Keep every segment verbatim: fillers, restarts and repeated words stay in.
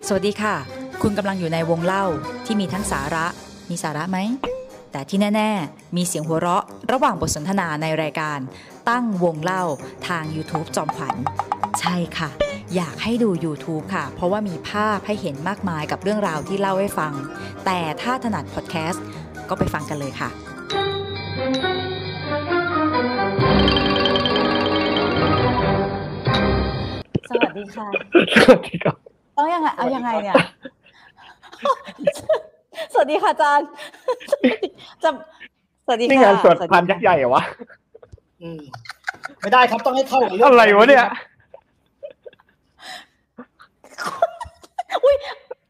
สวัสดีค่ะคุณกำลังอยู่ในวงเล่าที่มีทั้งสาระมีสาระไหมแต่ที่แน่ๆมีเสียงหัวเราะระหว่างบทสนทนาในรายการตั้งวงเล่าทาง YouTube จอมขวัญใช่ค่ะอยากให้ดู YouTube ค่ะเพราะว่ามีภาพให้เห็นมากมายกับเรื่องราวที่เล่าให้ฟังแต่ถ้าถนัดพอดแคสต์ก็ไปฟังกันเลยค่ะสวัสดีค่ะสวัสดีครับต้องยังไงเอายังไงเนี่ยสวัสดีค่ะอาจารย์จะสวัสดีค่ะนี่งานสวดพันยักษ์ใหญ่เหรอวะอืมไม่ได้ครับต้องให้เข้าอะไรวะเนี่ยอุ้ย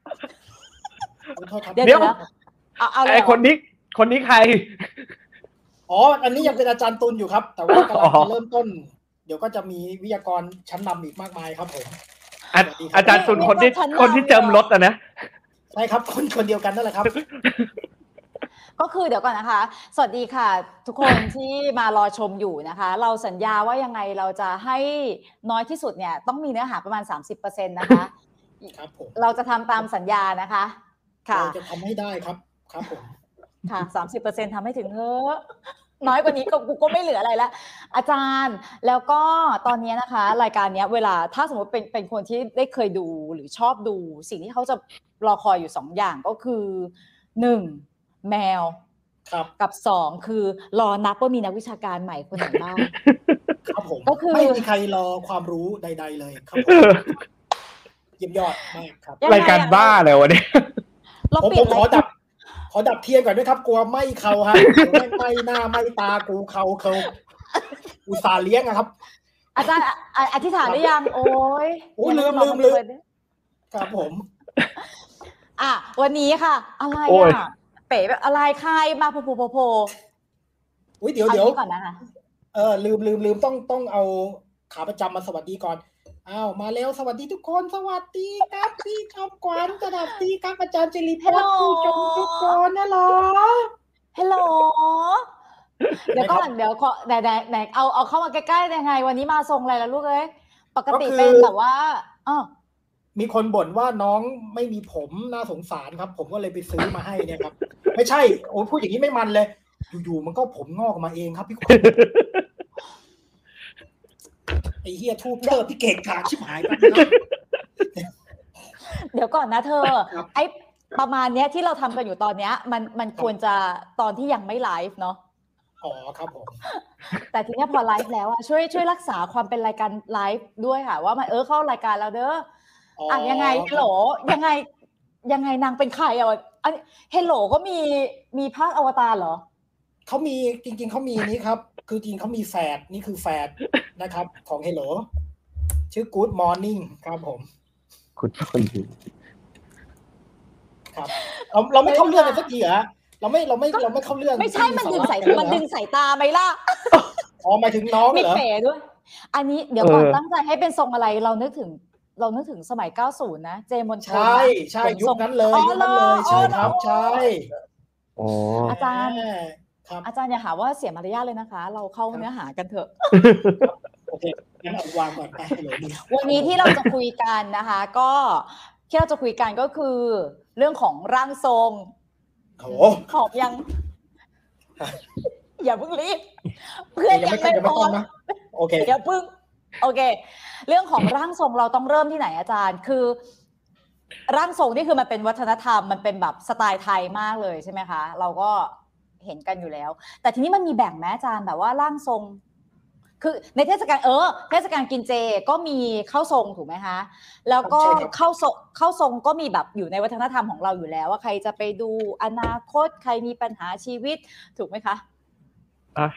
เดี๋ยวเอาเอาไอ้คนนี้คนนี้ใครอ๋ออันนี้ยังเป็นอาจารย์ตุลอยู่ครับแต่ว่ากำลังจะเริ่มต้นเดี๋ยวก็จะมีวิทยากรชั้นนำอีกมากมายครับผมอาจารย์ตุลคนที่คนที่เจิมรถอ่ะนะใช่ครับคนคนเดียวกันนั่นแหละครับก็คือเดี๋ยวก่อนนะคะสวัสดีค่ะทุกคนที่มารอชมอยู่นะคะเราสัญญาว่ายังไงเราจะให้น้อยที่สุดเนี่ยต้องมีเนื้อหาประมาณ สามสิบเปอร์เซ็นต์ นะคะครับผมเราจะทำตามสัญญานะคะค่ะเราจะทำให้ได้ครับครับผมค่ะ สามสิบเปอร์เซ็นต์ ทำให้ถึงเถอะน้อยกว่านี้ก็กูก็ไม่เหลืออะไรแล้วอาจารย์แล้วก็ตอนนี้นะคะรายการนี้เวลาถ้าสมมติเป็นเป็นคนที่ได้เคยดูหรือชอบดูสิ่งที่เขาจะรอคอยอยู่สองอย่างก็คือหนึ่งแมวกับสองคือรอนับว่ามีนักวิชาการใหม่คนไหนบ้างครับผมก็คือไม่มีใครรอความรู้ใดๆเลยครับผมเยี่ยมยอดมากครับรายการบ้าเลยวะเนี่ยผมผมขอดับขอดับเทียนก่อนด้วยครับกลัวไม่เขาฮะไม่หน้าไม่ตากูเขาเขาอุตส่าห์เลี้ยงอะครับอาจารย์อธิษฐานหรือยังโอ้ยโอ้ลืมลืมลืมครับผมอ่ะวันนี้ค่ะอะไรอ่ะเป๋แบบอะไรใครมาโผล่โผล่โผล่อุ้ยเดี๋ยวเดี๋ยวก่อนนะคะเออลืมลืมลืมต้องต้องเอาขาประจำมาสวัสดีก่อนอ้าวมาแล้วสวัสดีทุกคนสวัสดีครับพี่จอมขวัญสวัสดีครับอาจารย์จิริพจน์ผู้ชมทุกคนนะหรอฮัลโหลเดี๋ยวก่อนเดี๋ยวขอไหนไหนไหนเอาเอาเข้ามาใกล้ๆยังไงวันนี้มาทรงอะไรล่ะลูกเอ้ยปกติเป็นแต่ว่าอ้อมีคนบ่นว่าน้องไม่มีผมน่าสงสารครับผมก็เลยไปซื้อมาให้เนี่ยครับไม่ใช่โอ้พูดอย่างนี้ไม่มันเลยอยู่ๆมันก็ผมงอกมาเองครับพี่คุณไอ้เหี้ยทูบเธอพี่เก่งกาชิบหายไปนะเดี๋ยวก่อนนะเธอไอ้ประมาณเนี้ยที่เราทำกันอยู่ตอนเนี้ยมันมันควรจะตอนที่ยังไม่ไลฟ์เนาะอ๋อครับผมแต่ทีเนี้ยพอไลฟ์แล้วอ่ะช่วยช่วยรักษาความเป็นรายการไลฟ์ด้วยค่ะว่ามันเออเข้ารายการแล้วเด้ออ่ะยังไงเฮลโหลยังไงยังไงนางเป็นใครอ่ะอันเฮลโหลก็มีมีภาคอวตารเหรอเขามีจริงๆเขามีนี้ครับคือจริงเขามีแฟดนี่คือแฟดนะครับของเฮลโหลชื่อ Good Morning ครับผม Good Morning ครับเราเราไม่เข้าเรื่องกันสักทีเหรอเราไม่เราไม่เราไม่เข้าเรื่องไม่ใช่มันดึงสายมันดึงสายตาไหมล่ะอ๋อหมายถึงน้องเหรอมีเป๋ด้วยอันนี้เดี๋ยวก่อนตั้งใจให้เป็นทรงอะไรเรานึกถึงเรานึกถึงสมัยเก้าสิบนะเจมอนใช่ใช่ยุคนั้นเลยยุคนั้นเลยใช่ครับใช่อ๋ออาจารย์ครับอาจารย์อย่าหาว่าเสียมารยาทเลยนะคะเราเข้าเนื้อหากันเถอะโอเคงั้นเอาวางก่อนไปวันนี้ที่เราจะคุยกันนะคะก็ที่เราจะคุยกันก็คือเรื่องของร่างทรงโอ้ขอบยังอย่าเพิ่งรีบเพื่อนยังไม่พร้อมนะโอเคอย่าเพิ่งโอเคเรื่องของร่างทรงเราต้องเริ่มที่ไหนอาจารย์คือร่างทรงนี่คือมันเป็นวัฒนธรรมมันเป็นแบบสไตล์ไทยมากเลยใช่ไหมคะเราก็เห็นกันอยู่แล้วแต่ทีนี้มันมีแบ่งแม้อาจารย์แบบว่าร่างทรงคือในเทศกาลเออเทศกาลกินเจก็มีเข้าทรงถูกไหมคะแล้วก็เข้าทรงเข้าทรงก็มีแบบอยู่ในวัฒนธรรมของเราอยู่แล้วว่าใครจะไปดูอนาคตใครมีปัญหาชีวิตถูกไหมคะอะ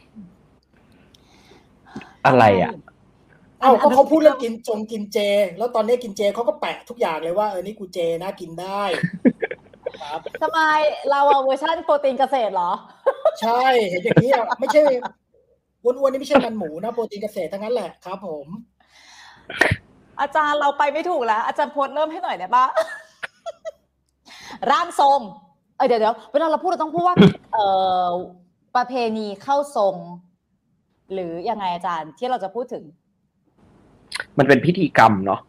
อะไรอ่ะเอ้าก็เขาพูดเรื่องกินจงกินเจแล้วตอนนี้กินเจเขาก็แปะทุกอย่างเลยว่าเออนี่กูเจนะกินได้ครับทำไมเราเอาเวอร์ชันโปรตีนเกษตรเหรอใช่เห็นอย่างนี้ไม่ใช่อ้วนๆนี่ไม่ใช่มันหมูนะโปรตีนเกษตรทั้งนั้นแหละครับผมอาจารย์เราไปไม่ถูกแล้วอาจารย์พจน์เริ่มให้หน่อยได้ปะร่างทรงเออเดี๋ยวเดี๋ยวเวลาเราพูดเราต้องพูดว่าเอ่อประเพณีเข้าทรงหรือยังไงอาจารย์ที่เราจะพูดถึงมันเป็นพิธีกรรมเนาะ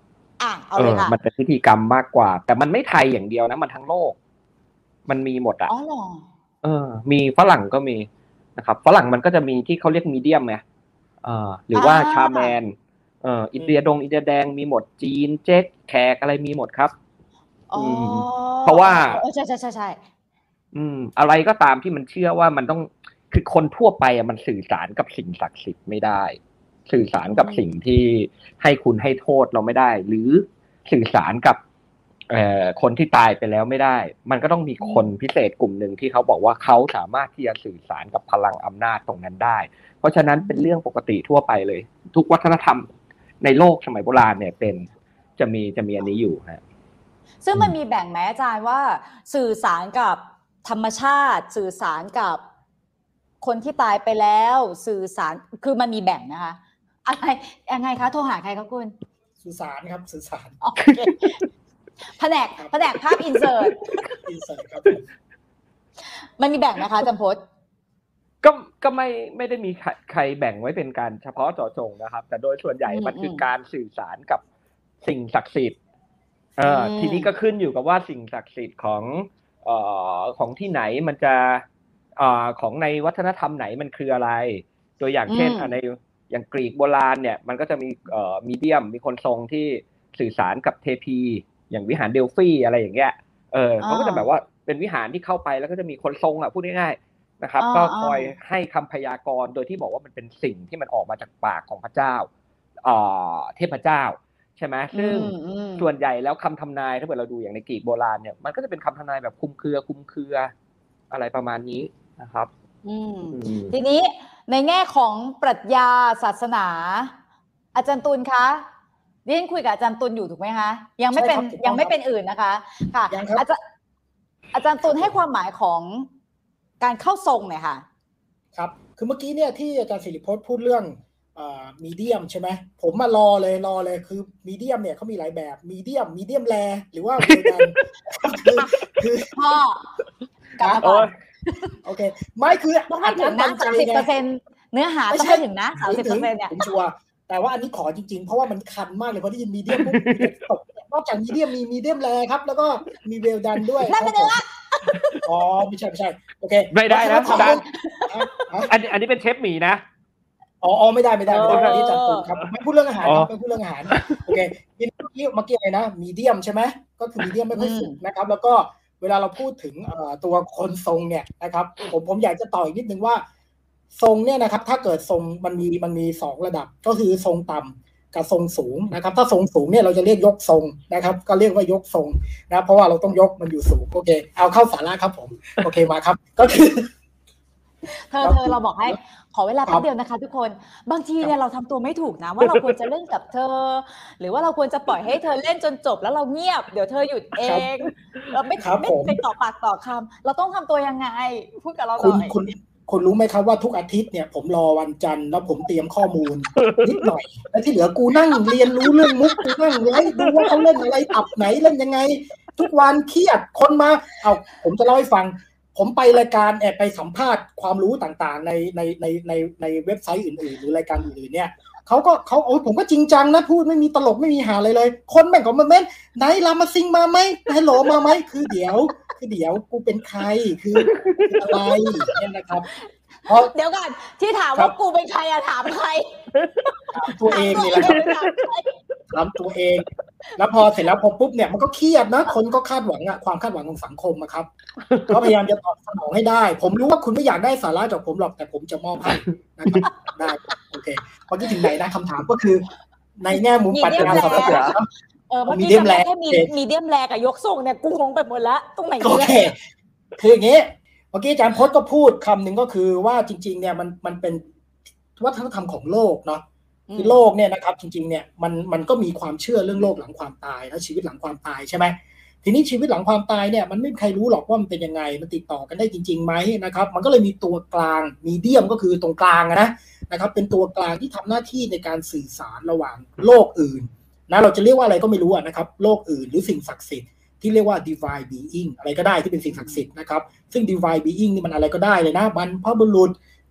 อ่ะเอาเลยค่ะมันเป็นพิธีกรรมมากกว่าแต่มันไม่ไทยอย่างเดียวนะมันทั้งโลกมันมีหมดอ่ะอ๋อเหรอเออมีฝรั่งก็มีนะครับฝรั่งมันก็จะมีที่เขาเรียกมีเดียมไงเอ่อหรือว่าชาแมนเอ่ออินเดียดงอินเดียแดงมีหมดจีนเจ๊กแขกอะไรมีหมดครับอ๋อเพราะว่าใช่ใช่ใช่ใช่อืมอะไรก็ตามที่มันเชื่อว่ามันต้องคือคนทั่วไปอ่ะมันสื่อสารกับสิ่งศักดิ์สิทธิ์ไม่ได้สื่อสารกับสิ่งที่ให้คุณให้โทษเราไม่ได้หรือสื่อสารกับเอ่อคนที่ตายไปแล้วไม่ได้มันก็ต้องมีคนพิเศษกลุ่มหนึ่งที่เขาบอกว่าเขาสามารถที่จะสื่อสารกับพลังอำนาจตรงนั้นได้เพราะฉะนั้นเป็นเรื่องปกติทั่วไปเลยทุกวัฒนธรรมในโลกสมัยโบราณเนี่ยเป็นจะมีจะมีอันนี้อยู่ฮะซึ่งมันมีแบ่งไหมอาจารย์ว่าสื่อสารกับธรรมชาติสื่อสารกับคนที่ตายไปแล้วสื่อสารคือมันมีแบ่งนะคะอะไรยังไงคะโทรหาใครคะคุณสื่อสารครับสื่อสารโอเคแผนกแผนกภาพอินเสิร์ตอินเสิร์ตครับมันมีแบ่งนะคะจำพจน์ก็ก็ไม่ไม่ได้มีใครแบ่งไว้เป็นการเฉพาะเจาะจงนะครับแต่โดยส่วนใหญ่มันคือการสื่อสารกับสิ่งศักดิ์สิทธิ์เอ่อทีนี้ก็ขึ้นอยู่กับว่าสิ่งศักดิ์สิทธิ์ของเอ่อของที่ไหนมันจะเอ่อของในวัฒนธรรมไหนมันคืออะไรตัวอย่างเช่นในอย่างกรีกโบราณเนี่ยมันก็จะมีเอ่อมีเดียมมีคนทรงที่สื่อสารกับเทพีอย่างวิหารเดลฟีอะไรอย่างเงี้ยเออเขาก็จะแบบว่าเป็นวิหารที่เข้าไปแล้วก็จะมีคนทรงอ่ะพูดง่ายๆนะครับก็คอยให้คำพยากรณ์โดยที่บอกว่ามันเป็นสิ่งที่มันออกมาจากปากของพระเจ้าเอ่อเทพเจ้าใช่ไหมซึ่งส่วนใหญ่แล้วคำทำนายถ้าเกิดเราดูอย่างในกรีกโบราณเนี่ยมันก็จะเป็นคำทำนายแบบคลุมเครือคลุมเครืออะไรประมาณนี้นะครับทีนี้ในแง่ของปรัชญาศาสนาอาจารย์ตุลคะดิฉันคุยกับอาจารย์ตุลอยู่ถูกไหมคะยังไม่เป็นยังไม่เป็นอื่นนะคะค่ะอาจารย์อาจารย์ตุลให้ความหมายของการเข้าทรงหน่อยค่ะครับคือเมื่อกี้เนี่ยที่อาจารย์ศิริพจน์พูดเรื่องมีเดียมใช่ไหมผมมารอเลยรอเลยคือมีเดียมเนี่ยเขามีหลายแบบมีเดียมมีเดียมแรหรือว่าเวดันคือคือพ่อกลับมาก่อนโอเคไม่คือต้องให้ถึงนะสามสิบเปอร์เซ็นต์เนื้อหาต้องให้ถึงนะสามสิบเปอร์เซ็นต์เนี่ยผมชัวร์แต่ว่าอันนี้ขอจริงๆเพราะว่ามันคันมากเลยเพราะที่ยินมีเดียมปุ๊บตกนอกจากมีเดียมมีมีเดียมแรครับแล้วก็มีเวลดันด้วยนั่นเป็นเนื้ออ๋อไม่ใช่ไม่ใช่โอเคไม่ได้นะอาจารย์อันนี้อันนี้เป็นเชฟหมี่นะอ๋อไม่ได้ไม่ได้ไม่ได้ที่จัดตุนครับไม่พูดเรื่องอาหารครับไม่พูดเรื่องอาหารโอเคทีนี้เมื่อกี้อะไรนะมีเดียมใช่ไหมก็คือมีเดียมไม่ค่อยสุกนะครับแล้วก็เวลาเราพูดถึงตัวคนทรงเนี่ยนะครับผมผมอยากจะต่ออีกนิดนึงว่าทรงเนี่ยนะครับถ้าเกิดทรงมันมีมันมีสองระดับก็คือทรงต่ำกับทรงสูงนะครับถ้าทรงสูงเนี่ยเราจะเรียกยกทรงนะครับก็เรียกว่ายกทรงนะเพราะว่าเราต้องยกมันอยู่สูงโอเคเอาเข้าสาระครับผมโอเคมาครับก็คือเธอเธอเราบอกให้ขอเวลาแป๊บเดียวนะคะทุกคนบางทีเนี่ยเราทำตัวไม่ถูกนะว่าเราควรจะเล่นกับเธอหรือว่าเราควรจะปล่อยให้เธอเล่นจนจบแล้วเราเงียบเดี๋ยวเธอหยุดเองเราไม่ไม่ไปต่อปากต่อคำเราต้องทำตัวยังไงพูดกับเราหน่อยคุณคุณรู้ไหมครับว่าทุกอาทิตย์เนี่ยผมรอวันจันทร์แล้วผมเตรียมข้อมูลนิดหน่อยแล้วที่เหลือกูนั่งเรียนรู้เรื่องมุกกูนั่งไลฟ์ดูว่าเขาเล่นอะไรตับไหนเล่นยังไงทุกวันเครียดคนมาเอาผมจะเล่าให้ฟังผมไปรายการแอบไปสัมภาษณ์ความรู้ต่างๆในในในในในเว็บไซต์อื่นๆหรือรายการอื่นๆเนี่ยเขาก็เขาโอ้ผมก็จริงจังนะพูดไม่มีตลกไม่มีหาอะไรเลยคนแม่งก็มาเม้นไหนลามาซิงมาไหมฮัลโหลมาไหมคือเดี๋ยวคือเดี๋ยวกูเป็นใครคืออะไรเนี่ยนะครับเดี๋ยวก่อนที่ถามว่ากูเป็นใครอะถามใครถามตัวเองนี่แหละถามตัวเองแล้วพอเสร็จแล้วพอปุ๊บเนี่ยมันก็เครียดนะคนก็คาดหวังอะความคาดหวังของสังคมอะครับก็พยายามจะตอบสนองให้ได้ผมรู้ว่าคุณไม่อยากได้สาระจากผมหรอกแต่ผมจะมอบให้นะครับได้โอเคพอที่ถึงไหนนะคำถามก็คือในแง่มุมปรัชญาศาสนาเออเมื่อกี้จำได้แค่มีมีเดียมแรกับยกทรงเนี่ยกูงงไปหมดละตรงไหนโอเคคืออย่างงี้เมื่อกี้อาจารย์พจน์ก็พูดคำหนึ่งก็คือว่าจริงๆเนี่ยมันมันเป็นวัฒนธรรมของโลกเนาะคือโลกเนี่ยนะครับจริงๆเนี่ยมันมันก็มีความเชื่อเรื่องโลกหลังความตายและชีวิตหลังความตายใช่ไหมทีนี้ชีวิตหลังความตายเนี่ยมันไม่มีใครรู้หรอกว่ามันเป็นยังไงมันติดต่อกันได้จริงๆไหมนะครับมันก็เลยมีตัวกลางมีเดียมก็คือตรงกลางนะนะครับเป็นตัวกลางที่ทำหน้าที่ในการสื่อสารระหว่างโลกอื่นนะเราจะเรียกว่าอะไรก็ไม่รู้นะครับโลกอื่นหรือสิ่งศักดิ์สิทธิ์ที่เรียกว่า divine being อะไรก็ได้ที่เป็นสิ่งศักดิ์สิทธิ์นะครับซึ่ง divine being นี่มันอะไรก็ได้เลยนะบรรพบุรุษ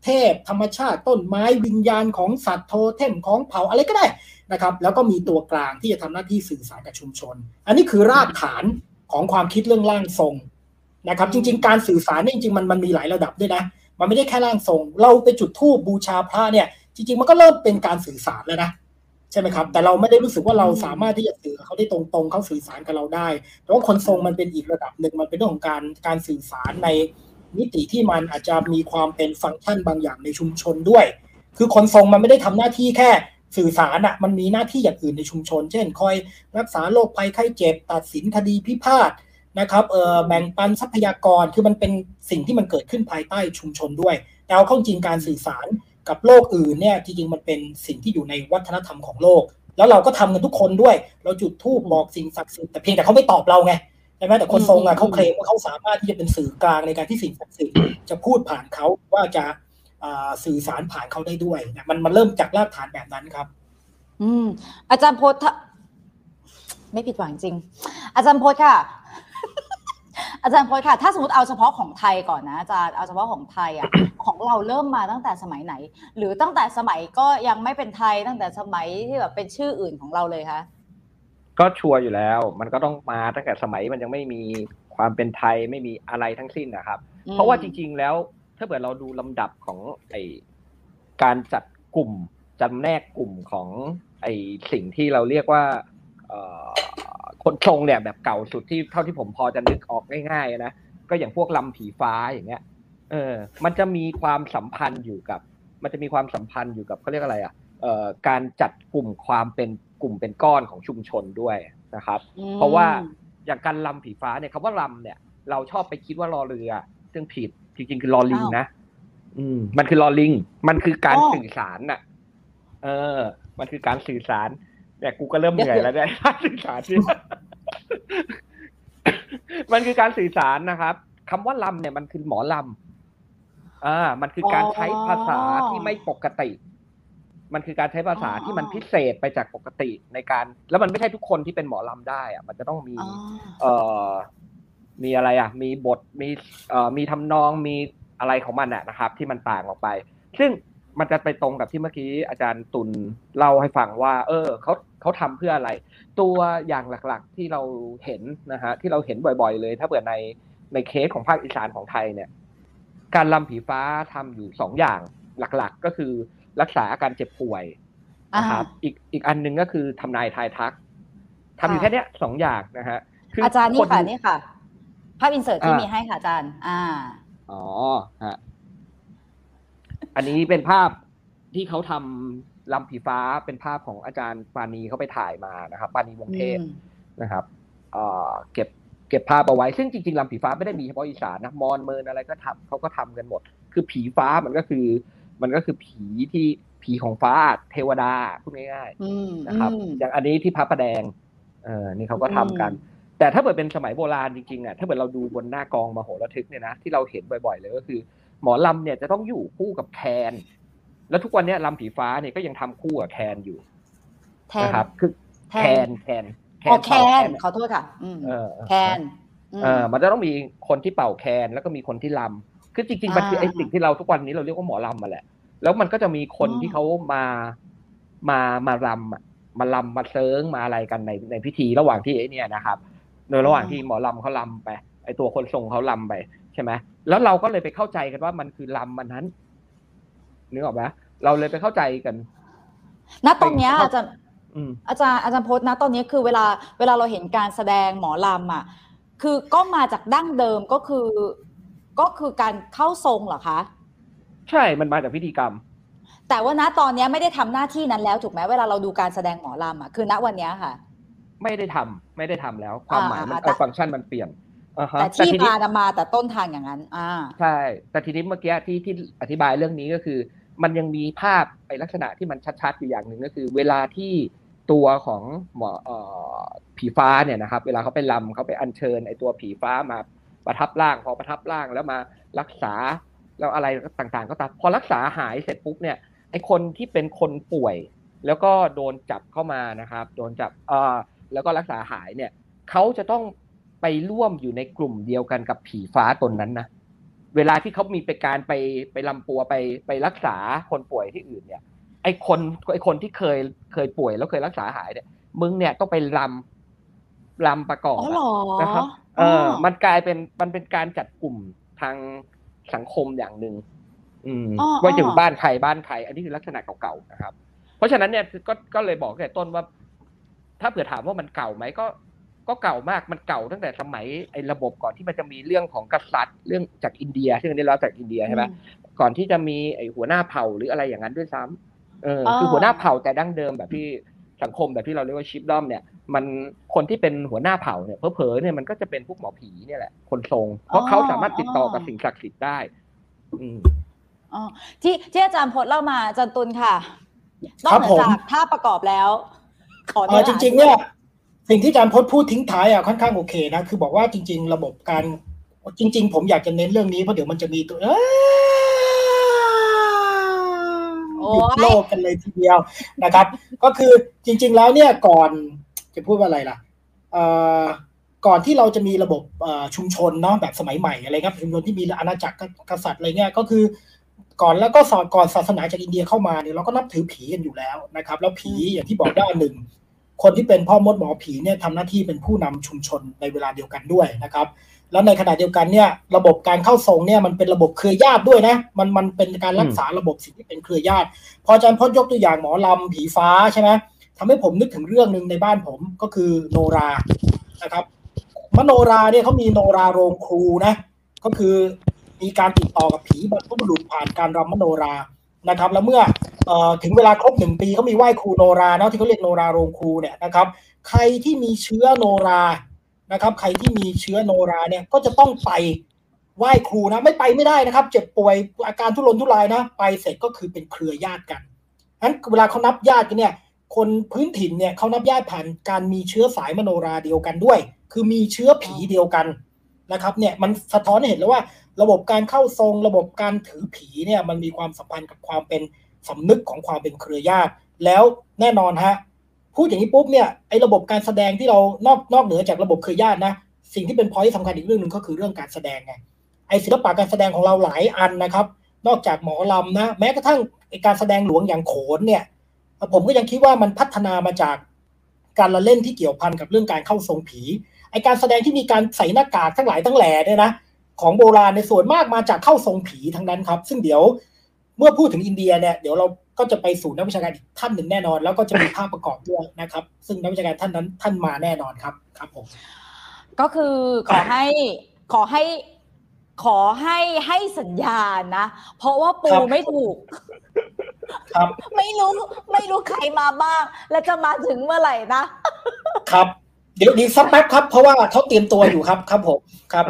เทพธรรมชาติต้นไม้วิญญาณของสัตว์โทเทมของเผ่าอะไรก็ได้นะครับแล้วก็มีตัวกลางที่จะทำหน้าที่สื่อสารกับชุมชนอันนี้คือรากฐานของความคิดเรื่องร่างทรงนะครับจริงๆการสื่อสารเนี่ยจริงๆมันมันมีหลายระดับด้วยนะมันไม่ได้แค่ร่างทรงเราไปจุดธูปบูชาพระเนี่ยจริงๆมันก็เริ่มเป็นการสื่อสารแล้วนะใช่ไหมครับแต่เราไม่ได้รู้สึกว่าเราสามารถที่จะสื่อเขาได้ตรงๆเขาสื่อสารกับเราได้แต่ว่าคนทรงมันเป็นอีกระดับหนึ่งมันเป็นเรื่องของการการสื่อสารในมิติที่มันอาจจะมีความเป็นฟังก์ชันบางอย่างในชุมชนด้วยคือคนทรงมันไม่ได้ทำหน้าที่แค่สื่อสารอ่ะมันมีหน้าที่อย่างอื่นในชุมชนเช่นคอยรักษาโรคภัยไข้เจ็บตัดสินคดีพิพาทนะครับเออแบ่งปันทรัพยากรคือมันเป็นสิ่งที่มันเกิดขึ้นภายใต้ชุมชนด้วยแต่เอาเข้าจริงการสื่อสารกับโลกอื่นเนี่ยจริงๆมันเป็นสิ่งที่อยู่ในวัฒนธรรมของโลกแล้วเราก็ทำกันทุกคนด้วยเราจุดธูปบอกสิ่งศักดิ์สิทธิ์แต่เพียงแต่เขาไม่ตอบเราไงใช่ไหมแต่คนทรงอ่ะเขาเคลมว่าเขาสามารถที่จะเป็นสื่อกลางในการที่สิ่งศักดิ์สิทธิ์จะพูดผ่านเขาว่าจะสื่อสารผ่านเขาได้ด้วยนะมันมันเริ่มจากรากฐานแบบนั้นครับอืมอาจารย์พจน์ไม่ผิดหวังจริงอาจารย์พจน์ค่ะ อาจารย์พจน์ค่ะถ้าสมมติเอาเฉพาะของไทยก่อนนะอาจารย์เอาเฉพาะของไทยอ่ะ ของเราเริ่มมาตั้งแต่สมัยไหนหรือตั้งแต่สมัยก็ยังไม่เป็นไทยตั้งแต่สมัยที่แบบเป็นชื่ออื่นของเราเลยคะก็ชัวร์อยู่แล้วมันก็ต้องมาตั้งแต่สมัยมันยังไม่มีความเป็นไทยไม่มีอะไรทั้งสิ้นนะครับเพราะว่าจริงๆแล้วถ้าเกิดเราดูลำดับของไอการจัดกลุ่มจำแนกกลุ่มของไอสิ่งที่เราเรียกว่าคนทรงเนี่ยแบบเก่าสุดที่เท่าที่ผมพอจะนึกออกง่ายๆนะก็อย่างพวกลำผีฟ้าอย่างเงี้ยเออมันจะมีความสัมพันธ์อยู่กับมันจะมีความสัมพันธ์อยู่กับเขาเรียกอะไรอ่ะเอ่อการจัดกลุ่มความเป็นกลุ่มเป็นก้อนของชุมชนด้วยนะครับเพราะว่าอย่างการลำผีฟ้าเนี่ยคำว่าลำเนี่ยเราชอบไปคิดว่ารอเรือซึ่งผิดจริงๆคือรอลิงนะอืมมันคือรอลิงมันคือการสื่อสารน่ะเออมันคือการสื่อสารแต่กูก็เริ่มเหนื่อยแล้วเนี่ยสื่อสารที่มันคือการสื่อสารนะครับคำว่าลำเนี่ยมันคือหมอลำอ่ามันคือการใช้ภาษาที่ไม่ปกติมันคือการใช้ภาษาที่มันพิเศษไปจากปกติในการแล้วมันไม่ใช่ทุกคนที่เป็นหมอลำได้อะมันจะต้องมีเอ่อมีอะไรอ่ะมีบทมีเอ่อมีทำนองมีอะไรของมันอะนะครับที่มันต่างออกไปซึ่งมันจะไปตรงกับที่เมื่อกี้อาจารย์ตุลเล่าให้ฟังว่าเออเขาเขาทำเพื่ออะไรตัวอย่างหลักๆที่เราเห็นนะฮะที่เราเห็นบ่อยๆเลยถ้าเกิดในในเคสของภาคอีสานของไทยเนี่ยการลำผีฟ้าทำอยู่สองอย่างหลักๆก็คือรักษาอาการเจ็บป่วยนะครับอีกอีกอันนึงก็คือทำนายทายทักทำอยู่แค่นี้สองอย่างนะฮะอาจารย์นี่ค่ะนี่ค่ะภาพอินเสิร์ตที่มีให้ค่ะอาจารย์อ่าอ๋อฮะอันนี้เป็นภาพที่เขาทำลำผีฟ้าเป็นภาพของอาจารย์ปานีเขาไปถ่ายมานะครับปานีวงเทพนะครับเอ่อเก็บเก็บภาพเอาไว้ซึ่งจริงๆลำผีฟ้าไม่ได้มีเฉพาะอีสานนะมอญเมินอะไรก็ทำเขาก็ทำกันหมดคือผีฟ้ามันก็คือมันก็คือผีที่ผีของฟ้าเทวดาพูดง่ายๆนะครับอย่างอันนี้ที่พระประแดงเออนี่เขาก็ทำกันแต่ถ้าเกิดเป็นสมัยโบราณจริงๆอ่ะถ้าเกิดเราดูบนหน้ากองมโหระทึกเนี่ยนะที่เราเห็นบ่อยๆเลยก็คือหมอลำเนี่ยจะต้องอยู่คู่กับแคนแล้วทุกวันนี้ลำผีฟ้าเนี่ยก็ยังทำคู่กับแคนอยู่นะครับคือแคนแคนแคนแคนขอโทษค่ะแคนเออมันจะต้องมีคนที่เป่าแคนแล้วก็มีคนที่ลำคือจริงๆมันคือไอ้สิ่งที่เราทุกวันนี้เราเรียกว่าหมอลำมาแหละแล้วมันก็จะมีคนที่เขามามามาลำมาลำมาเซิร์งมาอะไรกันในในพิธีระหว่างที่ไอ้นี่นะครับโดยระหว่างที่หมอลำเขาลำไปไอ้ตัวคนทรงเขาลำไปใช่ไหมแล้วเราก็เลยไปเข้าใจกันว่ามันคือลำมันนั้นนึกออกไหมเราเลยไปเข้าใจกันณตอนนี้อาจารย์อาจารย์อาจารย์พจน์นะตอนนี้คือเวลาเวลาเราเห็นการแสดงหมอลำอ่ะคือก็มาจากดั้งเดิมก็คือก็คือการเข้าทรงเหรอคะใช่มันมาจากพิธีกรรมแต่ว่าณตอนนี้ไม่ได้ทำหน้าที่นั้นแล้วถูกไหมเวลาเราดูการแสดงหมอลำอ่ะคือณวันนี้ค่ะไม่ได้ทำไม่ได้ทำแล้วความหมายมันฟังก์ชันมันเปลี่ยนแต่ที่มาดมาแต่ต้นทางอย่างนั้นอ่าใช่แต่ทีนี้เมื่อกี้ที่ที่อธิบายเรื่องนี้ก็คือมันยังมีภาพไอ้ลักษณะที่มันชัดๆอยู่อย่างหนึ่งก็คือเวลาที่ตัวของหมอเอ่อผีฟ้าเนี่ยนะครับเวลาเขาไปลำเขาไปอัญเชิญไอ้ตัวผีฟ้ามาประทับร่างพอประทับร่างแล้วมารักษาแล้วอะไรต่างๆก็ตามพอรักษาหายเสร็จปุ๊บเนี่ยไอ้คนที่เป็นคนป่วยแล้วก็โดนจับเข้ามานะครับโดนจับเอ่อแล้วก็รักษาหายเนี่ยเขาจะต้องไปร่วมอยู่ในกลุ่มเดียวกันกับผีฟ้าตนนั้นนะเวลาที่เขามีไปการไปไปลำปัวไปไปรักษาคนป่วยที่อื่นเนี่ยไอ้คนไอ้คนที่เคยเคยป่วยแล้วเคยรักษาหายเนี่ยมึงเนี่ยต้องไปลำลำประกอบนะครับเออมันกลายเป็นมันเป็นการจัดกลุ่มทางสังคมอย่างหนึ่งอืมว่าอยู่บ้านใครบ้านใครอันนี้คือลักษณะเก่าๆนะครับเพราะฉะนั้นเนี่ยก็ก็เลยบอกแต่ต้นว่าถ้าเผื่อถามว่ามันเก่าไหมก็ก็เก่ามากมันเก่าตั้งแต่สมัยไอ้ระบบก่อนที่มันจะมีเรื่องของกษัตริย์เรื่องจากอินเดียซึ่งอันนี้เราจากอินเดียใช่ไหมก่อนที่จะมีไอ้หัวหน้าเผ่าหรืออะไรอย่างนั้นด้วยซ้ำเออคือหัวหน้าเผ่าแต่ดั้งเดิมแบบที่สังคมแบบที่เราเรียกว่าชิปดอมเนี่ยมันคนที่เป็นหัวหน้าเผ่าเนี่ยเผลอๆเนี่ยมันก็จะเป็นพวกหมอผีเนี่ยแหละคนทรงเพราะเขาสามารถติดต่อกับสิ่งศักดิ์สิทธิ์ได้อืมอ๋อที่ที่อาจารย์พจน์เล่ามาอาจารย์ตุลค่ะนอกเหนือจากภาพประกอบแล้วขอเนื้อหาจริงๆเนี่ยสิ่งที่อาจารย์พจน์พูดทิ้งท้ายอ่ะค่อนข้างโอเคนะคือบอกว่าจริงๆระบบการจริงๆผมอยากจะเน้นเรื่องนี้เพราะเดี๋ยวมันจะมีตัวหยุดโลกกันเลยทีเดียวนะครับก็คือจริงๆแล้วเนี่ยก่อนจะพูดว่าอะไรล่ะก่อนที่เราจะมีระบบชุมชนเนาะแบบสมัยใหม่อะไรครับชุมชนที่มีอาณาจักรกษัตริย์อะไรเงี้ยก็คือก่อนแล้วก็สอนก่อนศาสนาจากอินเดียเข้ามาเนี่ยเราก็นับถือผีกันอยู่แล้วนะครับแล้วผีอย่างที่บอกได้หนึ่งคนที่เป็นพ่อมดหมอผีเนี่ยทำหน้าที่เป็นผู้นำชุมชนในเวลาเดียวกันด้วยนะครับแล้วในขณะเดียวกันเนี่ยระบบการเข้าทรงเนี่ยมันเป็นระบบเครือญาติด้วยนะมันมันเป็นการรักษาระบบสิ่งที่เป็นเครือญาติพออาจารย์พจน์ยกตัวอย่างหมอลำผีฟ้าใช่ไหมทำให้ผมนึกถึงเรื่องนึงในบ้านผมก็คือโนรานะครับมโนราเนี่ยเขามีโนราโรงครูนะก็คือมีการติดต่อกับผีบรรพบุรุษผ่านการรำมโนรานะครับแล้วเมื่อเอ่อถึงเวลาครบหนึ่งปีเขามีไหว้ครูโนราเนาะที่เขาเรียกโนราโรงครูเนี่ยนะครับใครที่มีเชื้อโนรานะครับใครที่มีเชื้อโนราเนี่ยก็จะต้องไปไหว้ครูนะไม่ไปไม่ได้นะครับเจ็บป่วยอาการทุรนทุรายนะไปเสร็จก็คือเป็นเครือญาติกันงั้นเวลาเขานับญาติกันเนี่ยคนพื้นถิ่นเนี่ยเขานับญาติผ่านการมีเชื้อสายมโนราเดียวกันด้วยคือมีเชื้อผีเดียวกันนะครับเนี่ยมันสะท้อนให้เห็นแล้วว่าระบบการเข้าทรงระบบการถือผีเนี่ยมันมีความสัมพันธ์กับความเป็นสำนึกของความเป็นเครือญาติแล้วแน่นอนฮะพูดอย่างนี้ปุ๊บเนี่ยไอ้ระบบการแสดงที่เรานอกนอกเหนือจากระบบเครือญาตินะสิ่งที่เป็นพอยต์สำคัญอีกเรื่องนึงก็คือเรื่องการแสดงไงไอ้ศิลปะการแสดงของเราหลายอันนะครับนอกจากหมอลำนะแม้กระทั่งการแสดงหลวงอย่างโขนเนี่ยผมก็ยังคิดว่ามันพัฒนามาจากการละเล่นที่เกี่ยวพันกับเรื่องการเข้าทรงผีไอ้การแสดงที่มีการใส่หน้ากากทั้งหลายทั้งแหล่เนี่ยนะของโบราณในส่วนมากมาจากเข้าทรงผีทั้งนั้นครับซึ่งเดี๋ยวเมื่อพูดถึงอินเดียเนี่ยเดี๋ยวเราก็จะไปสู่นักวิชาการอีกท่านหนึ่งแน่นอนแล้วก็จะมีภาพประกอบด้วยนะครับซึ่งนักวิชาการท่านนั้นท่านมาแน่นอนครับครับผมก็คือขอให้ขอให้ขอให้ให้สัญญาณนะเพราะว่าปูไม่ถูกครับไม่รู้ไม่รู้ใครมาบ้างและจะมาถึงเมื่อไหร่นะครับเดี๋ยวดีสักแป๊บครับเพราะว่าเขาเตรียมตัวอยู่ครับครับผมครับ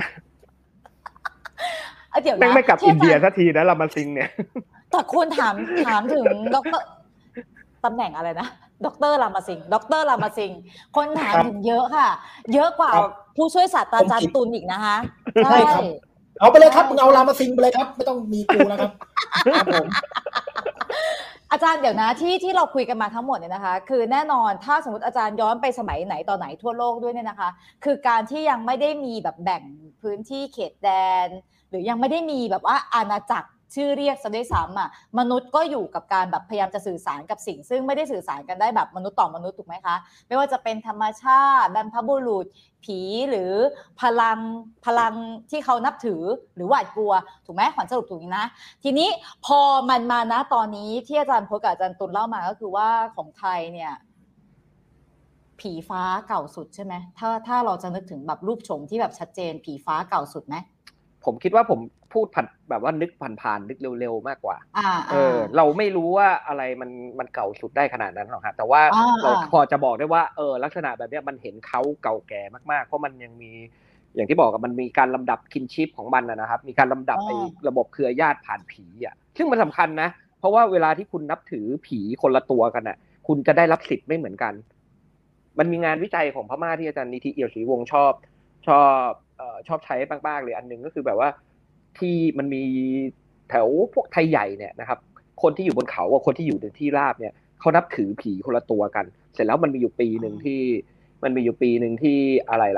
เดี๋ยวนะไม่กลับอินเดียสักทีนะเรามาซิงเนี่ยแต่คุณถามถามถึงดรตำแหน่งอะไรนะดรรามาซิงดรรามาซิงคนถามถึงเยอะค่ะเยอะกว่าผู้ช่วยศาสตราจารย์ตุลอีกนะคะใช่ครับเอาไปเลยครับมึงเอารามาซิงไปเลยครับไม่ต้องมีกูแล้วครับครับผมอาจารย์เดี๋ยวนะที่ที่เราคุยกันมาทั้งหมดเนี่ยนะคะคือแน่นอนถ้าสมมติอาจารย์ย้อนไปสมัยไหนต่อไหนทั่วโลกด้วยเนี่ยนะคะคือการที่ยังไม่ได้มีแบบแบ่งพื้นที่เขตแดนหรือยังไม่ได้มีแบบว่าอาณาจักรชื่อเรียกซะด้วยซ้ำอ่ะมนุษย์ก็อยู่กับการแบบพยายามจะสื่อสารกับสิ่งซึ่งไม่ได้สื่อสารกันได้แบบมนุษย์ต่อมนุษย์ถูกไหมคะไม่ว่าจะเป็นธรรมชาติบรรพบุรุษผีหรือพลังพลังที่เขานับถือหรือหวาดกลัวถูกไหมขวัญสรุปถูกนะทีนี้พอมันมานะตอนนี้ที่อาจารย์พจน์กับอาจารย์ตุลเล่ามาก็คือว่าของไทยเนี่ยผีฟ้าเก่าสุดใช่ไหมถ้าถ้าเราจะนึกถึงแบบรูปโฉมที่แบบชัดเจนผีฟ้าเก่าสุดไหมผมคิดว่าผมพูดผ่านแบบว่านึกผ่านๆนึกเร็วๆมากกว่าเออเราไม่รู้ว่าอะไรมันมันเก่าสุดได้ขนาดนั้นหรอกครับแต่ว่าเราพอจะบอกได้ว่าเออลักษณะแบบนี้มันเห็นเขาเก่าแก่มากๆเพราะมันยังมีอย่างที่บอกกับมันมีการลำดับคินชิปของมันนะครับมีการลำดับไอ้ระบบเครือญาติผ่านผีอ่ะซึ่งมันสำคัญนะเพราะว่าเวลาที่คุณนับถือผีคนละตัวกันอ่ะคุณจะได้รับสิทธิ์ไม่เหมือนกันมันมีงานวิจัยของพม่าที่อาจารย์นิธิเอี่ยวศรีวงศ์ชอบชอบเอ่อชอบใช้บ้างๆเลยอันนึงก็คือแบบว่าที่มันมีแถวพวกไทยใหญ่เนี่ยนะครับคนที่อยู่บนเขากับคนที่อยู่ในที่ราบเนี่ยเขานับถือผีคนละตัวกันเสร็จแล้วมันมีอยู่ปีนึงที่มันมีอยู่ปีนึงที่อะไรล่ะ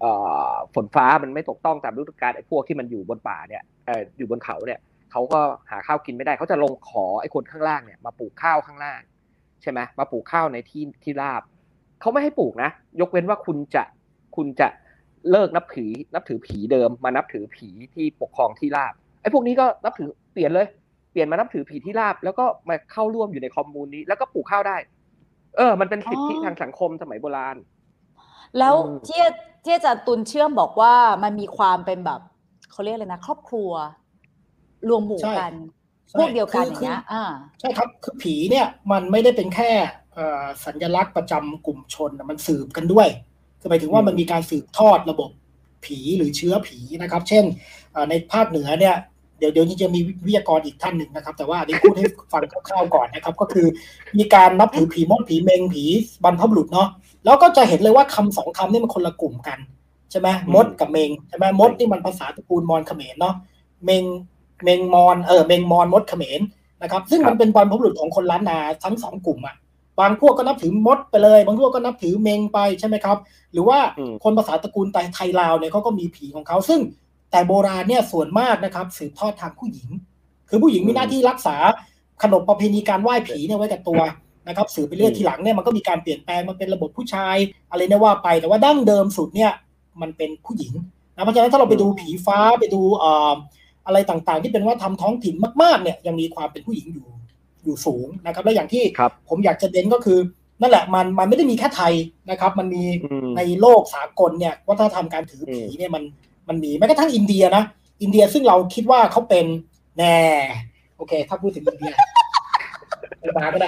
เอ่อฝนฟ้ามันไม่ตกต้องตามฤดูกาลไอ้พวกที่มันอยู่บนป่าเนี่ยเอ่ออยู่บนเขาเนี่ยเขาก็หาข้าวกินไม่ได้เขาจะลงขอไอ้คนข้างล่างเนี่ยมาปลูกข้าวข้างล่างใช่ไหมมาปลูกข้าวในที่ที่ราบเขาไม่ให้ปลูกนะยกเว้นว่าคุณจะคุณจะเลิกนับถือนับถือผีเดิมมานับถือผีที่ปกครองที่ราบไอ้พวกนี้ก็นับถือเปลี่ยนเลยเปลี่ยนมานับถือผีที่ราบแล้วก็มาเข้าร่วมอยู่ในคอมมูนนี้แล้วก็ปลูกข้าวได้เออมันเป็นสิทธิทางสังคมสมัยโบราณแล้วที่ที่อาจารย์ตุลเชื่อมบอกว่ามันมีความเป็นแบบเขาเรียกอะไรนะครอบครัวรวมหมู่กันพวกเดียวกันอย่างเงี้ยอ่าใช่ครับคือผีเนี่ยมันไม่ได้เป็นแค่สัญลักษณ์ประจำกลุ่มชนมันสืบกันด้วยคือหมายถึงว่ามันมีการสืบทอดระบบผีหรือเชื้อผีนะครับเช่นในภาคเหนือเนี่ยเดี๋ยวเดี๋ยวนี้จะมีวิทยากรอีกท่านหนึ่งนะครับแต่ว่าอันนี้พูดให้ฟังคร่าวๆก่อนนะครับก็คือมีการนับถือผีมดผีเมงผีบรรพบุรุษเนาะแล้วก็จะเห็นเลยว่าคำสองคำนี่มันคนละกลุ่มกันใช่ไหมมดกับเมงใช่ไหมมดนี่มันภาษาตระกูลมอญเขมรเนาะเมงเมงมอญเออเมงมอญมดเขมรนะครับซึ่งมันเป็นบรรพบุรุษของคนล้านนาทั้งสองกลุ่มอ่ะบางพวกก็นับถือมดไปเลยบางพวกก็นับถือเมงไปใช่ไหมครับหรือว่าคนภาษาตระกูลไทยลาวเนี่ยเขาก็มีผีของเขาซึ่งแต่โบราณเนี่ยส่วนมากนะครับสืบทอดทางผู้หญิงคือผู้หญิงมีหน้าที่รักษาขนบประเพณีการไหว้ผีเนี่ยไว้กับตัวนะครับสืบไปเรื่อยทีหลังเนี่ยมันก็มีการเปลี่ยนแปลงมันเป็นระบบผู้ชายอะไรเนี่ยว่าไปแต่ว่าดั้งเดิมสุดเนี่ยมันเป็นผู้หญิงนะเพราะฉะนั้นถ้าเราไปดูผีฟ้าไปดูเอ่ออะไรต่างๆที่เป็นวัฒนธรรมท้องถิ่นมากๆเนี่ยยังมีความเป็นผู้หญิงอยู่อยู่สูงนะครับและอย่างที่ผมอยากจะเน้นก็คือนั่นแหละมันมันไม่ได้มีแค่ไทยนะครับมันมีในโลกสากลเนี่ยวัฒนธรรมการถือผีเนี่ยมันมันมีแม้กระทั่งอินเดียนะอินเดียซึ่งเราคิดว่าเขาเป็นแน่โอเคถ้าพูดถึงอินเดียไปมาก็ได้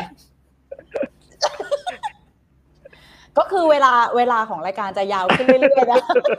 ก็คือเวลาเวลาของรายการจะยาวขึ้นเรื่อยๆนะ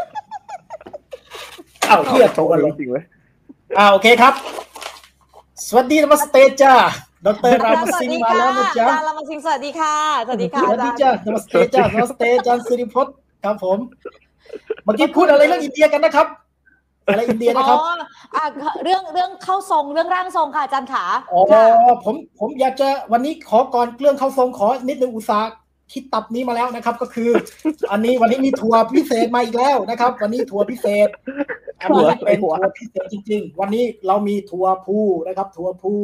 อ้าวเครียดโตกันลงจริงเว้ยอ่าโอเคครับสวัสดีนมัสเตจ้าดรรามสิงห์มาแล้วนะจ๊ะรามสิงห์สวัสดีค่ะสวัสดีค่ะสวัสดีจ้านมัสเตจ้านมัสเตอาจารย์สิริพจน์ครับผมเมื่อกี้พูดอะไรเรื่องอินเดียกันนะครับอะไรอินเดียนะครับอ๋ออ่ะเรื่องเรื่องเข้าทรงเรื่องร่างทรงค่ะอาจารย์ขาอ๋อผมผมอยากจะวันนี้ขอก่อนเรื่องเข้าทรงขอนิดนึงอุตส่าห์คิดตับนี้มาแล้วนะครับก็คืออันนี้วันนี้มีทัวร์พิเศษมาอีกแล้วนะครับวันนี้ทัวร์พิเศษอันนี้เป็นทัวร์พิเศษจริงๆวันนี้เรามีทัวร์ผู้นะครับทัวร์ผู้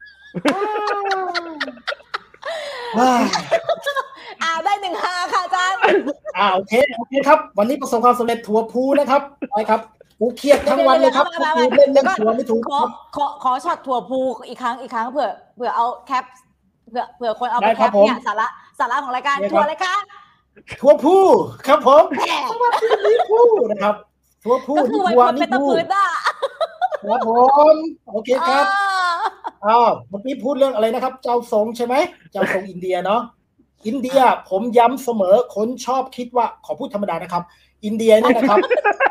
อ่าได้หนึ่งฮาค่ะอาจารย์อ่าโอเคโอเคครับวันนี้ประสบความสำเร็จทัวร์ผู้นะครับไปครับกูเครียดทั้งวันเลยครับกูเล่นเล่นทัวร์ไม่ถูกขอขอขอช็อตทัวร์ผู้อีกครั้งอีกครั้งเผื่อเผื่อเอาแคปเผื่อเผื่อคนเอาไปแคปเนี่ยสาระสาระของรายการทัวร์อะไรคะทัวร์ผู้ครับผมสวัสดีผู้นะครับทัวร์ผู้นี่ทัวร์นี่ผู้ครับผมโอเคครับอ้าวเมื่อกี้พูดเรื่องอะไรนะครับเจ้าทรงใช่ไหมเจ้าทรงอินเดียเนาะอินเดียผมย้ำเสมอคนชอบคิดว่าขอพูดธรรมดานะครับอินเดียเนี่ยนะครับ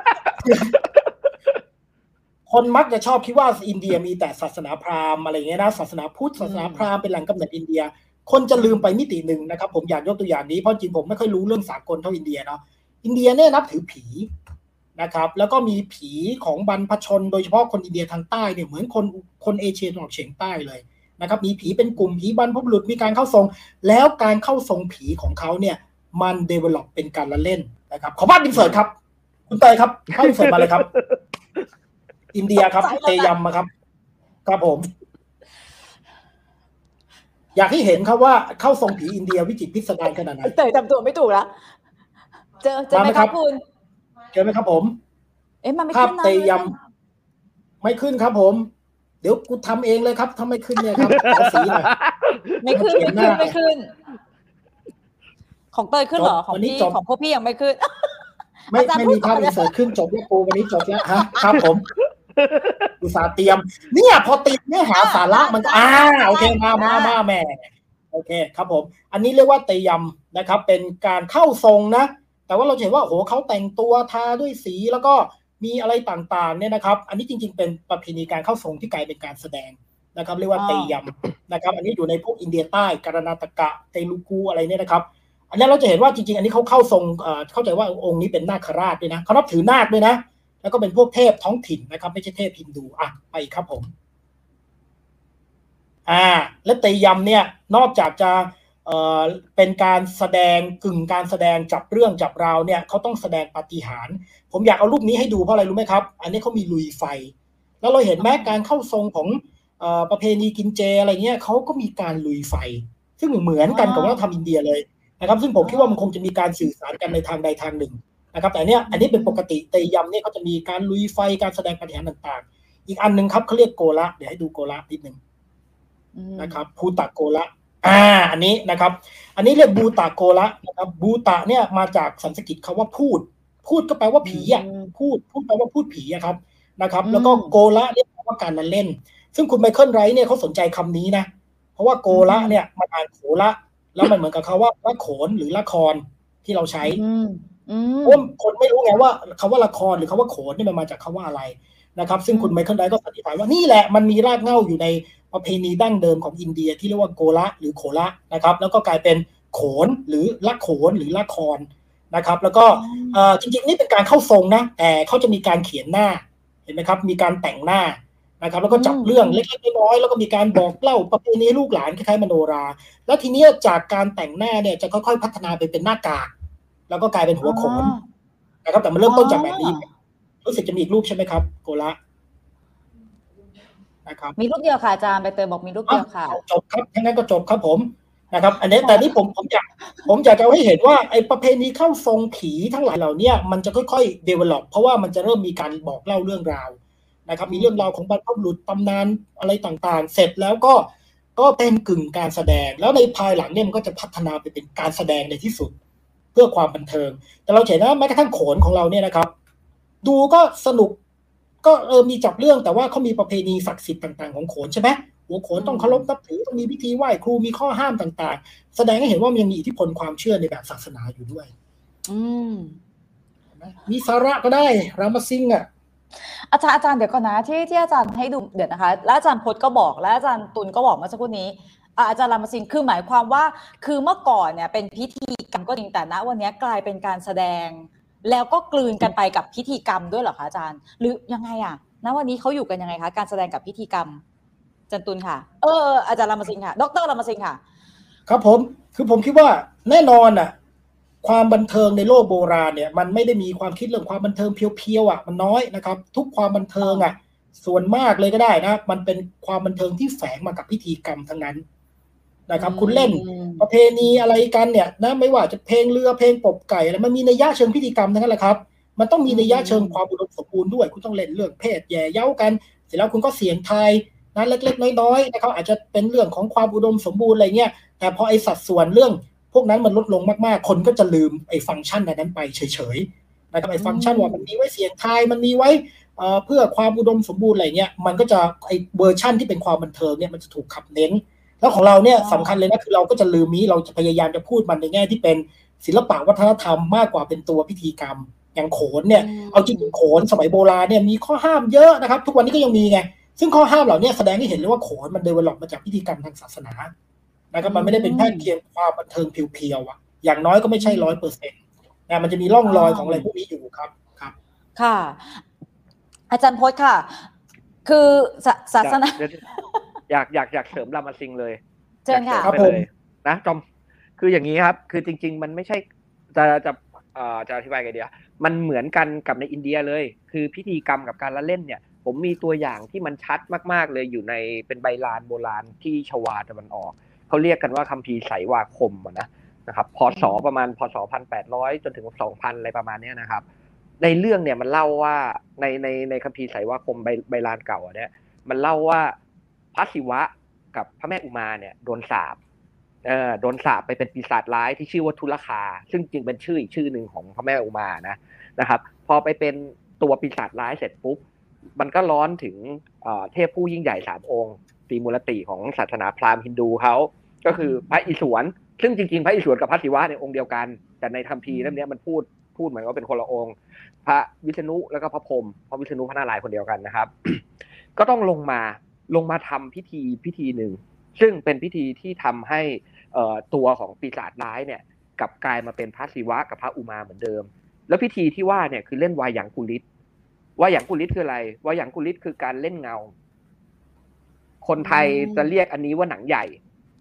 คนมักจะชอบคิดว่าอินเดียมีแต่ศาสนาพราหมณ์อะไรอย่างเงี้ยนะศาสนาพุทธศาสนาพราหมณ์เป็นแหล่งกำเนิดอินเดียคนจะลืมไปมิติหนึ่งนะครับผมอยากยกตัวอย่างนี้เพราะจริงผมไม่ค่อยรู้เรื่องสากลเท่าอินเดียเนาะอินเดียเนี่ยนับถือผีนะครับแล้วก็มีผีของบรรพชนโดยเฉพาะคนอินเดียทางใต้เนี่ยเหมือนคนคนเอเชียตะวันออกเฉียงใต้เลยนะครับมีผีเป็นกลุ่มผีบรรพบุรุษมีการเข้าทรงแล้วการเข้าทรงผีของเขาเนี่ยมันเดเวลลอปเป็นการละเล่นนะครับขอภาพอินเสิร์ตครับคุณเตยครับภาพอินเสิร์ตมาเลยครับอินเดียครับเตยัมมาครับครับผมอยากให้เห็นครับว่าเข้าทรงผีอินเดียวิจิตรพิสดารขนาดไหนเตยทำตัวไม่ถูกแล้วเจอเจอไหมครับคุณเจอไหมครับผมเอ๊ะมันไม่ขึ้นเตยัมไม่ขึ้นครับผมเดี๋ยวกูทำเองเลยครับถ้าไม่ขึ้นเนี่ยครับขอสีหน่อยไม่ขึ้นไม่ขึ้นไม่ขึ้นของเตยขึ้นเหรอของพี่ของพวกพี่ยังไม่ขึ้นไม่ไม่มีภาพอินเสิร์ตขึ้นจบแล้วปูวันนี้จบแล้วฮะครับผมอุตส่าห์เตรียมเนี่ยพอเตรียมเนื้อหาสาระมันอ่าโอเคมามามาแม่โอเคครับผมอันนี้เรียกว่าเตยัมนะครับเป็นการเข้าทรงนะแต่ว่าเราเห็นว่าโอ้โหเขาแต่งตัวทาด้วยสีแล้วก็มีอะไรต่างๆเนี่ยนะครับอันนี้จริงๆเป็นประเพณีการเข้าทรงที่กลายเป็นการแสดงนะครับเรียกว่าเตยัมนะครับอันนี้อยู่ในพวกอินเดียใต้กาฬนาตกะเตลูกูอะไรเนี่ยนะครับอันนี้เราจะเห็นว่าจริงๆอันนี้เขาเข้าทรงเข้าใจว่าองค์นี้เป็นนาคราชด้วยนะเขานับถือนาคด้วยนะแล้วก็เป็นพวกเทพท้องถิ่นนะครับไม่ใช่เทพฮินดูอ่ะไปครับผมอ่าและเตยัมเนี่ยนอกจากจะเอ่อเป็นการแสดงกึ่งการแสดงจับเรื่องจับราวเนี่ยเขาต้องแสดงปาฏิหาริย์ผมอยากเอารูปนี้ให้ดูเพราะอะไรรู้ไหมครับอันนี้เขามีลุยไฟแล้วเราเห็นแม้การเข้าทรงของเอ่อประเพณีกินเจอะไรเงี้ยเขาก็มีการลุยไฟซึ่งเหมือนกันกับวัฒนธรรมอินเดียเลยนะครับซึ่งผมคิดว่ามันคงจะมีการสื่อสารกันในทางใดทางหนึ่งนะครับแต่เนี้ยอันนี้เป็นปกติแต่ยำเนี่ยเขาจะมีการลุยไฟการแสดงปาฏิหาริย์ต่างๆอีกอันนึงครับเขาเรียกโกละเดี๋ยวให้ดูโกละนิดนึงนะครับภูตะโกละอ่าอันนี้นะครับอันนี้เรียกบูตะโกละนะครับบูตะเนี่ยมาจากสันสกฤตคำว่าพูดพูดก็แปลว่าผีอ่ะพูดพูดแปลว่าพูดผีอะครับนะครับแล้วก็โกละเรียกว่าการละเล่นซึ่งคุณไมเคิลไรท์เนี่ยเขาสนใจคำนี้นะเพราะว่าโกละเนี่ยมันอ่านโขละแล้วมันเหมือนกับคำว่าละโขนหรือละครที่เราใช้เพราะคนไม่รู้ไงว่าคำว่าละครหรือคำว่าโขนนี่มันมาจากคำว่าอะไรนะครับซึ่งคุณไมเคิลไรท์ก็อธิบายว่านี่แหละมันมีรากเหง้าอยู่ในประเพณีดั้งเดิมของอินเดียที่เรียกว่าโกละหรือโขละนะครับแล้วก็กลายเป็นโขนหรือละโขนหรือละครนะครับแล้วก็จริงๆนี่เป็นการเข้าทรงนะแต่เขาจะมีการเขียนหน้าเห็นไหมครับมีการแต่งหน้านะครับแล้วก็จับเรื่องเล็กๆน้อยๆแล้วก็มีการบอกเล่าประเพณีลูกหลานคล้ายๆมโนราแล้วทีนี้จากการแต่งหน้าเนี่ยจะค่อยๆพัฒนาไปเป็นหน้ากากแล้วก็กลายเป็นหัวโขนนะครับแต่มันเริ่มต้นจากแบบนี้รู้สึกจะมีอีกรูปใช่ไหมครับโกละนะครับมีรูปเดียวค่ะอาจารย์ใบเตยบอกมีรูปเดียวค่ะจบครับทั้งนั้นก็จบครับผมนะครับอันนี้แต่นี่ผมผมอยากผมอยากจะให้เห็นว่าไอ้ประเพณีเข้าทรงผีทั้งหลายเหล่านี้มันจะค่อยๆ develop เพราะว่ามันจะเริ่มมีการบอกเล่าเรื่องราวนะครับมีเรื่องราวของบรรพบุรุษตำนานอะไรต่างๆเสร็จแล้วก็ก็เป็นกึ่งการแสดงแล้วในภายหลังเนี่ยมันก็จะพัฒนาไปเป็นการแสดงในที่สุดเพื่อความบันเทิงแต่เราเห็นนะแม้กระทั่งโขนของเราเนี่ยนะครับดูก็สนุกก็เออมีจับเรื่องแต่ว่าเขามีประเพณีศักดิ์สิทธิ์ต่างๆของโขนใช่ไหมหัวโขนต้องเคารพนับถือต้องมีพิธีไหว้ครูมีข้อห้ามต่างๆแสดงให้เห็นว่ามันยังมีอิทธิพลความเชื่อในแบบศาสนาอยู่ด้วยอืมมีสาระก็ได้รามาซิงอ่ะอาจารย์อาจารย์เดี๋ยวก่อนนะที่ที่อาจารย์ให้ดูเดี๋ยวนะคะแล้วอาจารย์พจน์ก็บอกแล้วอาจารย์ตุลก็บอกเมื่อสักครู่นี้อาจารย์รามาซิงคือหมายความว่าคือเมื่อก่อนเนี่ยเป็นพิธีกรรมก็จริงแต่ณวันนี้กลายเป็นการแสดงแล้วก็กลืนกันไปกับพิธีกรรมด้วยเหรอคะอาจารย์หรือยังไงอ่ะณวันนี้เขาอยู่กันยังไงคะการแสดงกับพิธีกรรมอาจารย์ตุลค่ะเอออาจารย์รามาซิงค่ะดรรามาซิงค่ะครับผมคือผมคิดว่าแน่นอนอ่ะความบันเทิงในโลกโบราณเนี่ยมันไม่ได้มีความคิดเรื่องความบันเทิงเพียวๆอ่ะมันน้อยนะครับทุกความบันเทิงอ่ะส่วนมากเลยก็ได้นะมันเป็นความบันเทิงที่แฝงมากับพิธีกรรมทั้งนั้นนะครับคุณเล่นประเพณีอะไรกันเนี่ยนะไม่ว่าจะเพลงเรือเพลงปบไก่อะไรมันมีนัยยะเชิงพิธีกรรมทั้งนั้นแหละครับมันต้องมีนัยยะเชิงความอุดมสมบูรณ์ด้วยคุณต้องเล่นเรื่องเพศแย่เย้ากันเสร็จแล้วคุณก็เสียงทายนั้นเล็กๆน้อยๆนะครับอาจจะเป็นเรื่องของความอุดมสมบูรณ์อะไรเงี้ยแต่พอไอ้สัดส่วนเรื่องพวกนั้นมันลดลงมากๆคนก็จะลืมไอ้ฟังก์ชันนั้นไปเฉยๆนะครับไอ้ฟังก์ชันว่ามันมีไว้เสียงทายมันมีไว้เพื่อความอุดมสมบูรณ์อะไรเงี้ยมันก็จะไอ้เวอร์ชั่นที่เป็นความบันเทิงเนี่ยมันจะถูกขับเน้นแล้วของเราเนี่ยสำคัญเลยนะคือเราก็จะลืมนี้เราจะพยายามจะพูดมันในแง่ที่เป็นศิลปะวัฒนธรรมมากกว่าเป็นตัวพิธีกรรมอย่างโขนเนี่ยเอาจริงๆโขนสมัยโบราณเนี่ยมีข้อห้ามเยอะนะครับทุกวันนี้ก็ยังมีไงซึ่งข้อห้ามเหล่านี้แสดงให้เห็นเลยว่าโขนมันเดเวลลอปมาจากพิธีกรรมทางศาสนานะครับมันไม่ได้เป็นแค่เพียงความบันเทิงเพียวๆอ่ะอย่างน้อยก็ไม่ใช่ร้อยเปอร์เซ็นต์นะมันจะมีร่องรอยของอะไรพวกนี้อยู่ครับครับค่ะอาจารย์พจน์ค่ะคือศาสนาอยากอยากอยากเสริมรามาซิงเลยเชิญค่ะครับผมนะจอมคืออย่างนี้ครับคือจริงๆมันไม่ใช่จะจะเอ่อจะอธิบายไงดีมันเหมือนกันกับในอินเดียเลยคือพิธีกรรมกับการละเล่นเนี่ยผมมีตัวอย่างที่มันชัดมากๆเลยอยู่ในเป็นใบลานโบราณที่ชวาตะวันออกเขาเรียกกันว่าคัมภีร์ไสยวาคมนะนะครับพศประมาณพศหนึ่งพันแปดร้อยจนถึงสองพันอะไรประมาณนี้นะครับในเรื่องเนี่ยมันเล่าว่าในในในคัมภีร์ไสยวาคมใบใบลานเก่าเนี่ยมันเล่าว่าพระศิวะกับพระแม่อุมาเนี่ยโดนสาปเอ่อโดนสาปไปเป็นปีศาจร้ายที่ชื่อว่าทุลคาซึ่งจริงเป็นชื่ออีกชื่อหนึ่งของพระแม่อุมานะนะครับพอไปเป็นตัวปีศาจร้ายเสร็จปุ๊บมันก็ร้อนถึงเทพผู้ยิ่งใหญ่สามองค์ตรีมูลติของศาสนาพราหมณ์ฮินดูเขาก็คือพระอิศวรซึ่งจริงๆพระอิศวรกับพระศิวะในองค์เดียวกันแต่ในคัมภีร์เล่มนี้มันพูดพูดเหมือนว่าเป็นคนละองค์พระวิษณุแล้วก็พระพรหมพระวิษณุพระนารายณ์คนเดียวกันนะครับ ก็ต้องลงมาลงมาทำพิธีพิธีหนึ่งซึ่งเป็นพิธีที่ทำให้ตัวของปีศาจร้ายเนี่ยกลับกลายมาเป็นพระศิวะกับพระอุมาเหมือนเดิมแล้วพิธีที่ว่าเนี่ยคือเล่นวายังกุลิศวายังกุลิศคืออะไรวายังกุลิศคือการเล่นเงาคนไทยจะเรียกอันนี้ว่าหนังใหญ่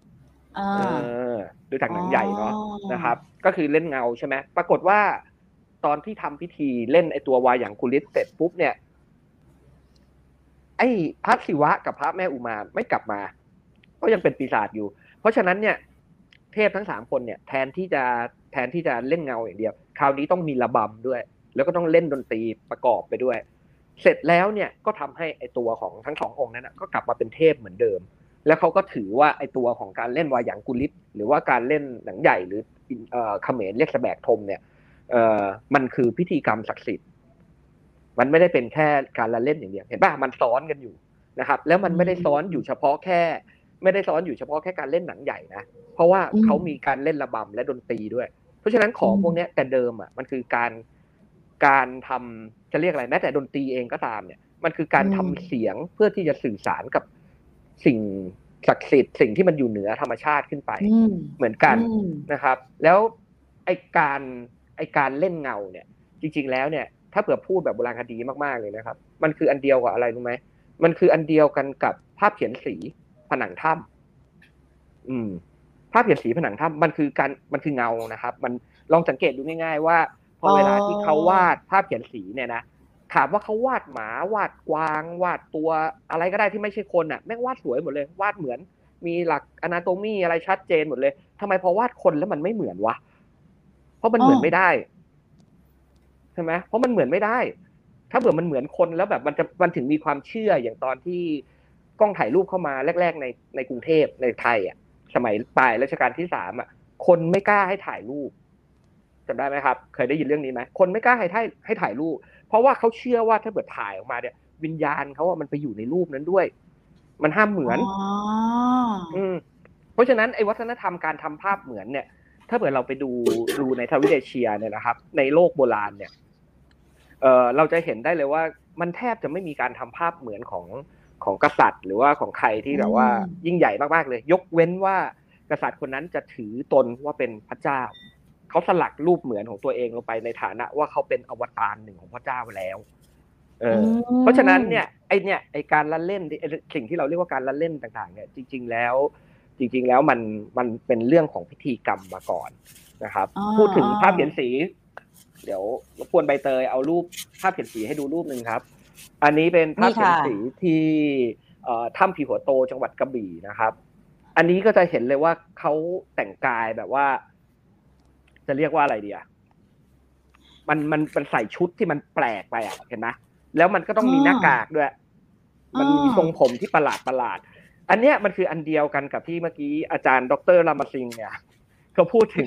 อ่าเออดูจากหนังใหญ่เนาะอ๋อนะครับ ก็คือเล่นเงาใช่ไหมปรากฏว่าตอนที่ทำพิธีเล่นไอตัววาอย่างกุลิศเสร็จปุ๊บเนี่ยไอ้พระศิวะกับพระแม่อุมาไม่กลับมา ก็ยังเป็นปีศาจอยู่ เพราะฉะนั้นเนี่ย เทพทั้งสามคนเนี่ยแทนที่จะแทนที่จะเล่นเงาอย่างเดียว คราวนี้ต้องมีระบำด้วย แล้วก็ต้องเล่นดนตรีประกอบไปด้วย เสร็จแล้วเนี่ยก็ทำให้ไอตัวของทั้งสององค์นั้นนะก็กลับมาเป็นเทพเหมือนเดิม แล้วเขาก็ถือว่าไอตัวของการเล่นวาหยังกุลิศหรือว่าการเล่นหนังใหญ่หรือเอ่อเขมรเรียกแสบกทมเนี่ยเอ่อมันคือพิธีกรรมศักดิ์สิทธิ์มันไม่ได้เป็นแค่การละเล่นอย่างเดียวเห็นป่ะมันซ้อนกันอยู่นะครับแล้วมันไม่ได้ซ้อนอยู่เฉพาะแค่ไม่ได้ซ้อนอยู่เฉพาะแค่การเล่นหนังใหญ่นะเพราะว่าเขามีการเล่นระบำและดนตรีด้วยเพราะฉะนั้นของพวกนี้แต่เดิมอ่ะมันคือการการทำจะเรียกอะไรแม้แต่ดนตรีเองก็ตามเนี่ยมันคือการทำเสียงเพื่อที่จะสื่อสารกับสิ่งศักดิ์สิทธิ์สิ่งที่มันอยู่เหนือธรรมชาติขึ้นไปเหมือนกันนะครับแล้วไอการไอการเล่นเงาเนี่ยจริงๆแล้วเนี่ยถ้าเผื่อพูดแบบโบราณคดีมากๆเลยนะครับมันคืออันเดียวกับอะไรรู้ไหมมันคืออันเดียวกันกับภาพเขียนสีผนังถ้ำอืมภาพเขียนสีผนังถ้ำมันคือการมันคือเงานะครับมันลองสังเกตดูง่ายๆว่าพอเวลาที่เขาวาดภาพเขียนสีเนี่ยนะถามว่าเขาวาดหมาวาดกวางวาดตัวอะไรก็ได้ที่ไม่ใช่คนอ่ะแม่งวาดสวยหมดเลยวาดเหมือนมีหลักอนาโตมีอะไรชัดเจนหมดเลยทำไมพอวาดคนแล้วมันไม่เหมือนวะเพราะมันเหมือนไม่ได้ใช่ไหมเพราะมันเหมือนไม่ได้ถ้าเผื่อมันเหมือนคนแล้วแบบมันจะมันถึงมีความเชื่ออย่างตอนที่กล้องถ่ายรูปเข้ามาแรกๆในในกรุงเทพในไทยอ่ะสมัยปลายรัชกาลที่สามอ่ะคนไม่กล้าให้ถ่ายรูปจำได้ไหมครับเคยได้ยินเรื่องนี้ไหมคนไม่กล้าให้ถ่ายให้ถ่ายรูปเพราะว่าเขาเชื่อว่าถ้าเกิดถ่ายออกมาเนี่ยวิญญาณเขาอ่ะมันไปอยู่ในรูปนั้นด้วยมันห้ามเหมือนอืมเพราะฉะนั้นไอ้วัฒนธรรมการทำภาพเหมือนเนี่ยถ้าเกิดเราไปดูดูในทวีปเอเชียเนี่ยนะครับในโลกโบราณเนี่ยเอ่อเราจะเห็นได้เลยว่ามันแทบจะไม่มีการทำภาพเหมือนของของกษัตริย์หรือว่าของใครที่แบบว่ายิ่งใหญ่มากๆเลยยกเว้นว่ากษัตริย์คนนั้นจะถือตนว่าเป็นพระเจ้าเขาสลักรูปเหมือนของตัวเองลงไปในฐานะว่าเขาเป็นอวตารหนึ่งของพระเจ้าแล้วเออเพราะฉะนั้นเนี่ยไอเนี่ยไอการละเล่นสิ่งที่เราเรียกว่าการละเล่นต่างๆเนี่ยจริงๆแล้วจริงๆแล้วมันมันเป็นเรื่องของพิธีกรรมมาก่อนนะครับพูดถึงภาพเขียนสีเดี๋ยวรบกวนใบเตยเอารูปภาพเขียนสีให้ดูรูปนึงครับอันนี้เป็นภาพเขียนสีที่ถ้ำผีหัวโตจังหวัดกระบี่นะครับอันนี้ก็จะเห็นเลยว่าเขาแต่งกายแบบว่าจะเรียกว่าอะไรดีอ่ะมันมันเป็นใส่ชุดที่มันแปลกไปอ่ะเห็นไหมแล้วมันก็ต้องมีหน้ากากด้วยมันมีทรงผมที่ประหลาดประหลาดอันเนี้ยมันคืออันเดียวกันกับที่เมื่อกี้อาจารย์ดร.รามาซิงเนี่ยเขาพูดถึง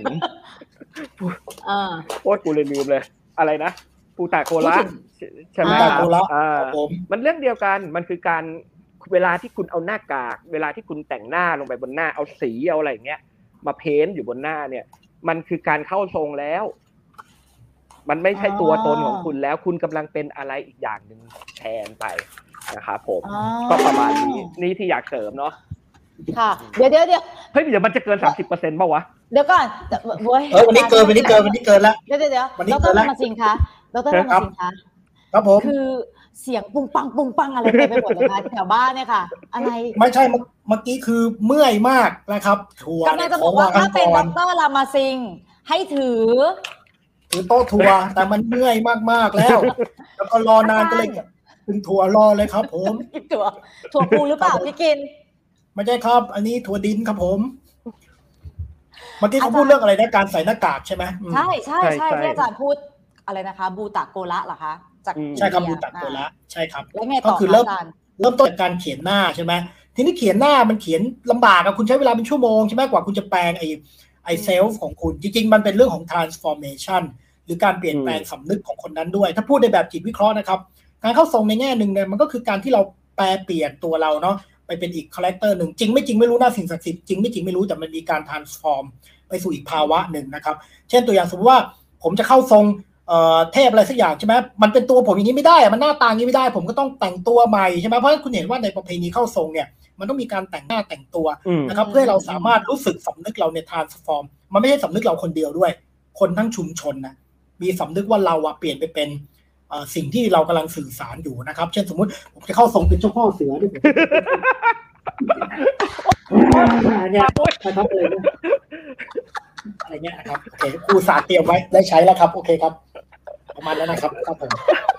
โอ๊ยกูเลยลืมเลยอะไรนะปูตาโคละใช่ไหมครับมันเรื่องเดียวกันมันคือการเวลาที่คุณเอาหน้ากากเวลาที่คุณแต่งหน้าลงไปบนหน้าเอาสีเอาอะไรอย่างเงี้ยมาเพ้นท์อยู่บนหน้าเนี่ยมันคือการเข้าทรงแล้วมันไม่ใช่ตัวตนของคุณแล้วคุณกำลังเป็นอะไรอีกอย่างหนึ่งแทนไปนะครับผมก็ประมาณนี้นี่ที่อยากเสริมเนาะค่ะเดี๋ยวเดี๋ยวเดี๋ยวเฮ้ยเดี๋ยวมันจะเกิน สามสิบเปอร์เซ็นต์ ป่าววะเดี๋ยวก่อนเว้ยเออวันนี้เกินวันนี้เกินวันนี้เกินแล้วเดี๋ยวเดี๋ยวเดี๋ยวดร.รามาซิงคะดร.รามาซิงคะครับผมคือเสียงปุ้งปังปุ้งปังอะไรเต็มไปหมดเลยค่ะแถวบ้านเนี่ยค่ะอะไรไม่ใช่เมื่อกี้คือเมื่อยมากนะครับทัวร์กำลังจะบอกว่าถ้าเป็นดร.รามาซิงให้ถือถือโต๊ะทัวร์แต่มันเมื่อยมากๆแล้วแล้วก็รอนานก็เลยถึงถั่วรอเลยครับผมถั่วถั่วปูหรือเปล่าพี่กินไม่ใช่ครับอันนี้ถั่วดินครับผมเมื่อกี้เขาพูดเรื่องอะไรนะการใส่หน้ากากใช่ไหมใช่ใช่ใช่ที่อาจารย์พูดอะไรนะคะบูตะโกระเหรอคะจากใช่ครับบูตะโกระใช่ครับแล้วไงต่อก็คือเริ่มเริ่มต้นจากการเขียนหน้าใช่ไหมทีนี้เขียนหน้ามันเขียนลำบากอะคุณใช้เวลาเป็นชั่วโมงใช่ไหมกว่าคุณจะแปลงไอไอเซลฟ์ของคุณจริงๆมันเป็นเรื่องของ transformation หรือการเปลี่ยนแปลงสำนึกของคนนั้นด้วยถ้าพูดในแบบจิตวิเคราะห์นะครับการเข้าทรงในแง่หนึ่งเนี่ยมันก็คือการที่เราแปลเปลี่ยนตัวเราเนาะไปเป็นอีกคาแรคเตอร์หนึ่งจริงไม่จริงไม่รู้นะสิ่งศักดิ์สิทธิ์จริงไม่จริงไม่รู้แต่มันมีการ transform ไปสู่อีกภาวะหนึ่งนะครับเช่นตัวอย่างสมมติว่าผมจะเข้าทรงเอ่อเทพอะไรสักอย่างใช่ไหมมันเป็นตัวผมอย่างนี้ไม่ได้มันหน้าตาอย่างนี้ไม่ได้ผมก็ต้องแต่งตัวใหม่ใช่ไหมเพราะฉะนั้นคุณเห็นว่าในประเพณีเข้าทรงเนี่ยมันต้องมีการแต่งหน้าแต่งตัวนะครับเพื่อให้เราสามารถรู้สึกสำนึกเราใน transform มันไม่ใช่สำนึกเราคนเดียวด้วยคนทั้งชุมชนนะมีสำนึกว่าเราอะเปลี่ยนไปเป็นสิ่งที่เรากำลังสื่อสารอยู่นะครับเช่นสมมุติผมจะเข้าทรงเป็นเจ้าพ่อเสือด้วยเนี่ยนะครับเลยอะไรเงี้ยนะครับโอเคครูสาเตรียมไว้ได้ใช้แล้วครับโอเคครับประมาณนั้นนะครับครับผม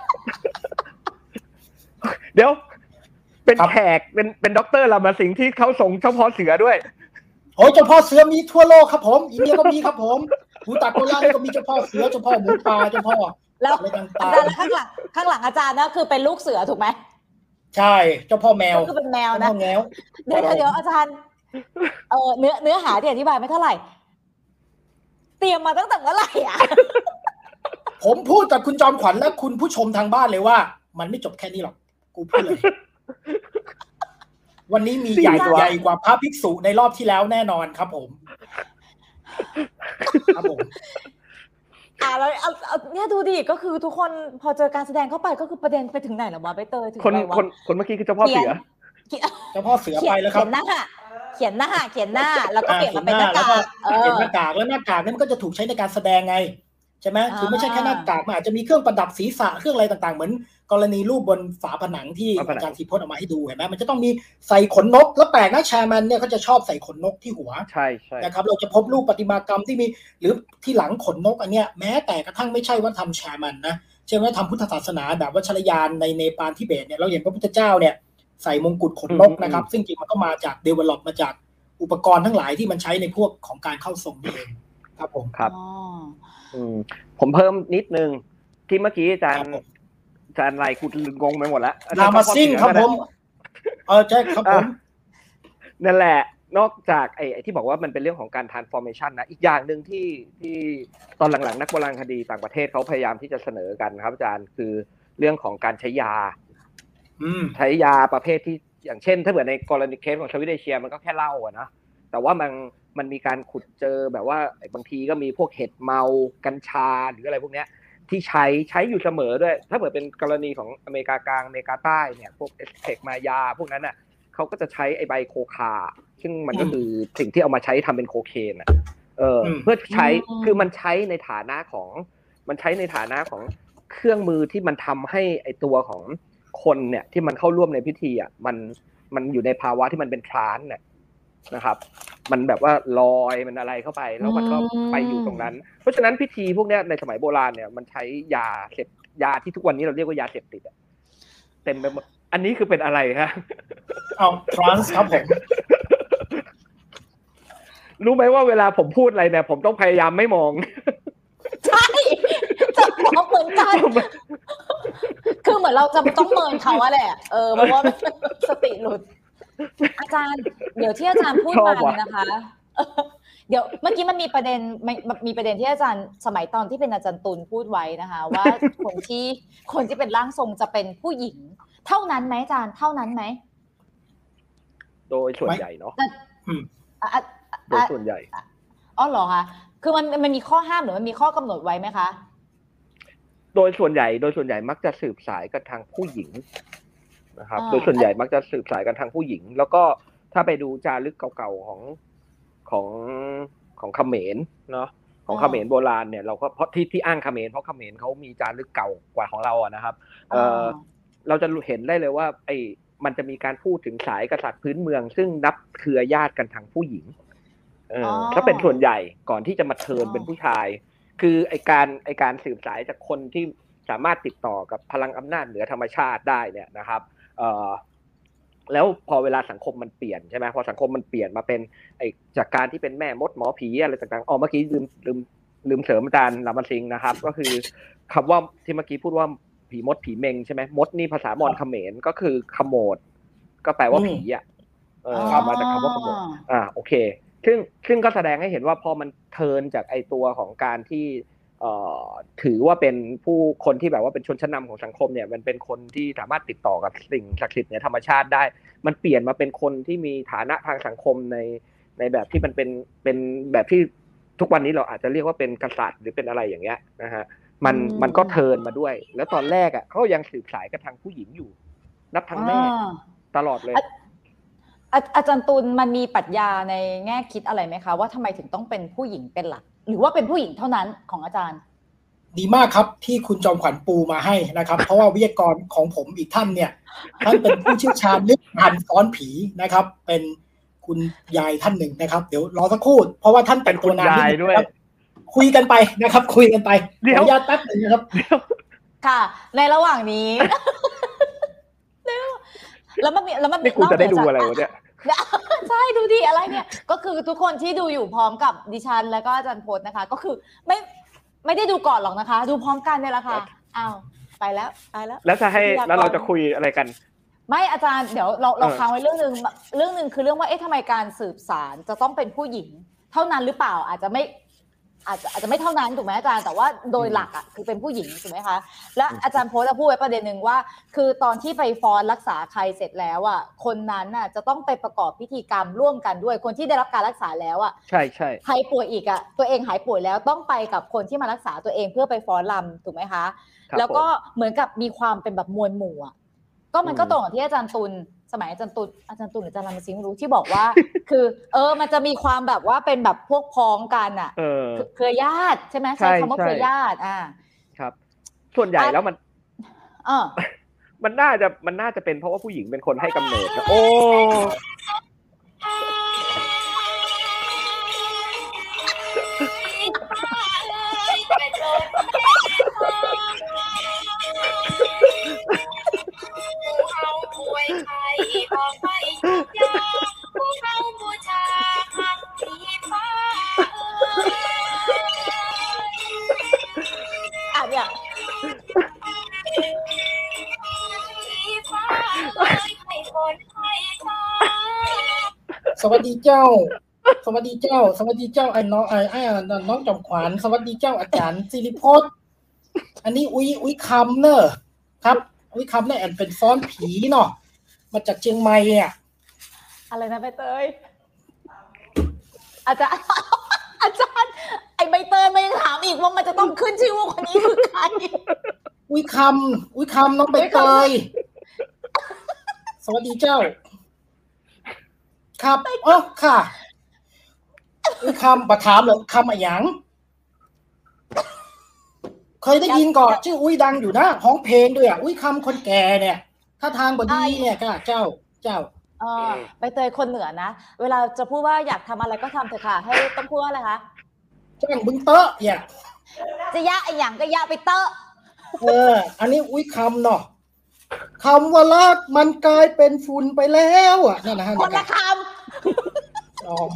เดี๋ยวเป็นแขกเป็นเป็นด็อกเตอร์รามาสิงห์ที่เขาส่งเจ้าพ่อเสือด้วยโอ้เจ้าพ่อเสือมีทั่วโลกครับผมอินเดียก็มีครับผมภูตานโกล่าก็มีเจ้าพ่อเสือเจ้าพ่อหมูป่าเจ้าพ่อแล้วอาจารย์ข้างหลังข้างหลังอาจารย์นะคือเป็นลูกเสือถูกไหมใช่เจ้าพ่อแมวก็เป็นแมวนะแมวเดี๋ยวเดี๋ยวอาจารย์เออเนื้อเนื้อหาที่อธิบายไม่เท่าไหร่เตรียมมาตั้งแต่เมื่อไหร่อ่ะผมพูดกับคุณจอมขวัญและคุณผู้ชมทางบ้านเลยว่ามันไม่จบแค่นี้หรอกกูพูดเลยวันนี้มีใหญ่ใหญ่กว่าพระภิกษุในรอบที่แล้วแน่นอนครับผมครับผมอ่าแล้วเอาเนี่ยดูดิก็คือทุกคนพอเจอการแสดงเข้าไปก็คือประเด็นไปถึงไหนแล้ววะใบเตยถึงคนคนคนเมื่อกี้คือเจ้าพ่อเสือเจ้าพ่อเสือไปแล้วครับเขียนหน้าเขียนหน้าเขียนหน้าแล้วก็เปลี่ยนมาเป็นหน้ากากเปลี่ยนหน้ากากแล้วหน้ากากนั้นมันก็จะถูกใช้ในการแสดงไงใช่ไหมคือไม่ใช่แค่หน้ากากมันอาจจะมีเครื่องประดับศีรษะเครื่องอะไรต่างๆเหมือนกรณีรูปบนฝาผนังที่อาจารย์ธีพจน์เอามาให้ดูเห็นไหมมันจะต้องมีใส่ขนนกแล้วแปลกนะแชร์แมนเนี่ยเขาจะชอบใส่ขนนกที่หัวใช่ใช่นะครับเราจะพบรูปประติมากรรมที่มีหรือที่หลังขนนกอันเนี้ยแม้แต่กระทั่งไม่ใช่ว่าทำแชร์แมนนะเช่นว่าทำพุทธศาสนาแบบวัชรยานในเนปาลทิเบตเนี่ยเราเห็นพระพุทธเจ้าเนี่ยใส่มงกุฎขนนกนะครับซึ่งจริงมันก็มาจากเดเวลลอปมาจากอุปกรณ์ทั้งหลายที่มันใช้ในพวกของการเข้าทรงนี่เองครับผมครับอืมผมเพิ่มนิดนึงที่เมื่อกี้อาจารย์อาจารย์ไรคุณงงไปหมดแล้วรามาซิ่งครับผมเออใช่ครับผมนั่นแหละนอกจากไอ้ที่บอกว่ามันเป็นเรื่องของการ transformation นะอีกอย่างนึงที่ที่ตอนหลังๆนักโบราณคดีต่างประเทศเขาพยายามที่จะเสนอกันครับอาจารย์คือเรื่องของการใช้ยาใช้ยาประเภทที่อย่างเช่นถ้าเกิดในกรณีเคสของชาววิเดเชียมันก็แค่เล่าอะนะแต่ว่ามันมันมีการขุดเจอแบบว่าบางทีก็มีพวกเห็ดเมากัญชาหรืออะไรพวกเนี้ยที่ใช้ใช้อยู่เสมอด้วยถ้าเกิดเป็นกรณีของอเมริกากลางอเมริกาใต้เนี่ยพวกเอสเทคมายาพวกนั้นน่ะเขาก็จะใช้ไอใบโคคาซึ่งมันก็คือสิ่งที่เอามาใช้ทำเป็นโคเคนอ่ะเออเพื่อใช้คือมันใช้ในฐานะของมันใช้ในฐานะของเครื่องมือที่มันทำให้ไอตัวของคนเนี่ยที่มันเข้าร่วมในพิธีอ่ะมันมันอยู่ในภาวะที่มันเป็นทรานส์เนี่ยนะครับมันแบบว่าลอยมันอะไรเข้าไปแล้วมันก็ไปอยู่ตรงนั้นเพราะฉะนั้นพิธีพวกนี้ในสมัยโบราณเนี่ยมันใช้ยาเสพยาที่ทุกวันนี้เราเรียกว่ายาเสพติดอะเต็มไปหมดอันนี้คือเป็นอะไรฮะเอาทรานส์ครับผมรู้ไหมว่าเวลาผมพูดอะไรเนี่ยผมต้องพยายามไม่มองใช่จะมองเหมือนกันคือเหมือนเราจะต้องเมินเขาอะแหละเออเพราะว่าสติหลุดอาจารย์เดี๋ยวที่อาจารย์พูดมาเนี่ยนะคะเดี๋ยวเมื่อกี้มันมีประเด็นมีประเด็นที่อาจารย์สมัยตอนที่เป็นอาจารย์ตุลพูดไว้นะคะว่าคนที่คนที่เป็นร่างทรงจะเป็นผู้หญิงเท่านั้นไหมอาจารย์เท่านั้นไหมโดยส่วนใหญ่เนาะโดยส่วนใหญ่อ๋อเหรอคะคือมันมันมีข้อห้ามหรือมันมีข้อกำหนดไว้ไหมคะโดยส่วนใหญ่โดยส่วนใหญ่มักจะสืบสายกันทางผู้หญิงนะครับโดยส่วนใหญ่มักจะสืบสายกันทางผู้หญิงแล้วก็ถ้าไปดูจารึกเก่าๆของของของเขมรเนาะของเขมรโบราณเนี่ยเราก็เพราะที่ที่อ้างเขมรเพราะเขมรเขามีจารึกเก่ากว่าของเราอ่ะนะครับเออเราจะเห็นได้เลยว่าไอ้มันจะมีการพูดถึงสายกษัตริย์พื้นเมืองซึ่งนับเครือญาติกันทางผู้หญิงเออถ้าเป็นส่วนใหญ่ก่อนที่จะมาเทิร์นเป็นผู้ชายคือไอ้การไอ้การสืบสายจากคนที่สามารถติดต่อกับพลังอำนาจเหนือธรรมชาติได้เนี่ยนะครับเอ่อแล้วพอเวลาสังคมมันเปลี่ยนใช่ไหมพอสังคมมันเปลี่ยนมาเป็นไอ้จากการที่เป็นแม่มดหมอผีอะไรต่างๆอ๋อเมื่อกี้ลืมลืมลืมเสริมอาจารย์รามาสิงห์นะครับก็คือคำว่าที่เมื่อกี้พูดว่าผีมดผีเมงใช่ไหมมดนี่ภาษามอญเขมรก็คือขโมดก็แปลว่าผีอ่ะเออมาจากคำว่าขโมดอ่าโอเคซึ่งซึ่งก็แสดงให้เห็นว่าพอมันเทิร์นจากไอ้ตัวของการที่ถือว่าเป็นผู้คนที่แบบว่าเป็นชนชั้นนำของสังคมเนี่ยมันเป็นคนที่สามารถติดต่อกับสิ่งศักดิ์สิทธิ์ในธรรมชาติได้มันเปลี่ยนมาเป็นคนที่มีฐานะทางสังคมในในแบบที่มันเป็นเป็นแบบที่ทุกวันนี้เราอาจจะเรียกว่าเป็นกษัตริย์หรือเป็นอะไรอย่างเงี้ยนะฮะมันมันก็เทิร์นมาด้วยแล้วตอนแรกอ่ะเขายังสืบสายกับทางผู้หญิงอยู่นับทางแม่ตลอดเลยอาจารย์ตุลมันมีปรัชญาในแง่คิดอะไรไหมคะว่าทำไมถึงต้องเป็นผู้หญิงเป็นหลักหรือว่าเป็นผู้หญิงเท่านั้นของอาจารย์ดีมากครับที่คุณจอมขวัญปูมาให้นะครับเพราะว่าวิทยากรของผมอีกท่านเนี่ยท่านเป็นผู้เชี่ยวชาญเรื่องการฟ้อนผีนะครับเป็นคุณยายท่านหนึ่งนะครับเดี๋ยวรอสักครู่เพราะว่าท่านเป็นตัวนำนิดนึงนะครับคุยกันไปนะครับคุยกันไปขออนุญาตแป๊บนึงนะครับค่ะในระหว่างนี้แล้วมันมีแล้วมันนี่กูจะได้ดูอะไรวะเนี่ยใช่ดูดิอะไรเนี่ยก็คือทุกคนที่ดูอยู่พร้อมกับดิฉันแล้วก็อาจารย์พจน์นะคะก็คือไม่ไม่ได้ดูก่อนหรอกนะคะดูพร้อมกันเนี่ยแหละค่ะอ้าวไปแล้วไปแล้วแล้วจะให้แล้วเราจะคุยอะไรกันไม่อาจารย์เดี๋ยวเราเราค้างไว้เรื่องนึงเรื่องนึงคือเรื่องว่าเอ๊ะทำไมการสืบสารจะต้องเป็นผู้หญิงเท่านั้นหรือเปล่าอาจจะไม่อาจจะอาจจะไม่เท่านั้นถูกไหมอาจารย์แต่ว่าโดยหลักอ่ะคือเป็นผู้หญิงถูกไหมคะและอาจารย์โพสต์พูดไว้ประเด็นหนึ่งว่าคือตอนที่ไปฟ้อนรักษาใครเสร็จแล้วอ่ะคนนั้นน่ะจะต้องไปประกอบพิธีกรรมร่วมกันด้วยคนที่ได้รับการรักษาแล้วอ่ะใช่ใช่ใครป่วยอีกอ่ะตัวเองหายป่วยแล้วต้องไปกับคนที่มารักษาตัวเองเพื่อไปฟ้อนรำถูกไหมคะแล้วก็เหมือนกับมีความเป็นแบบมวลหมู่อ่ะก็มันก็ตรงกับที่อาจารย์ตุลสมัยอาจารย์ตุลอาจารย์ตุลหรืออาจารย์รามสิงห์ไม่รู้ที่บอกว่าคือเออมันจะมีความแบบว่าเป็นแบบพวกพ้องกันอ่ะเครือญาติใช่ไหมใช้คำว่าเครือญาติอ่าครับส่วนใหญ่แล้วมันเออมันน่าจะมันน่าจะเป็นเพราะว่าผู้หญิงเป็นคนให้กำเนิดโอ้สวัสดีเจ้าสวัสดีเจ้าสวัสดีเจ้าไอ้น้องไอ้ไอ้น้องจอมขวัญสวัสดีเจ้าอาจารย์ศิริพจน์อันนี้อุ้ยอุ้ยคำเนอะครับอุ้ยคำเนี่ยแอนเป็นฟ้อนผีเนาะมาจากเชียงใหม่เนี่ยอะไรนะใบเตยอาจารย์อาจารย์ไอ้ใบเตยมันยังถามอีกว่ามันจะต้องขึ้นชื่อว่าคนนี้คือใครอุ้ยคำอุ้ยคำน้องใบเตยสวัสดีเจ้าครับเออค่ะอุ้ยคำประถามเลยคำอะไรอย่างเคยได้ยินก่อนชื่ออุ้ยดังอยู่นะห้องเพลงด้วยอ่ะอุ้ยคำคนแก่เนี่ยถ้าทางบดีเนี่ยก็เจ้าเจ้าเออใบเตยคนเหนือนะเวลาจะพูดว่าอยากทำอะไรก็ทำเถอะค่ะให้ต้องพูดว่าอะไรคะจ้างบึงเตอะเนี่ยจะยะไออย่างก็ยะไปเตอะเอออันนี้อุ้ยคำเนาะคำว่ารักมันกลายเป็นฝุ่นไปแล้วอ่ะนั่นนะฮะคนละคำอ๋อ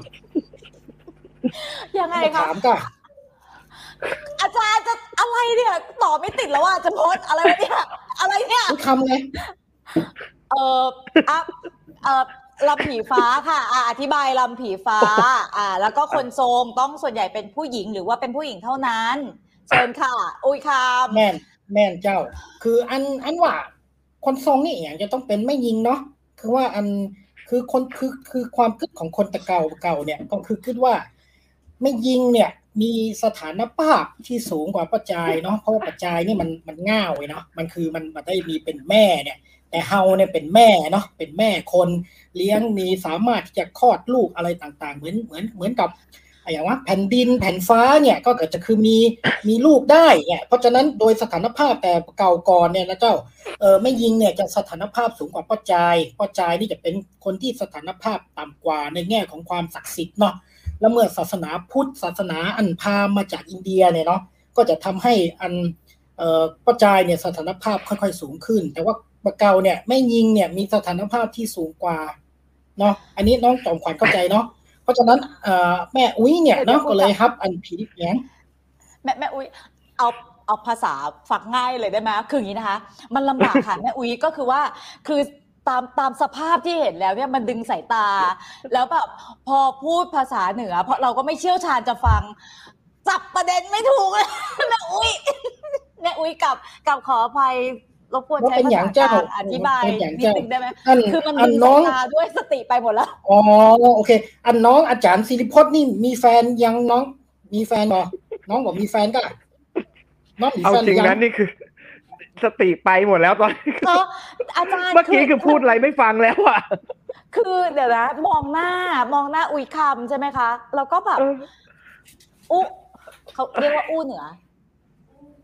ยังไงคะถามกันอาจารย์จะอะไรเนี่ยต่อไม่ติดแล้วว่าจะโพสอะไรเนี่ยอะไรเนี่ยคำไงเอออ่ะเออลำผีฟ้าค่ะอ่าอธิบายลำผีฟ้าอ่าแล้วก็คนทรงต้องส่วนใหญ่เป็นผู้หญิงหรือว่าเป็นผู้หญิงเท่านั้นเชิญค่ะอุ้ยค่ะแม่นแม่นเจ้าคืออันอันว่าคนทรงนี่อย่างจะต้องเป็นไม่ยิงเนาะคือว่าอันคือคนคือคือความคิดของคนตะเก่าเก่าเนี่ยก็คือคิดว่าไม่ยิงเนี่ยมีสถานภาพที่สูงกว่าปัจจัยเนาะเพราะว่าปัจจัยนี่มันมันง่าวเนาะมันคือมันมันได้มีเป็นแม่เนี่ยแต่เฮาเนี่ยเป็นแม่เนาะเป็นแม่คนเลี้ยงมีสามารถที่จะคลอดลูกอะไรต่างๆเหมือนเหมือนเหมือนกับอย่างว่าแผ่นดินแผ่นฟ้าเนี่ยก็เกิดจะคือมีมีลูกได้เนี่ยเพราะฉะนั้นโดยสถานภาพแต่เก่าก่อนเนี่ยนะเจ้าเออไม่ยิงเนี่ยจะสถานภาพสูงกว่าป้าจายป้าจายนี่จะเป็นคนที่สถานภาพต่ำกว่าในแง่ของความศักดิ์สิทธิ์เนาะแล้วเมื่อศาสนาพุทธศาสนาอันพามาจากอินเดียเนี่ยเนาะก็จะทำให้อันเอ่อป้าจายเนี่ยสถานภาพค่อยๆสูงขึ้นแต่ว่าป้าเก่าเนี่ยไม่ยิงเนี่ยมีสถานภาพที่สูงกว่าเนาะอันนี้น้องจอมขวัญเข้าใจเนาะเพราะฉะนั้นแม่อุ้ยเนี่ยเนาะก็เลยฮับอันผีแย้งแม่แม่อุ้ยเอาเอาภาษาฝักง่ายเลยได้ไหมคืออย่างนี้นะคะมันลำบากค่ะแม่อุ้ยก็คือว่าคือตามตามสภาพที่เห็นแล้วเนี่ยมันดึงสายตาแล้วแบบพอพูดภาษาเหนือเพราะเราก็ไม่เชี่ยวชาญจะฟังจับประเด็นไม่ถูกเลยแม่อุ้ยแม่อุ้ยกับกับขออภัยรบกวนใช้ภาษากลางอธิบายนิดนึงได้ไหมคือมันดึงสายตาด้วยสติไปหมดแล้วอ๋อโอเคอันน้องอาจารย์ศิริพจน์นี่มีแฟนยังน้องมีแฟนบ่น้องบอกมีแฟนก็น้องมีแฟนยังเอาจริงนั้นนี่คือสติไปหมดแล้วตอนนี้อาจารย์เมื่อกี้คือพูดอะไรไม่ฟังแล้วอ่ะคือเดี๋ยวนะมองหน้ามองหน้าอุ้ยคำใช่ไหมคะแล้วก็แบบอู้เขาเรียกว่าอู้เหนือ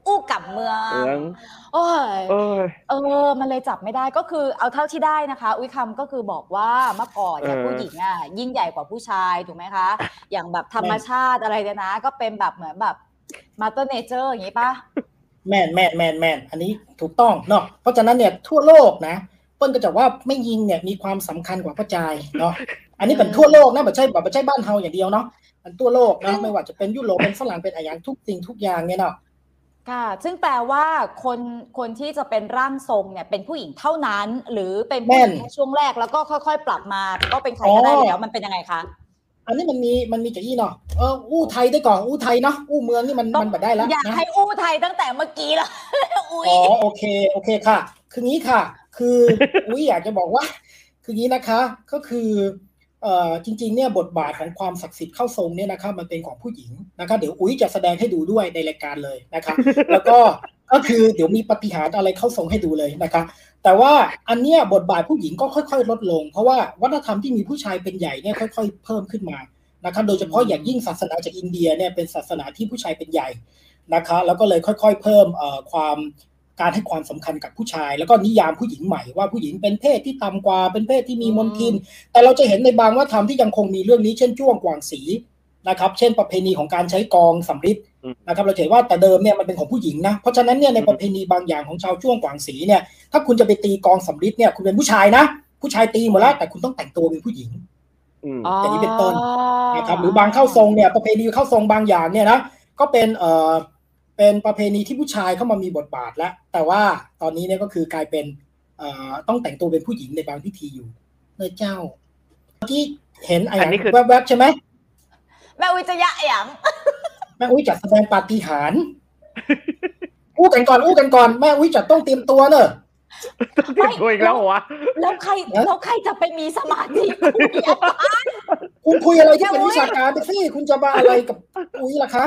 อู้กับเมืองเมืองโอ้ยเอ้ยเออมันเลยจับไม่ได้ก็คือเอาเท่าที่ได้นะคะอุ้ยคำก็คือบอกว่าเมื่อก่อนเนี่ยเออผู้หญิงอ่ะยิ่งใหญ่กว่าผู้ชายถูกไหมคะอย่างแบบธรรมชาติอะไรเนี่ยนะ ก็เป็นแบบเหมือนแบบมาเตอร์เนเจอร์อย่างนี้ปะแม่นแม่นแม่นแม่นอันนี้ถูกต้องเนาะเพราะฉะนั้นเนี่ยทั่วโลกนะเปิ้ลก็จะว่าไม่ยิงเนี่ยมีความสำคัญกว่าพระจายเนาะอันนี้เป็นทั่วโลกนะไม่ใช่แบบไม่ใช่บ้านเฮาอย่างเดียวเนาะมันทั่วโลกเนาะไม่ว่าจะเป็นยุโรปเป็นฝรั่งเป็นอะไรอย่างทุกสิ่งทุกอย่างเนี่ยเนาะค่ะซึ่งแปลว่าคนคนที่จะเป็นร่างทรงเนี่ยเป็นผู้หญิงเท่านั้น หรือเป็นผู้หญิงแค่ช่วงแรกแล้วก็ค่อยๆปรับมาก็เป็นใครก็ได้แล้วมันเป็นยังไงคะอันนี้มันมีมันมีจากยี่เนาะเอออู้ไทยได้ก่อนอู้ไทยเนาะอู้เมืองนี่มันมันแบบได้แล้วอยากนะให้อู้ไทยตั้งแต่เมื่อกี้แล้ว อุ้ยอ๋อโอเคโอเคค่ะ คืองี้ค่ะ คืออุ้ยอยากจะบอกว่า คืองี้นะคะ ก็คือเอ่อจริงๆเนี่ยบทบาทของความศักดิ์สิทธิ์เข้าทรงเนี่ยนะครับมันเป็นของผู้หญิงนะคะเดี๋ยวอุ้ยจะแสดงให้ดูด้วยในรายการเลยนะคะแล้วก็ก็คือเดี๋ยวมีปาฏิหาริย์อะไรเข้าทรงให้ดูเลยนะคะแต่ว่าอันเนี้ยบทบาทผู้หญิงก็ค่อยๆลดลงเพราะว่าวัฒนธรรมที่มีผู้ชายเป็นใหญ่เนี่ยค่อยๆเพิ่มขึ้นมานะครับโดยเฉพาะอย่างยิ่งศาสนาจากอินเดียเนี่ยเป็นศาสนาที่ผู้ชายเป็นใหญ่นะคะแล้วก็เลยค่อยๆเพิ่มเอ่อความการให้ความสำคัญกับผู้ชายแล้วก็นิยามผู้หญิงใหม่ว่าผู้หญิงเป็นเพศที่ต่ำกว่าเป็นเพศที่มีมนทินแต่เราจะเห็นในบางวัฒนธรรมที่ยังคงมีเรื่องนี้เช่นจ้วงกวางสีนะครับเช่นประเพณีของการใช้กองสำริดนะครับเราเห็นว่าแต่เดิมเนี่ยมันเป็นของผู้หญิงนะเพราะฉะนั้นเนี่ยในประเพณีบางอย่างของชาวจ้วงกวางสีเนี่ยถ้าคุณจะไปตีกองสำริดเนี่ยคุณเป็นผู้ชายนะผู้ชายตีหมดแล้วแต่คุณต้องแต่งตัวเป็นผู้หญิงอย่างนี้เป็นต้นนะครับหรือบางเข้าทรงเนี่ยประเพณีเข้าทรงบางอย่างเนี่ยนะก็เป็นเอ่อเป็นประเพณีที่ผู้ชายเข้ามามีบทบาทแล้วแต่ว่าตอนนี้เนี่ยก็คือกลายเป็นเอ่อต้องแต่งตัวเป็นผู้หญิงในบางพิธีอยู่เนอเจ้าที่เห็นอะไรแวบๆใช่ไหมแม่อุ้ยจะยะอย่างแม่อุ้ยจัดแสดงปาฏิหาริย์อู้กันก่อนอู้กันก่อนแม่อุ้ยจัดต้องเตรียมตัวเนอะเตรียมตัวอีกแล้ววะแล้วใครแล้วใครจะไปมีสมาธิคุณคุยอะไรที่เป็นวิชาการไปสิคุณจะมาอะไรกับอุ้ยล่ะคะ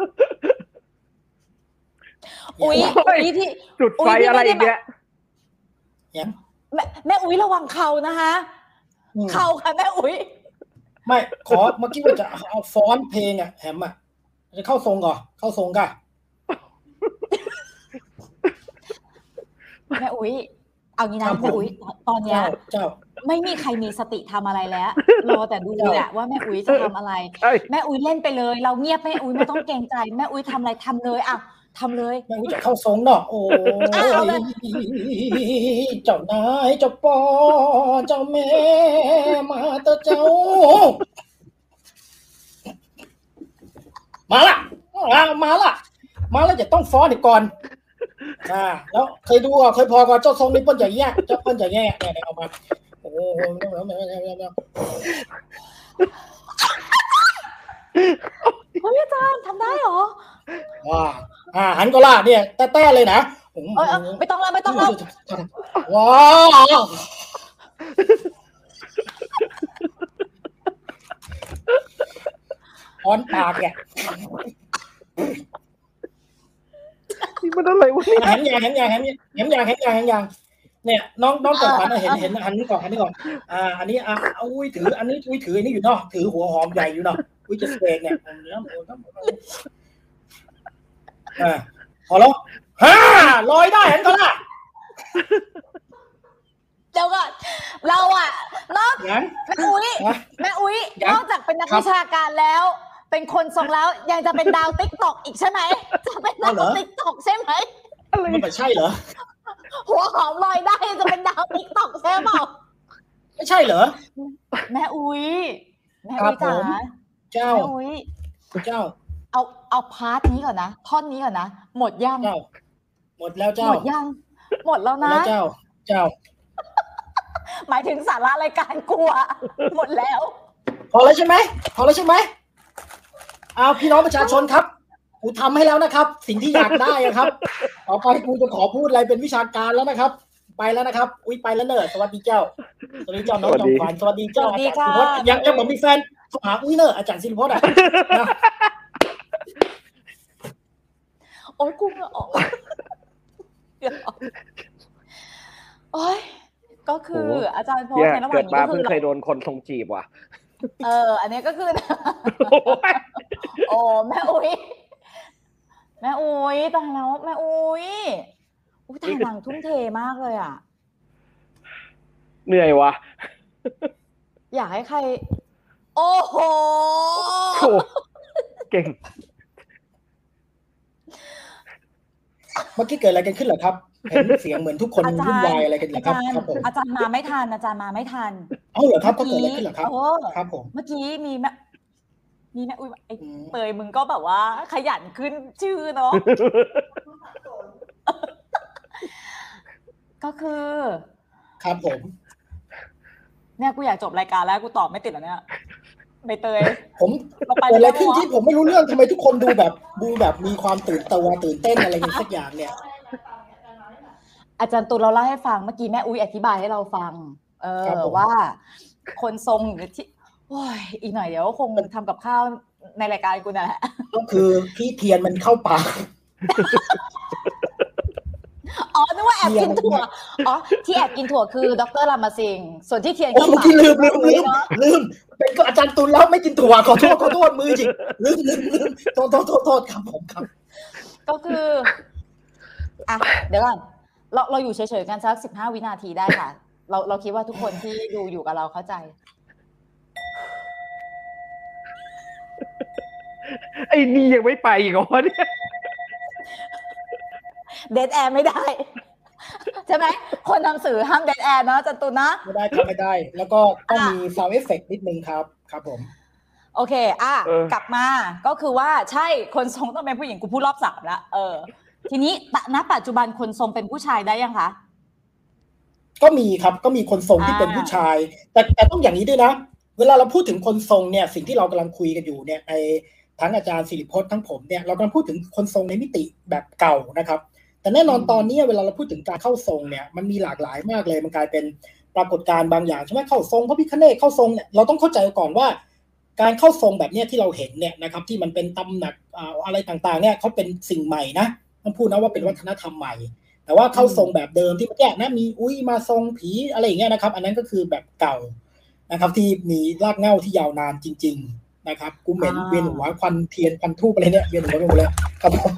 อุ้ยอุ้ยที่จุดไฟอะไรเนี่ยแม่แม่อุ้ยระวังเข่านะคะเข่าค่ะแม่อุ้ยไม่ขอเมื่อกี้ว่าจะเอาฟ้อนเพลงอ่ะแฮมอ่ะจะเข้าทรงก่อนเข้าทรงก่ะแม่อุ้ยเอางี้นะแม่อุ้ยตอนเนี้ยเจ้าไม่มีใครมีสติทำอะไรแล้วรอแต่ดูแหละว่าแม่อุ้ยจะทำอะไรแม่อุ้ยเล่นไปเลยเราเงียบแม่อุ้ยไม่ต้องเกรงใจแม่อุ้ยทำอะไรทำเลยอ่ะทำเลยแม่อุ้ยจะเข้าทรงเนาะโอ้เจ้านายเจ้าปอเจ้าแม่มาเตอเจ้ามาละมาละมาแล้วจะต้องฟ้อนอีกก่อนอ่าแล้วเคยดูอ่ะเคยพอกับเจ้าทรงนี่เปิ้ลอย่างเงี้ยเจ้าเปิ้ลอย่างเงี้ยเนี่ยเอามาโอ้โหเฮ้ยอาจารย์ทำได้เหรอว้าอ่าหันก็ล่ะเนี่ยแต้ๆเลยนะเออไม่ต้องแล้วไม่ต้องแล้วว้าวอ้อนปากเนี่ยนี่มันอะไรวะเนี่ยเห็นอย่างเห็นอย่างเห็นเห็นอย่างเห็นอย่างเห็นอย่างเนี่ยน้องน้องก่อนเห็นเห็นหันนี่ก่อนหันนี่ก่อนอ่าอันนี้อ่ะอุ้ยถืออันนี้อุ้ยถืออันนี้อยู่เนาะถือหัวหอมใหญ่อยู่เนาะอุ้ยจะเสกเนี่ยอ่าพอแล้วฮ่าลอยได้เห็นก็ล่ะเดี๋ยวก่อนเราอ่ะนอกแม่อุ้ยแม่อุ้ยนอกจากเป็นนักวิชาการแล้วเป็นคนทรงแล้วยังจะเป็นดาวติ๊กต็อกอีกใช่ไหมจะเป็นดาวติ๊กต็อกใช่ไหมมันไม่ใช่เหรอหัวหอมลอยได้จะเป็นดาวติ๊กต็อกใช่เปล่าไม่ใช่เหรอแม่อุ้ยแม่อุ้ยจ๋าเจ้าแม่อุ้ยเจ้าเอาเอาพาร์ทนี้ก่อนนะท่อนนี้ก่อนนะหมดยังเจ้าหมดแล้วเจ้าหมดยังหมดแล้วนะเจ้าเจ้าหมายถึงสาระรายการกลัวหมดแล้วพอแล้วใช่ไหมพอแล้วใช่ไหมเอาพี่น้องประชาชนครับกูทำให้แล้วนะครับสิ่งที่อยากได้ครับต่อไปกูจะขอพูดอะไรเป็นวิชาการแล้วนะครับไปแล้วนะครับอุ้ยไปแล้วเนอะสวัสดีเจ้าสวัสดีเจ้าน้องจอมขวัญสวัสดีเจ้าอาจารย์ศิริพจน์ยังยังผมมีแฟนหาอุ้ยเนอะอาจารย์ศิริพจน์อ่ะโอ๊ยกูเหงื่อออกโอ๊ยก็คืออาจารย์โพสในระหว่างนี้ก็คือเคยโดนคนทรงจีบว่ะเอออันนี้ก็คือโอ้แม่อุ้ยแม่อุ้ยตายแล้วแม่อุ้ยอุ้ยทางนางทุ่มเทมากเลยอ่ะเหนื่อยวะอยากให้ใครโอ้โหเก่งเมื่อกี้เกิดอะไรกันขึ้นเหรอครับเห็นเสียงเหมือนทุกคนวุ่นวายอะไรกันเหรอครับครับผมอาจารย์มาไม่ทันอาจารย์มาไม่ทันเอ้าเหรอครับก็เกิดอะไรขึ้นเหรอครับครับผมเมื่อกี้มีแม่มีแม่อุ้ยไอ้เตยมึงก็แบบว่าขยันขึ้นชื่อเนาะก็คือครับผมเนี่ยกูอยากจบรายการแล้วกูตอบไม่ติดแล้วเนี่ยใบเตยผมเกิดอะไรขึ้นที่ผมไม่รู้เรื่องทำไมทุกคนดูแบบดูแบบมีความตื่นตัวตื่นเต้นอะไรอย่างสักอย่างเนี่ยอาจารย์ตูนเราเล่าให้ฟังเมื่อกี้แม่อุ้ยอธิบายให้เราฟังเออว่าคนทรงที่โอ้ยอีกหน่อยเดี๋ยวคงทำกับข้าวในรายการกูนั่นแหละก็คือพี่เทียนมันเข้าปากอ๋อนึกว่าแอบกินถั่วอ๋อที่แอบกินถั่วคือดร.รามาสิงห์ส่วนที่เทียนโอ้เมื่อกี้ลืมลืมลืมลืมเป็นก็อาจารย์ตุลแล้วไม่กินถั่วขอโทษขอโทษมือจริงลืมลืมลืมโทษโทษโทษโทษครับผมครับก็คืออ่ะเดี๋ยวก่อนเราเราอยู่เฉยๆกันสักสิบห้าวินาทีได้ค่ะเราเราคิดว่าทุกคนที่ดูอยู่กับเราเข้าใจไอ้นี่ยังไม่ไปอีกเหรอเนี่ยเดดแอร์ไม่ได้ใช่ไหมคนทำสื่อห้ามเดดแอร์นะจันตุนนะไม่ได้ครับไม่ได้แล้วก็ต้องมีซาวด์เอฟเฟกต์นิดนึงครับครับผมโอเคอ่ะกลับมาก็คือว่าใช่คนทรงต้องเป็นผู้หญิงกูพูดรอบสามแล้วเออทีนี้ณปัจจุบันคนทรงเป็นผู้ชายได้ยังคะก็มีครับก็มีคนทรงที่เป็นผู้ชายแต่แต่ต้องอย่างนี้ด้วยนะเวลาเราพูดถึงคนทรงเนี่ยสิ่งที่เรากำลังคุยกันอยู่เนี่ยไอทั้งอาจารย์ศิริพจน์ทั้งผมเนี่ยเรากำลังพูดถึงคนทรงในมิติแบบเก่านะครับแต่แน่นอนตอนนี้เวลาเราพูดถึงการเข้าทรงเนี่ยมันมีหลากหลายมากเลยมันกลายเป็นปรากฏการณ์บางอย่างใช่ไหมเข้าทรงพระพิฆเนศเข้าทรงเนี่ยเราต้องเข้าใจก่อนว่าการเข้าทรงแบบนี้ที่เราเห็นเนี่ยนะครับที่มันเป็นตำหนักอะไรต่างๆเนี่ยเขาเป็นสิ่งใหม่นะต้องพูดนะว่าเป็นวัฒนธรรมใหม่แต่ว่าเข้าทรงแบบเดิมที่เมื่อกี้นะมีอุ้ยมาทรงผีอะไรอย่างเงี้ยนะครับอันนั้นก็คือแบบเก่านะครับที่มีรากเหง้าที่ยาวนานจริงๆนะครับกูเหม็นเวียนหัวควันเทียนควันทูบอะไรเนี่ยเวียนหัวไปหมดเลยครับผม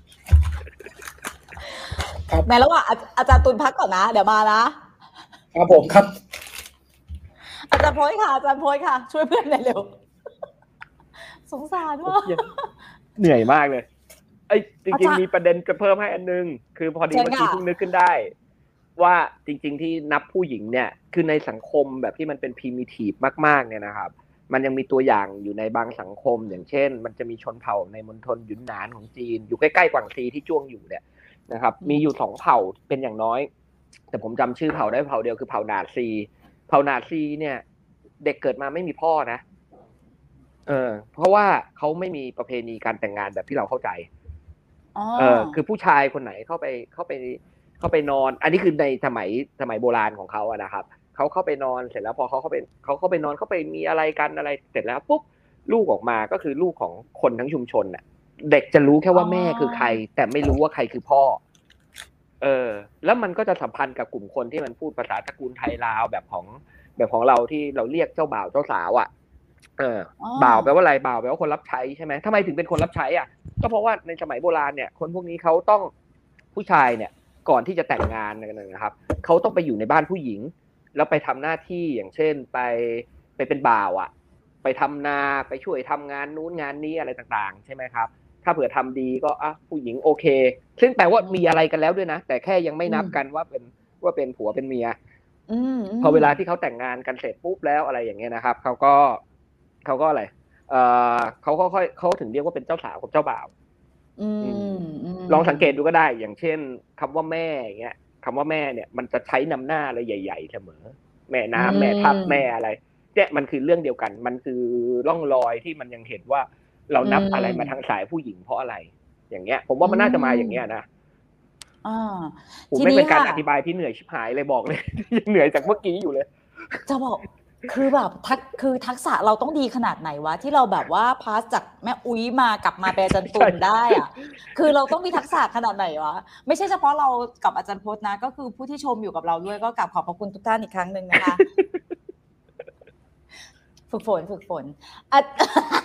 ครับในระหว่างอาจารย์ตุลพักก่อนนะเดี๋ยวมานะครับผมครับอาจารย์โพยค่ะอาจารย์โพยค่ะช่วยเพื่อนหน่อยเร็วสงสารว่ะเหนื่อยมากเลยไอ้จริงๆมีประเด็นจะเพิ่มให้อันนึงคือพอดีเมื่อกี้เพิ่งนึกขึ้นได้ว่าจริงๆที่นับผู้หญิงเนี่ยคือในสังคมแบบที่มันเป็นพรีมิทีฟมากๆเนี่ยนะครับมันยังมีตัวอย่างอยู่ในบางสังคมอย่างเช่นมันจะมีชนเผ่าในมณฑลหยุนหนานของจีนอยู่ใกล้ๆกวางซีที่จ้วงอยู่เนี่ยนะครับมีอยู่สองเผ่าเป็นอย่างน้อยแต่ผมจำชื่อเผ่าได้เผ่าเดียวคือเผ่านาซีเผ่านาซีเนี่ยเด็กเกิดมาไม่มีพ่อนะเออเพราะว่าเขาไม่มีประเพณีการแต่งงานแบบที่เราเข้าใจเออคือผู้ชายคนไหนเข้าไปเข้าไปเข้าไปนอนอันนี้คือในสมัยสมัยโบราณของเขาอะนะครับเขาเข้าไปนอนเสร็จแล้วพอเขาเข้าไปเขาเข้าไปนอนเขาไปมีอะไรกันอะไรเสร็จแล้วปุ๊บลูกออกมาก็คือลูกของคนทั้งชุมชนน่ะเด็กจะรู้แค่ว่าแม่คือใครแต่ไม่รู้ว่าใครคือพ่อเออแล้วมันก็จะสัมพันธ์กับกลุ่มคนที่มันพูดภาษาตระกูลไทยลาวแบบของแบบของเราที่เราเรียกเจ้าบ่าวเจ้าสาวอ่ะเออบ่าวแปลว่าอะไรบ่าวแปลว่าคนรับใช้ใช่ไหมทำไมถึงเป็นคนรับใช้อ่ะก็เพราะว่าในสมัยโบราณเนี่ยคนพวกนี้เขาต้องผู้ชายเนี่ยก่อนที่จะแต่งงานนะครับเขาต้องไปอยู่ในบ้านผู้หญิงแล้วไปทำหน้าที่อย่างเช่นไปไปเป็นบ่าวอ่ะไปทำนาไปช่วยทำงานนู้นงานนี้อะไรต่างๆใช่ไหมครับถ้าเผื่อทำดีก็อ่ะผู้หญิงโอเคซึ่งแปลว่ามีอะไรกันแล้วด้วยนะแต่แค่ยังไม่นับกันว่าเป็นว่าเป็นผัวเป็นเมียพอเวลาที่เขาแต่งงานกันเสร็จปุ๊บแล้วอะไรอย่างเงี้ยนะครับเขาก็เขาก็อะไรเออเขาก็ค่อยเขาถึงเรียกว่าเป็นเจ้าสาวกับเจ้าบ่าวลองสังเกตดูก็ได้อย่างเช่นคำว่าแม่อย่างเงี้ยคำว่าแม่เนี่ยมันจะใช้นำหน้าอะไรใหญ่ๆเสมอแม่น้ำแม่ทับแม่อะไรเนี่ยมันคือเรื่องเดียวกันมันคือร่องรอยที่มันยังเห็นว่าเรานับอะไรมาทางสายผู้หญิงเพราะอะไรอย่างเงี้ยผมว่ามันน่าจะมาอย่างเงี้ยนะผมไม่เป็นการอธิบายที่เหนื่อยชิบหายเลยบอกเลยยังเหนื่อยจากเมื่อกี้อยู่เลยจะบอกคือแบบทักคือทักษะเราต้องดีขนาดไหนวะที่เราแบบว่าพาสจากแม่อุ้ยมากลับมาเป็นอาจารย์ตุลได้อ่ะคือเราต้องมีทักษะขนาดไหนวะไม่ใช่เฉพาะเรากับอาจารย์พจน์นะก็คือผู้ที่ชมอยู่กับเราด้วยก็กราบขอบพระคุณทุกท่านอีกครั้งนึงนะคะฝึกฝนฝึกฝน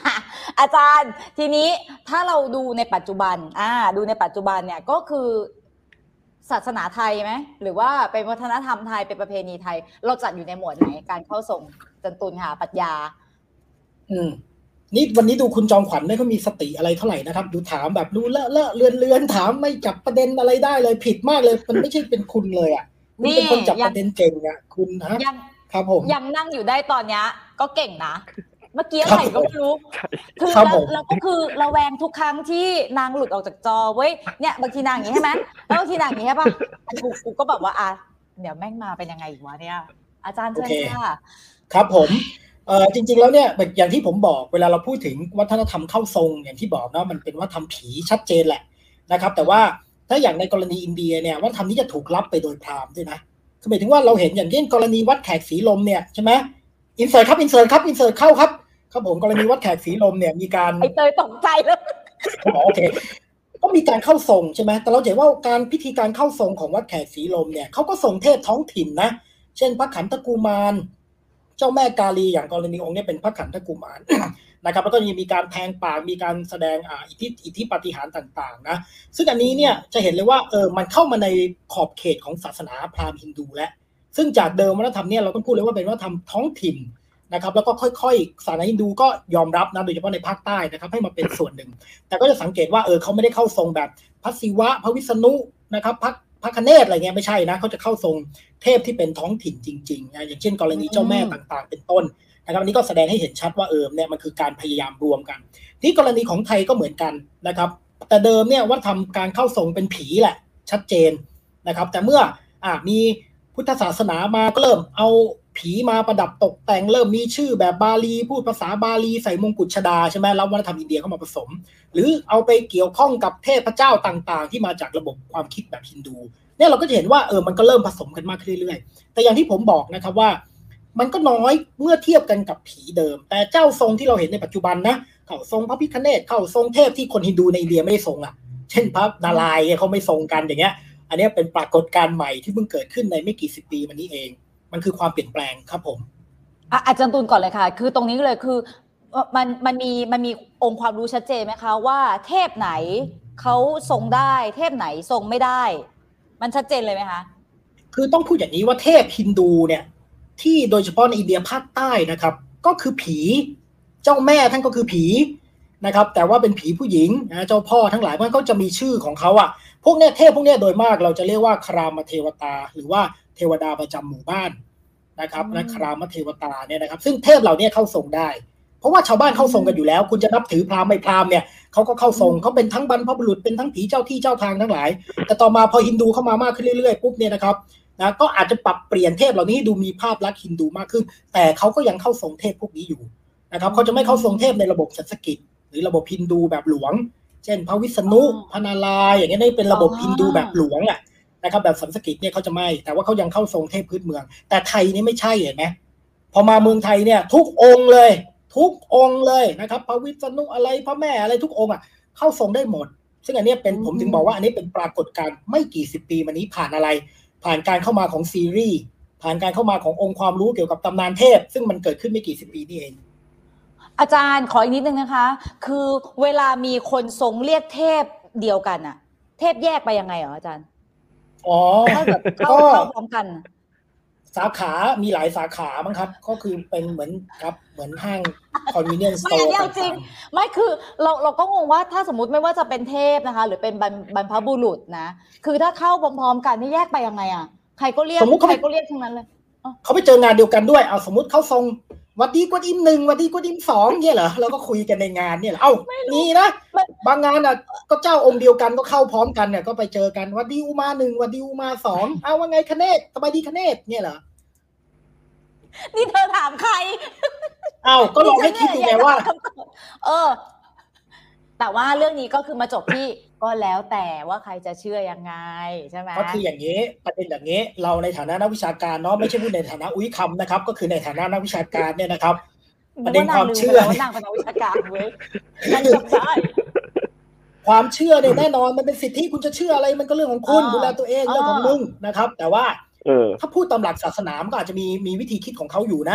อาจารย์ทีนี้ถ้าเราดูในปัจจุบันอ่าดูในปัจจุบันเนี่ยก็คือศาสนาไทยไหมหรือว่าเป็นวัฒนธรรมไทยเป็นประเพณีไทยเราจัดอยู่ในหมวดไหนการเข้าทรงจันตุลค่ะปรัชญาอืมนี่วันนี้ดูคุณจอมขวัญไม่ค่อยมีสติอะไรเท่าไหร่นะครับดูถามแบบรู้เลอะเลอะเลือนเลือนถามไม่จับประเด็นอะไรได้เลยผิดมากเลยมันไม่ใช่เป็นคุณเลยอ่ะคุณเป็นคนจับประเด็นเก่งอ่ะคุณฮะครับผมยังนั่งอยู่ได้ตอนเนี้ยก็เก่งนะเมื่อกี้อะไรก็ไม่รู้คือแล้วก็คือระแวงทุกครั้งที่นางหลุดออกจากจอเว้ยเนี่ยบางทีนางอย่างนี้ใช่ไหมแล้วบางทีนางอย่างนี้ใช่ป่ะกูกูก็แบบว่าอ่ะเดี๋ยวแม่งมาเป็นยังไงอีกวะเนี่ยอาจารย์เชิญค่ะครับผมเอ่อจริงๆแล้วเนี่ยอย่างที่ผมบอกเวลาเราพูดถึงวัฒนธรรมเข้าทรงอย่างที่บอกนะมันเป็นวัฒนธรรมผีชัดเจนแหละนะครับแต่ว่าถ้าอย่างในกรณีอินเดียเนี่ยวัฒนธรรมนี้จะถูกรับไปโดยพราหมณ์ด้วยนะคือหมายถึงว่าเราเห็นอย่างเช่นกรณีวัดแขกศรีลมเนี่ยใช่ไหมอินเสิร์ตครับอินเสิร์ตครับอินเสิร์ตเข้าครับครับผมกรณีวัดแขกศรีลมเนี่ยมีการไอเตยตกใจแล้วโอเคก็มีการเข้าทรงใช่ไหมแต่เราเห็นว่าการพิธีการเข้าทรงของวัดแขกศรีลมเนี่ยเขาก็ทรงเทพท้องถิ่นนะเช่นพระขันธกุมารเจ้าแม่กาลีอย่างกรณีองค์นี้เป็นพระขันธกุมารนะครับแล้วก็มีการแทงปากมีการแสดงอ่าอิทธิอิทธิปาฏิหาริย์ต่างๆนะซึ่งอันนี้เนี่ยจะเห็นเลยว่าเออมันเข้ามาในขอบเขตของศาสนาพราหมณ์ฮินดูแล้วซึ่งจากเดิมวัฒนธรรมเนี่ยเราต้องพูดเลยว่าเป็นวัฒนธรรมท้องถิ่นนะครับแล้วก็ค่อยๆศาสนาฮินดูก็ยอมรับนะโดยเฉพาะในภาคใต้นะครับให้มาเป็นส่วนหนึ่งแต่ก็จะสังเกตว่าเออเขาไม่ได้เข้าทรงแบบพระศิวะพระวิษณุนะครับพระพระคเนศอะไรเงี้ยไม่ใช่นะเขาจะเข้าทรงเทพที่เป็นท้องถิ่นจริงๆนะอย่างเช่นกรณีเจ้าแม่ต่างๆเป็นต้นนะครับอันนี้ก็แสดงให้เห็นชัดว่าเออเนี่ยมันคือการพยายามรวมกันที่กรณีของไทยก็เหมือนกันนะครับแต่เดิมเนี่ยว่าทำการเข้าทรงเป็นผีแหละชัดเจนนะครับแต่เมื่ออ่ะมีพุทธศาสนามาก็เริ่มเอาผีมาประดับตกแต่งเริ่มมีชื่อแบบบาลีพูดภาษาบาลีใส่มงกุฎชฎาใช่ไหมแล้ววัฒนธรรมอินเดียเข้ามาผสมหรือเอาไปเกี่ยวข้องกับเทพเจ้าต่างๆที่มาจากระบบความคิดแบบฮินดูเนี่ยเราก็จะเห็นว่าเออมันก็เริ่มผสมกันมากขึ้นเรื่อยๆแต่อย่างที่ผมบอกนะครับว่ามันก็น้อยเมื่อเทียบกันกับผีเดิมแต่เจ้าทรงที่เราเห็นในปัจจุบันนะเข้าทรงพระพิฆเนศเข้าทรงเทพที่คนฮินดูในอินเดียไม่ได้ทรงอ่ะเช่นพระนารายณ์เขาไม่ทรงกันอย่างเงี้ยอันนี้เป็นปรากฏการณ์ใหม่ที่เพิ่งเกิดขึ้นในไม่กี่สิบปีมานี้เองมันคือความเปลี่ยนแปลงครับผมอาจารย์ตูนก่อนเลยค่ะคือตรงนี้เลยคือมันมันมีมันมีองค์ความรู้ชัดเจนไหมคะว่าเทพไหนเขาทรงได้เทพไหนทรงไม่ได้มันชัดเจนเลยไหมคะคือต้องพูดอย่างนี้ว่าเทพฮินดูเนี่ยที่โดยเฉพาะในอินเดียภาคใต้นะครับก็คือผีเจ้าแม่ท่านก็คือผีนะครับแต่ว่าเป็นผีผู้หญิงนะเจ้าพ่อทั้งหลายมันก็จะมีชื่อของเขาอ่ะพวกเนี้ยเทพพวกเนี้ยโดยมากเราจะเรียกว่าครามเทวตาหรือว่าเทวดาประจำหมู่บ้านนะครับนะครามเทวตาเนี่ยนะครับซึ่งเทพเหล่านี้เข้าทรงได้เพราะว่าชาวบ้านเข้าทรงกันอยู่แล้วคุณจะนับถือพราหมณ์ไม่พราหมณ์เนี่ยเขาก็เข้าทรงเขาเป็นทั้งบรรพบุรุษเป็นทั้งผีเจ้าที่เจ้าทางทั้งหลายแต่ต่อมาพอฮินดูเข้ามามากขึ้นเรื่อยๆปุ๊บเนี่ยนะครับนะก็อาจจะปรับเปลี่ยนเทพเหล่านี้ให้ดูมีภาพลักษณ์ฮินดูมากขึ้นแต่เขาก็ยังเข้าทรงเทพพวกนี้อยู่นะครับเขาจะไม่เข้าทรงเทพในระบบสันสกฤตหรือระบบฮินดูแบบหลวงเช่นพระวิษณุพระนารายณ์อย่างเงี้ยนี่เป็นระบบฮินดูแบบหลวงอ่ะนะครับแบบสันสกฤตเนี่ยเขาจะไม่แต่ว่าเขายังเข้าทรงเทพพื้นเมืองแต่ไทยนี่ไม่ใช่เห็นไหมพอมาเมืองไทยเนี่ยทุกองค์เลยทุกองค์เลยนะครับพระวิษณุอะไรพระแม่อะไรทุกองค์อ่ะเข้าทรงได้หมดซึ่งอันนี้เป็นผมถึงบอกว่าอันนี้เป็นปรากฏการณ์ไม่กี่สิบปีมานี้ผ่านอะไรผ่านการเข้ามาของซีรีส์ผ่านการเข้ามาขององค์ความรู้เกี่ยวกับตำนานเทพซึ่งมันเกิดขึ้นไม่กี่สิบปีนี่เองอาจารย์ขออีกนิดนึงนะคะคือเวลามีคนทรงเรียกเทพเดียวกันอะเทพแยกไปยังไงเหรออาจารย์อ๋อเข้าแบบเข้าเข้าพร้อมกันสาขามีหลายสาขามั้งครับก็คือเป็นเหมือนครับเหมือนห้าง convenience store ไม่จริงไม่คือเราเราก็งงว่าถ้าสมมติไม่ว่าจะเป็นเทพนะคะหรือเป็นบรรพบุรุษนะคือถ้าเข้าพร้อมๆกันนี่แยกไปยังไงอ่ะใครก็เรียกใครก็เรียกทั้งนั้นเลยเขาไปเจองานเดียวกันด้วยเอาสมมติเขาทรงวัดดีกว่าอิมหนึ่งวัดดีกว่าอิมสองเนี่ยเหรอเราก็คุยกันในงานเนี่ยเหรอเอ้านี่นะบางงานอ่ะก็เจ้าองค์เดียวกันก็เข้าพร้อมกันเนี่ยก็ไปเจอกันวัดดีอุมาหนึ่งวัดดีอุมาสองเอาว่าไงคเนศสบายดีคเนศเนี่ยเหรอนี่เธอถามใครเอ้าก็ลองให้คิดดูไงว่าเออแต่ว่าเรื่องนี้ก็คือมาจบที่ก็แล้วแต่ว่าใครจะเชื่อยังไงใช่ไหมก็คืออย่างนี้ประเด็นอย่างนี้เราในฐานะนักวิชาการเนาะไม่ใช่พูดในฐานะอุ้ยคำนะครับก็คือในฐานะนักวิชาการเนี่ยนะครับประเด็นความเชื่อว่านางเป็นนักวิชาการเว้ยนั่นจำได้ความเชื่อเนี่ยแน่นอนมันเป็นสิทธิคุณจะเชื่ออะไรมันก็เรื่องของคุณดูแลตัวเองเรื่องของมึงนะครับแต่ว่าถ้าพูดตามหลักศาสนามันก็อาจจะมีมีวิธีคิดของเขาอยู่นะ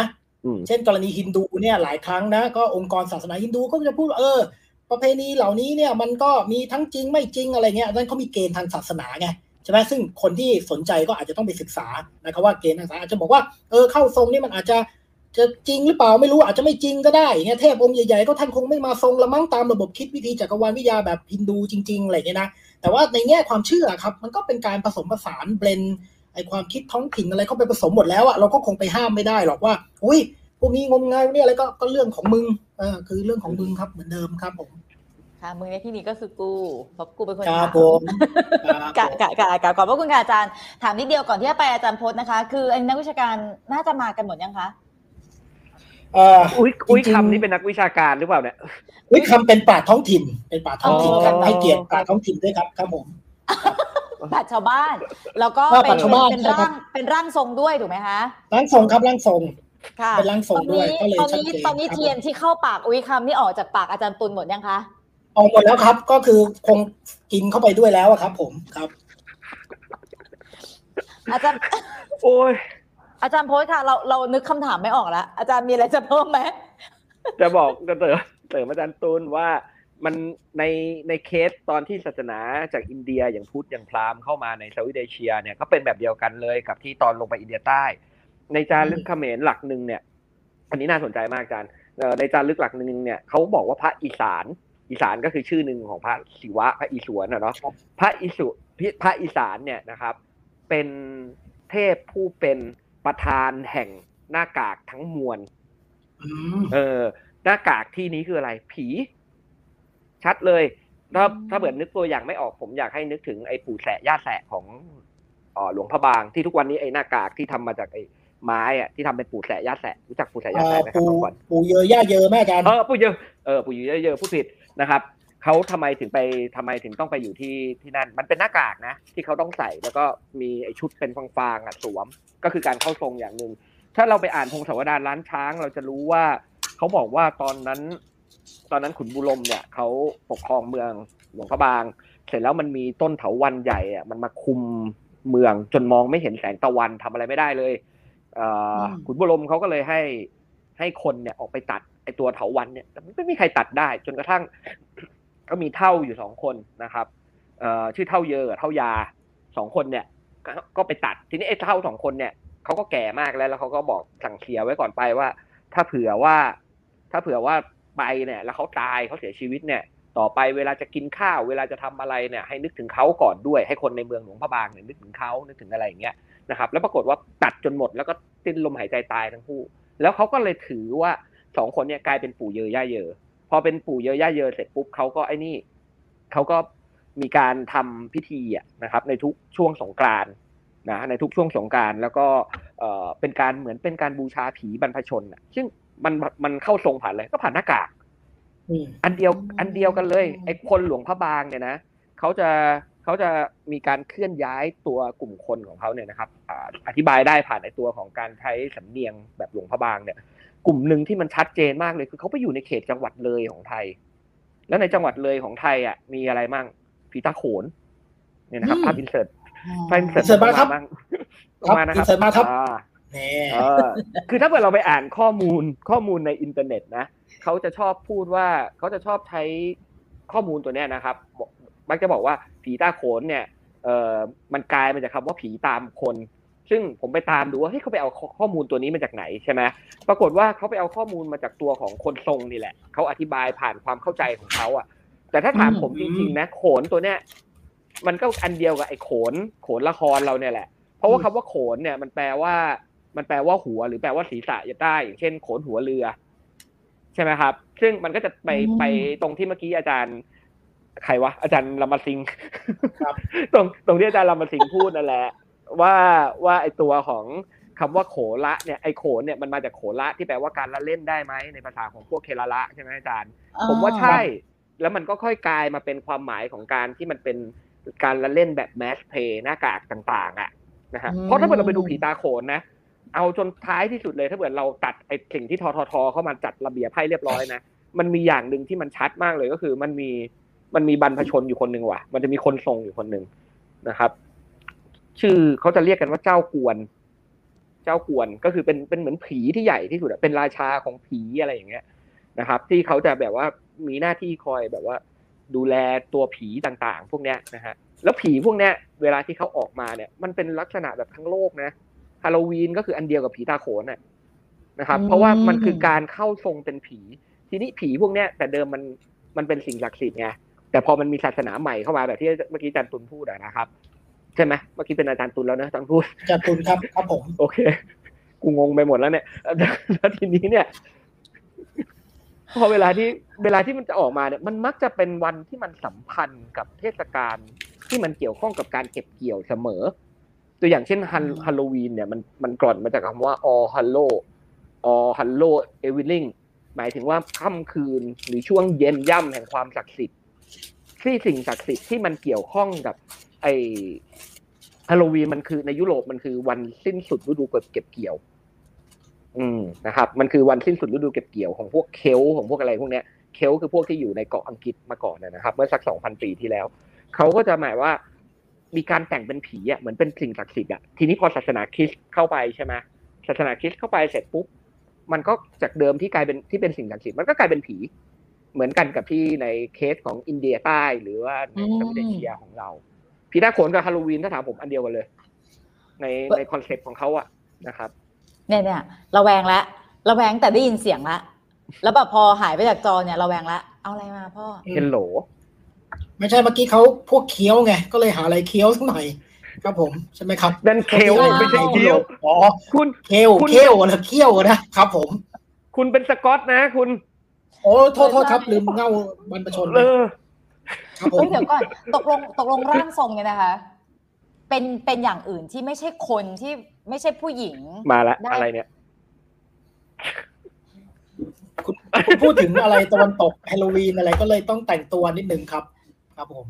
เช่นกรณีฮินดูเนี่ยหลายครั้งนะก็องค์กรศาสนาฮินดูก็จะพูดเออประเพณีเหล่านี้เนี่ยมันก็มีทั้งจริงไม่จริงอะไรเงี้ยนั่นเขามีเกณฑ์ทางศาสนาไงใช่ไหมซึ่งคนที่สนใจก็อาจจะต้องไปศึกษานะครับว่าเกณฑ์ทางศาสนาอาจจะบอกว่าเออเข้าทรงนี่มันอาจจะจะจริงหรือเปล่าไม่รู้อาจจะไม่จริงก็ได้อย่างเงี้ยเทพองค์ใหญ่ๆก็ท่านคงไม่มาทรงละมั้งตามระบบคิดวิธีจักรวาลวิทยาแบบฮินดูจริงๆอะไรเงี้ยนะแต่ว่าในแง่ความเชื่อครับมันก็เป็นการผสมผสานเบลนไอความคิดท้องถิ่นอะไรเข้าไปผสมหมดแล้วอะเราก็คงไปห้ามไม่ได้หรอกว่าอุ้ยพวกนี้งมงายเนี่ยอะไรก็ก็เรื่องของมึงเออคือเรื่องของมึงครับเหมือนเดิมครับผมค่ะมึงในที่นี้ก็คือกูเพราะกูเป็นคนถามกะกะกะกะขอบพระคุณค่ะอาจารย์ถามนิดเดียวก่อนที่จะไปอาจารย์พจน์นะคะคืออันนักวิชาการน่าจะมากันหมดยังคะเอ่ออุ้ยอุ้ยคำนี้เป็นนักวิชาการหรือเปล่าเนี่ยอุ้ยคำเป็นปราชญ์ท้องถิ่นเป็นปราชญ์ท้องถิ่นครับให้เกียรติปราชญ์ท้องถิ่นด้วยครับครับผมปราชญ์ชาวบ้านแล้วก็เป็นเป็นร่างเป็นร่างทรงด้วยถูกไหมคะร่างทรงครับร่างทรงค่ะเป็นร่างทรงด้วยก็เลยชัดเจนตอนนี้เทียนที่เข้าปากอุ้ยคำนี่ออกจากปากอาจารย์ตุลหมดยังคะออกหมดแล้วครับก็คือคงกินเข้าไปด้วยแล้วครับผมครับอาจารย์โอ้ยอาจารย์พจน์ค่ะเราเรานึกคำถามไม่ออกแล้วอาจารย์มีอะไรจะเพิ่มไหมจะบอกจะเติมเติมอาจารย์ตุลว่ามันในในเคสตอนที่ศาสนาจากอินเดียอย่างพุทธอย่างพราหมณ์เข้ามาในเซาท์อีสต์เอเชียเนี่ยก็เป็นแบบเดียวกันเลยกับที่ตอนลงไปอินเดียใต้ในจารึกเขมรหลักหนึ่งเนี่ยอันนี้น่าสนใจมากอาจารย์ในจารึกหลักหนึ่งเนี่ยเขาบอกว่าพระอีสานอีสานก็คือชื่อหนึ่งของพระศิวะพระอิศวรนะเนาะพระอิสุพระอีสานเนี่ยนะครับเป็นเทพผู้เป็นประธานแห่งหน้ากากทั้งมวลเออหน้ากากที่นี้คืออะไรผีชัดเลยถ้าถ้าเกิดนึกตัวอย่างไม่ออกผมอยากให้นึกถึงไอ้ปู่แสะย่าแสะของอ๋อหลวงพระบางที่ทุกวันนี้ไอ้หน้ากากที่ทำมาจากไอ้ไม้อะที่ทำเป็นปู่แสะย่าแสะรู้จักปู่แสะย่าแสะไหมครับทุกคนปู่เยอะย่าเยอะแม่กันเออปู่เยอะเออปู่เยอะเยอะผู้ผิดนะครับเขาทำไมถึงไปทำไมถึงต้องไปอยู่ที่ที่นั่นมันเป็นหน้ากากนะที่เขาต้องใส่แล้วก็มีไอ้ชุดเป็นฟางๆอ่ะสวมก็คือการเข้าทรงอย่างนึงถ้าเราไปอ่านพงศาวดารล้านช้างเราจะรู้ว่าเขาบอกว่าตอนนั้นตอนนั้นขุนบุรมเนี่ยเขาปกครองเมืองหลวงพระบางเสร็จแล้วมันมีต้นเถาวัลย์ใหญ่อ่ะมันมาคุมเมืองจนมองไม่เห็นแสงตะวันทำอะไรไม่ได้เลยขุนบุรมเขาก็เลยให้ให้คนเนี่ยออกไปตัดไอตัวเถาวัลย์เนี่ยไม่มีใครตัดได้จนกระทั่งก็มีเท่าอยู่สองคนนะครับชื่อเท่าเยอะเท่ายาสองคนเนี่ยก็ไปตัดทีนี้ไอ้เท่าสองคนเนี่ยเขาก็แก่มากแล้วแล้วเขาก็บอกสั่งเสียไว้ก่อนไปว่าถ้าเผื่อว่าถ้าเผื่อว่าไปเนี่ยแล้วเขาตายเขาเสียชีวิตเนี่ยต่อไปเวลาจะกินข้าวเวลาจะทำอะไรเนี่ยให้นึกถึงเขาก่อนด้วยให้คนในเมืองหลวงพระบางเนี่ยนึกถึงเขานึกถึงอะไรอย่างเงี้ยนะครับแล้วปรากฏว่าตัดจนหมดแล้วก็สิ้นลมหายใจตายทั้งคู่แล้วเขาก็เลยถือว่าสองคนเนี่ยกลายเป็นปู่เยอย่าเยอพอเป็นปู่เยอย่าเยอเสร็จปุ๊บเขาก็ไอ้นี่เขาก็มีการทำพิธีอ่ะนะครับในทุกช่วงสงกรานต์นะในทุกช่วงสงกรานต์แล้วก็เอ่อเป็นการเหมือนเป็นการบูชาผีบรรพชนอ่ะซึ่งมันมันเข้าทรงผ่านอะไรก็ผ่านหน้ากากอันเดียวอันเดียวกันเลยไอ้คนหลวงพระบางเนี่ยนะเขาจะเขาจะมีการเคลื่อนย้ายตัวกลุ่มคนของเขาเนี่ยนะครับอธิบายได้ผ่านในตัวของการใช้สำเนียงแบบหลวงพระบางเนี่ยกลุ่มหนึ่งที่มันชัดเจนมากเลยคือเขาไปอยู่ในเขตจังหวัดเลยของไทยแล้วในจังหวัดเลยของไทยอ่ะมีอะไรมั่งผีตาโขนเนี่ยนะครับภาพอินเสิร์ตภาพอินเสิร์ตมาครับมานะครับมาครับเออคือถ้าเกิดเราไปอ่านข้อมูลข้อมูลในอินเทอร์เน็ตนะเขาจะชอบพูดว่าเขาจะชอบใช้ข้อมูลตัวเนี้ยนะครับมักจะบอกว่าผีตาโขนเนี่ยเอ่อมันกลายมาจากคำว่าผีตามคนซึ่งผมไปตามดูว่าเฮ้ยเขาไปเอาข้อมูลตัวนี้มาจากไหนใช่ไหมปรากฏว่าเขาไปเอาข้อมูลมาจากตัวของคนทรงนี่แหละเขาอธิบายผ่านความเข้าใจของเขาอ่ะแต่ถ้าถามผมจริงๆนะโขนตัวเนี้ยมันก็อันเดียวกับไอ้โขนโขนละครเราเนี่ยแหละเพราะว่าคำว่าโขนเนี่ยมันแปลว่ามันแปลว่าหัวหรือแปลว่าศีรษะจะได้อย่างเช่นโขนหัวเรือใช่ไหมครับซึ่งมันก็จะไปไปตรงที่เมื่อกี้อาจารย์ใครวะอาจารย์ลำมาซิงตรงตรงที่อาจารย์ลำมาซิงพูดนั่นแหละว่าว่าไอตัวของคำว่าโขละเนี่ยไอโขนเนี่ยมันมาจากโขละที่แปลว่าการละเล่นได้ไหมในภาษาของพวกเคลละใช่ไหมอาจารย์ผมว่าใช่แล้วมันก็ค่อยกลายมาเป็นความหมายของการที่มันเป็นการละเล่นแบบแมสเพย์หน้ากากต่างๆอ่ะนะฮะเพราะถ้าเกิดเราไปดูผีตาโขนนะเอาจนท้ายที่สุดเลยถ้าเกิดเราตัดไอสิ่งที่ทททเข้ามาจัดระเบียบให้เรียบร้อยนะมันมีอย่างนึงที่มันชัดมากเลยก็คือมันมีมันมีบรรพชนอยู่คนนึงว่ะมันจะมีคนทรงอยู่คนนึงนะครับชื่อเขาจะเรียกกันว่าเจ้ากวนเจ้ากวนก็คือเป็นเป็นเหมือนผีที่ใหญ่ที่สุดเป็นราชาของผีอะไรอย่างเงี้ยนะครับที่เขาจะแบบว่ามีหน้าที่คอยแบบว่าดูแลตัวผีต่างๆพวกเนี้ยนะฮะแล้วผีพวกเนี้ยเวลาที่เขาออกมาเนี่ยมันเป็นลักษณะแบบทั้งโลกนะฮาโลวีนก็คืออันเดียวกับผีตาโขนน่ะนะครับเพราะว่ามันคือการเข้าทรงเป็นผีทีนี้ผีพวกเนี้ยแต่เดิมมันมันเป็นสิ่งศักดิ์สิทธิ์ไงแต่พอมันมีศาสนาใหม่เข้ามาแบบที่เมื่อกี้อาจารย์ตุลพูดนะครับใช่ไหมเมื่อกี้เป็นอาจารย์ตุลแล้วนะอาจารย์พูดอาจารย์ตุลครับครับผมโอเคกูงงไปหมดแล้วเนี่ยแล้วทีนี้เนี่ยพอเวลาที่เวลาที่มันจะออกมาเนี่ยมันมักจะเป็นวันที่มันสัมพันธ์กับเทศกาลที่มันเกี่ยวข้องกับการเก็บเกี่ยวเสมอตัวอย่างเช่นฮาโลวีนเนี่ยมันมันกร่อนมาจากคำว่า all hallow all hallow evening หมายถึงว่าค่ำคืนหรือช่วงเย็นย่ำแห่งความศักดิ์สิทธิ์ที่สิ่งศักดิ์สิทธิ์ที่มันเกี่ยวข้องกับไอ้ฮาโลวีนมันคือในยุโรปมันคือวันสิ้นสุดฤดูเก็บเกี่ยวอืมนะครับมันคือวันสิ้นสุดฤดูเก็บเกี่ยวของพวกเคลของพวกอะไรพวกเนี้ยเคลคือพวกที่อยู่ในเกาะอังกฤษมาก่อนนะครับเมื่อสัก สองพัน ปีที่แล้วเขาก็จะหมายว่ามีการแต่งเป็นผีอ่ะเหมือนเป็นสิ่งศักดิ์สิทธิ์อ่ะทีนี้พอศาสนาคริสต์เข้าไปใช่ไหมศาสนาคริสต์เข้าไปเสร็จปุ๊บมันก็จากเดิมที่กลายเป็นที่เป็นสิ่งศักดิ์สิทธิ์มันก็กลายเป็นผีเหมือนกันกับที่ในเคสของอินเดียใต้หรือว่าในสวิตเซอร์แลนด์ของเราผีตาโขนกับฮาโลวีนถ้าถามผมอันเดียวกันเลยในในคอนเซ็ปต์ของเขาอ่ะนะครับเนี่ยเนี่ยระแวงแล้วระแวงแต่ได้ยินเสียงละแล้วแบบพอหายไปจากจอเนี่ยระแวงละเอาอะไรมาพ่อเฮลโหลไม่ใช่เมื่อกี้เขาพวกเคี้ยวไงก็เลยหาอะไรเคี้ยวสักหน่อยครับผมใช่ไหมครับนั่นเคลไม่ใช่เคี้ยวอ๋อคุณเคลเคี้ยวหรือเคี้ยวนะครับผมคุณเป็นสกอตนะคุณโอ้โทษโทษครับลืมเงาบรรพชนเออครับผมเดี๋ยวก่อนตกลงตกลงร่างทรงเนี่ยนะคะเป็นเป็นอย่างอื่นที่ไม่ใช่คนที่ไม่ใช่ผู้หญิงมาละอะไรเนี่ยคุณคุณพูดถึงอะไรตะวันตกฮาโลวีนอะไรก็เลยต้องแต่งตัวนิดนึงครับครับผม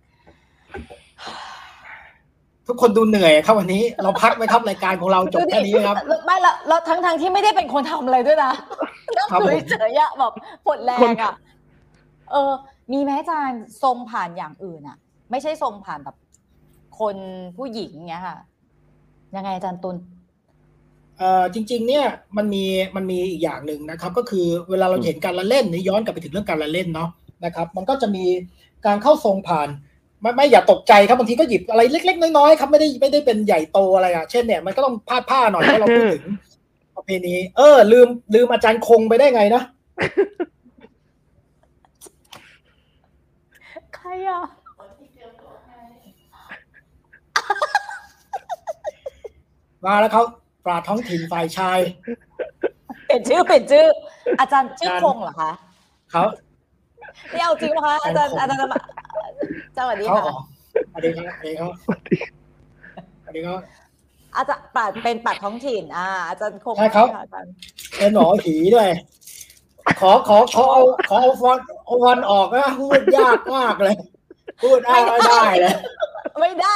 ทุกคนดูเหนื่อยครับวันนี้เราพักไหมครับรายการของเราจบแค่นี้ครับไม่ละเราทั้งทั้งที่ไม่ได้เป็นคนทำอะไรด้วยนะนั่งเฉยๆอะแบบปวดแรงอะเออมีไหมอาจารย์ทรงผ่านอย่างอื่นอะไม่ใช่ทรงผ่านแบบคนผู้หญิงเงี้ยค่ะยังไงอาจารย์ตุลเอ่อจริงๆเนี่ยมันมีมันมีอีกอย่างหนึ่งนะครับก็คือเวลาเราเห็นการละเล่นนี่ย้อนกลับไปถึงเรื่องการละเล่นเนาะนะครับมันก็จะมีการเข้าทรงผ่านไม่ไม่อย่าตกใจครับบางทีก็หยิบอะไรเล็กๆน้อยๆครับไม่ได้ไม่ได้เป็นใหญ่โตอะไรอ่ะเช่นเนี่ยมันก็ต้องพาดผ้าหน่อยเพราะเราพูดถึงประเพณีเออลืมลืมอาจารย์คงไปได้ไงนะใครอ่ะมาแล้วเขาปราชญ์ท้องถิ่นฝ่ายชายเปลี่ยนชื่อเปลี่ยนชื่ออาจารย์ชื่อคงเหรอคะครับนี่เอาจริงป่ะคะอาจารย์อาจารย์จะมาสวัสดีค่ะสวัสดีครับสวัสดีครับสวัสดีครับอาจารย์ปราชญ์เป็นปราชญ์ท้องถิ่นอ่าอาจารย์คงใช่ครับเป็นหมอผีด้วยขอขอขอเอาขอเอาฟอนเอาฟอนออกนะพูดยากมากเลยพูดไม่ได้เลยไม่ได้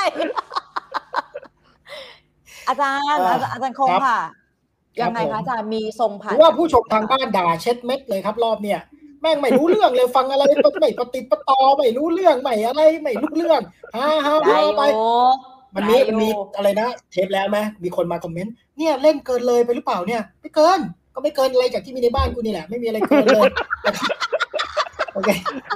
อาจารย์อาจารย์คงค่ะยังไงคะอาจารย์มีทรงผ่านว่าผู้ชมทางบ้านด่าเช็ดเม็ดเลยครับรอบเนี่ยแม่งไม่รู้เรื่องเลยฟังอะไรไม่ปฏิปตอไม่รู้เรื่องไม่อะไรไม่รู้เรื่องฮ่าฮ่าไปมันมีมันมีอะไรนะเทปแล้วไหมมีคนมาคอมเมนต์เนี่ยเล่นเกินเลยไปหรือเปล่าเนี่ยไม่เกินก็ไม่เกินอะไรจากที่มีในบ้านกูนี่แหละไม่มีอะไรเกินเลยโอเค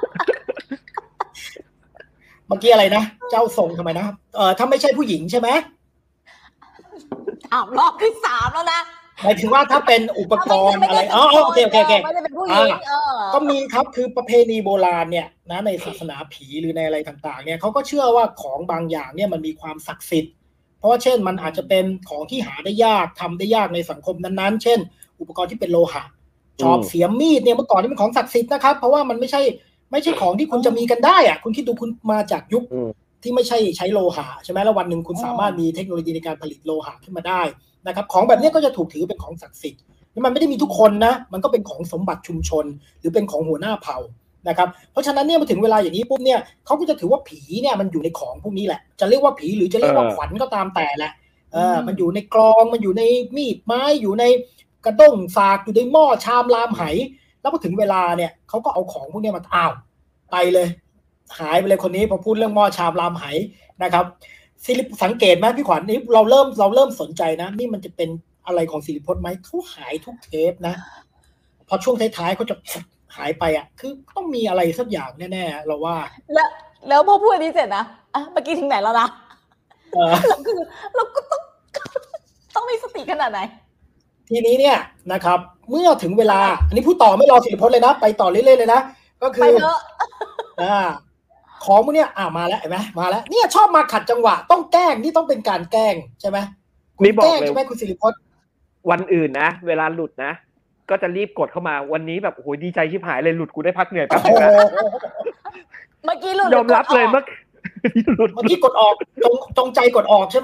เมื่อกี้อะไรนะเจ้าทรงทำไมนะเออถ้าไม่ใช่ผู้หญิงใช่ไหมถามรอบที่สามแล้วนะหมายถึงว่าถ้าเป็นอุปกรณ์อะไรอ๋อโอเคโอเคโอเคไม่ได้เป็นผู้หญิงก็มีครับคือประเพณีโบราณเนี่ยนะในศาสนาผีหรือในอะไรต่างๆเนี่ยเขาก็เชื่อว่าของบางอย่างเนี่ยมันมีความศักดิ์สิทธิ์เพราะว่าเช่นมันอาจจะเป็นของที่หาได้ยากทำได้ยากในสังคมนั้นๆเช่นอุปกรณ์ที่เป็นโลหะจอบเสียมมีดเนี่ยเมื่อก่อนนี่เป็นของศักดิ์สิทธิ์นะครับเพราะว่ามันไม่ใช่ไม่ใช่ของที่คุณจะมีกันได้อะคุณคิดดูคุณมาจากยุคที่ไม่ใช่ใช้โลหะใช่ไหมแล้ววันหนึ่งคุณสามารถมีเทคโนโลยีในการผลิตโลหะขึ้นมาได้นะครับของแบบนี้ก็จะถูกถือเป็นของศักดิ์สิทธิ์มันไม่ได้มีทุกคนนะมันก็เป็นของสมบัติชุมชนหรือเป็นของหัวหน้าเผ่านะครับเพราะฉะนั้นเนี่ยมาถึงเวลาอย่างนี้ปุ๊บเนี่ยเขาก็จะถือว่าผีเนี่ยมันอยู่ในของพวกนี้แหละจะเรียกว่าผีหรือจะเรียกว่าขวัญก็ตามแต่แหละเออมันอยู่ในกลองมันอยู่ในมีดไม้อยู่ในกระด้งสากอยู่ในหม้อชามลามไหแล้วพอถึงเวลาเนี่ยเขาก็เอาของพวกนี้มาอ้าวไปเลยหายไปเลยคนนี้พอพูดเรื่องหม้อชามลามไหนะครับสังเกตไหมพี่ขวัญนี่เราเริ่มเราเริ่มสนใจนะนี่มันจะเป็นอะไรของศิริพจน์ไหมเขาหายทุกเทปนะพอช่วงท้ายๆเขาจะหายไปอ่ะคือต้องมีอะไรสักอย่างแน่ๆเราว่าแล้วแล้วพอพูดนี้เสร็จนะอ่ะเมื่อกี้ถึงไหนแล้วนะเราคือเราก็ต้องต้องมีสติขนาดไหนทีนี้เนี่ยนะครับเมื่อถึงเวลาอันนี้พูดต่อไม่รอศิริพจน์เลยนะไปต่อเรื่อยๆเลยนะก็คืออ่าของพวกเนี้ยอ่ามาแล้วเห็นไหมมาแล้วเนี่ยชอบมาขัดจังหวะต้องแกล้งนี่ต้องเป็นการแกล้งใช่ไหมนี่บอกเลยใช่ไหมคุณศิริพจน์วันอื่นนะเวลาหลุดนะก็จะรีบกดเข้ามาวันนี้แบบโอ้โหดีใจชิบหายเลยหลุดกูได้พักเหนื่อยแป๊บนึงนะเมื่อกี้หลุดยอมรับเลยเมื่อหลุดเมื่อกี้กดออกจงจงใจกดออกใช่ไหม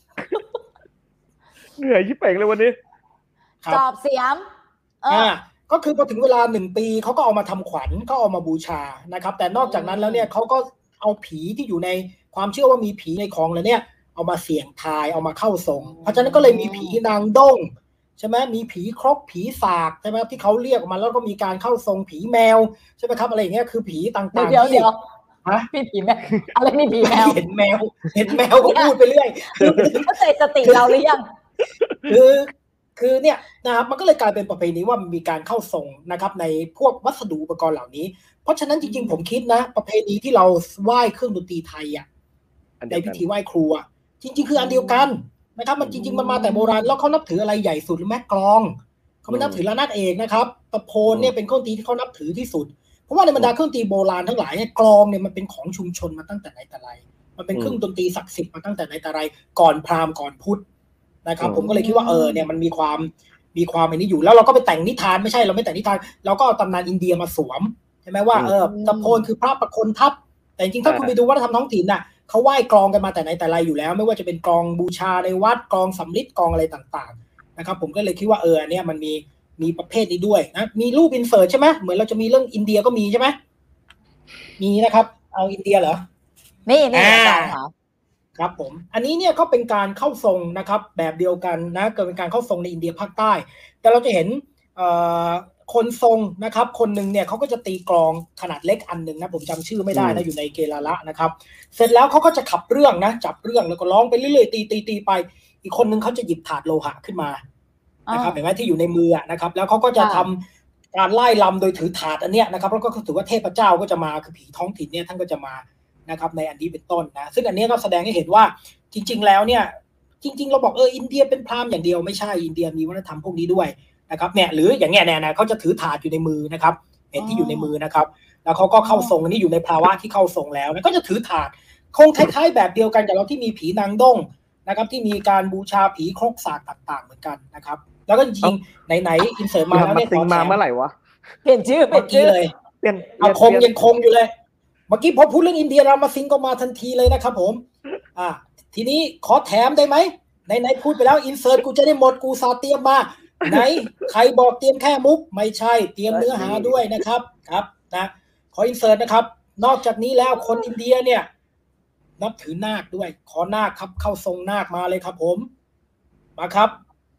เหนื่อยชิบเป่งเลยวันนี้จอบเสียมอ่าก็คือพอถึงเวลาหนึ่งปีเขาก็เอามาทำขวัญก็เอามาบูชานะครับแต่นอกจากนั้นแล้วเนี่ยเขาก็เอาผีที่อยู่ในความเชื่อว่ามีผีในของแล้วเนี่ยเอามาเสี่ยงทายเอามาเข้าทรงเพราะฉะนั้นก็เลยมีผีนางด้งใช่ไหมมีผีครกผีสากใช่ไหมที่เขาเรียกออกมาแล้วก็มีการเข้าทรงผีแมวใช่ไหมครับอะไรอย่างเงี้ยคือผีต่างๆเดี๋ยวเดี๋ยวฮะพี่ผีแมวอะไรมีผีแมวเห็นแมวเห็นแมวก็พูดไปเรื่อยเข้าใจสติเราหรือยังคือคือเนี่ยนะครับมันก็เลยกลายเป็นประเพณีว่ามันมีการเข้าทรงนะครับในพวกวัสดุอุปกรณ์เหล่านี้เพราะฉะนั้นจริงๆผมคิดนะประเพณีที่เราไหว้เครื่องดนตรีไทยอ่ะในพิธีไหว้ครูอ่ะจริงๆคืออันเดียวกันนะครับมันจริงๆมันมาแต่โบราณแล้วเขานับถืออะไรใหญ่สุดหรือแม่กลองเขาไม่นับถือระนาดเอกนะครับตะโพนเนี่ยเป็นเครื่องดนตรีที่เขานับถือที่สุดเพราะว่าในบรรดาเครื่องดนตรีโบราณทั้งหลายเนี่ยกลองเนี่ยมันเป็นของชุมชนมาตั้งแต่ไหนแต่ไรมันเป็นเครื่องดนตรีศักดิ์สิทธิ์มาตั้งแต่ไหนแต่ไรก่อนพราหมณ์ก่อนพุทธนะครับผมก็เลยคิดว่าเออเนี่ยมันมีความมีความอันนี้อยู่แล้วเราก็ไปแต่งนิทานไม่ใช่เราไม่แต่งนิทานเราก็เอาตำนานอินเดียมาสวมใช่ไหมว่าเออตะโพนคือพระประคนทัพแต่จริงๆถ้าคุณไปดูวัฒนธรรมท้องถิ่นน่ะเขาไหว้กลองกันมาแต่ไหนแต่ไรอยู่แล้วไม่ว่าจะเป็นกลองบูชาในวัดกลองสำริดกลองอะไรต่างๆนะครับผมก็เลยคิดว่าเอออันเนี้ยมันมีมีประเภทนี้ด้วยนะมีรูปอินเสิร์ตใช่ไหมเหมือนเราจะมีเรื่องอินเดียก็มีใช่ไหมมีนะครับเอาอินเดียเหรอนี่นี่อาจารย์ค่ะครับผมอันนี้เนี่ยก็เป็นการเข้าทรงนะครับแบบเดียวกันนะเกิดเป็นการเข้าทรงในอินเดียภาคใต้แต่เราจะเห็นคนทรงนะครับคนหนึ่งเนี่ยเขาก็จะตีกลองขนาดเล็กอันหนึ่งนะผมจำชื่อไม่ได้นะอยู่ในเกลาละนะครับเสร็จแล้วเขาก็จะขับเรื่องนะจับเรื่องแล้วก็ร้องไปเรื่อยๆตีตีตีไปอีกคนนึงเขาจะหยิบถาดโลหะขึ้นมานะครับเห็นไหมที่อยู่ในมือนะครับแล้วเขาก็จะทำการไล่ลำโดยถือถาดอันเนี้ยนะครับแล้วก็ถือว่าเทพเจ้าก็จะมาคือผีท้องถิ่นเนี่ยท่านก็จะมานะครับในอันนี้เป็นต้นนะซึ่งอันนี้ก็แสดงให้เห็นว่าจริงๆแล้วเนี่ยจริงๆเราบอกเอออินเดียเป็นพราหมณ์อย่างเดียวไม่ใช่อินเดียมีวัฒนธรรมพวกนี้ด้วยนะครับเนี่ยหรืออย่างเงี้ยเนี่ยนะเขาจะถือถาดอยู่ในมือนะครับเห็นที่อยู่ในมือนะครับแล้วเขาก็เข้าทรงอันนี้อยู่ในภาวะที่เข้าทรงแล้วก็จะถือถาดคงคล้ายๆแบบเดียวกันกับเราที่มีผีนางด้งนะครับที่มีการบูชาผีครกสากต่างๆเหมือนกันนะครับแล้วก็จริงๆไหนๆอินเสิร์ตมาแล้วเนี่ยขอมาเมื่อไหร่วะเปลี่ยนชื่อเปลี่ยนชื่อเลยเปลี่ยนเอาคงยังคงอยู่เลยเมื่อกี้พอพูดเรื่องอินเดียรามาซิงก็มาทันทีเลยนะครับผมอ่าทีนี้ขอแถมได้ไหมไหนๆพูดไปแล้วอินเสิร์ตกูจะได้หมดกูซาเตรียมมาไหนใครบอกเตรียมแค่มุกไม่ใช่เตรียมเนื้อหาด้วยนะครับครับนะขออินเสิร์ตนะครับนอกจากนี้แล้วคนอินเดียเนี่ยนับถือนาคด้วยขอนาคครับเข้าทรงนาคมาเลยครับผมมาครับ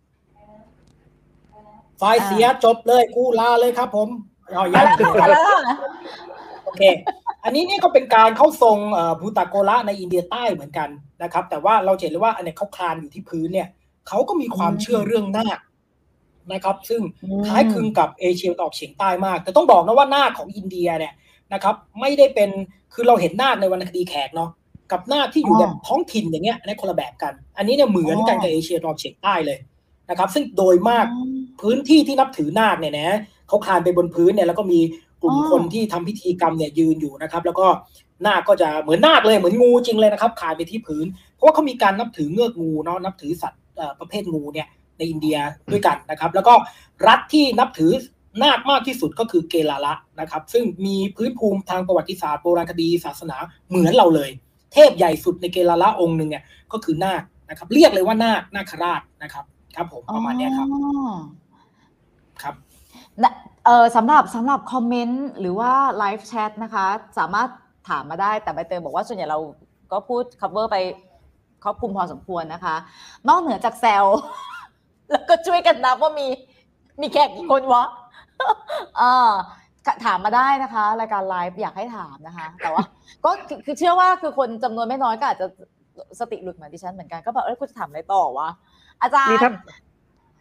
ไฟเสียจบเลยกูลาเลยครับผมเอาอย่างโอเคอันนี้เนี่ยก็เป็นการเข้าทรงบูตาโกระในอินเดียใต้เหมือนกันนะครับแต่ว่าเราเห็นเลยว่าอันนี้เขาคลานอยู่ที่พื้นเนี่ยเขาก็มีความเชื่อเรื่องนาคนะครับซึ่งคล้ายคลึงกับเอเชียตะวันออกเฉียงใต้มากแต่ต้องบอกนะว่านาคของอินเดียเนี่ยนะครับไม่ได้เป็นคือเราเห็นนาคในวรรณคดีแขกเนาะกับนาคที่อยู่แบบท้องถิ่นอย่างเงี้ยในคนละแบบกันอันนี้เนี่ยเหมือนกันกับเอเชียตะวันออกเฉียงใต้เลยนะครับซึ่งโดยมากพื้นที่ที่นับถือนาคเนี่ยนะเขาคลานไปบนพื้นเนี่ยแล้วก็มีกลุ่มคนที่ทำพิธีกรรมเนี่ยยืนอยู่นะครับแล้วก็นาคก็จะเหมือนนาคเลยเหมือนงูจริงเลยนะครับคลานไปที่พื้นเพราะว่าเขามีการนับถือเงือกงูเนาะนับถือสัตว์ประเภทงูเนี่ยในอินเดียด้วยกันนะครับแล้วก็รัฐที่นับถือนาคมากที่สุดก็คือเกลาละนะครับซึ่งมีพื้นภูมิทางประวัติศาสตร์โบราณคดีศาสนาเหมือนเราเลยเทพใหญ่สุดในเกลาละองค์หนึ่งเนี่ยก็คือนาคนะครับเรียกเลยว่านาคนาคราชนะครับครับผมประมาณนี้ครับครับเออสำหรับสำหรับคอมเมนต์หรือว่าไลฟ์แชทนะคะสามารถถามมาได้แต่ใบเตยบอกว่าส่วนใหญ่เราก็พูด cover ไปครอบคลุมพอสมควรนะคะนอกเหนือจากแซวแล้วก็ช่วยกันนับว่ามีมีแขกกี่คนวะเออถามมาได้นะคะรายการไลฟ์อยากให้ถามนะคะแต่ว่าก็คือเชื่อว่าคือคนจำนวนไม่น้อยก็อาจจะสติหลุดเหมือนดิฉันเหมือนกันก็แบบเอ้ยคุณจะถามอะไรต่อวะอาจารย์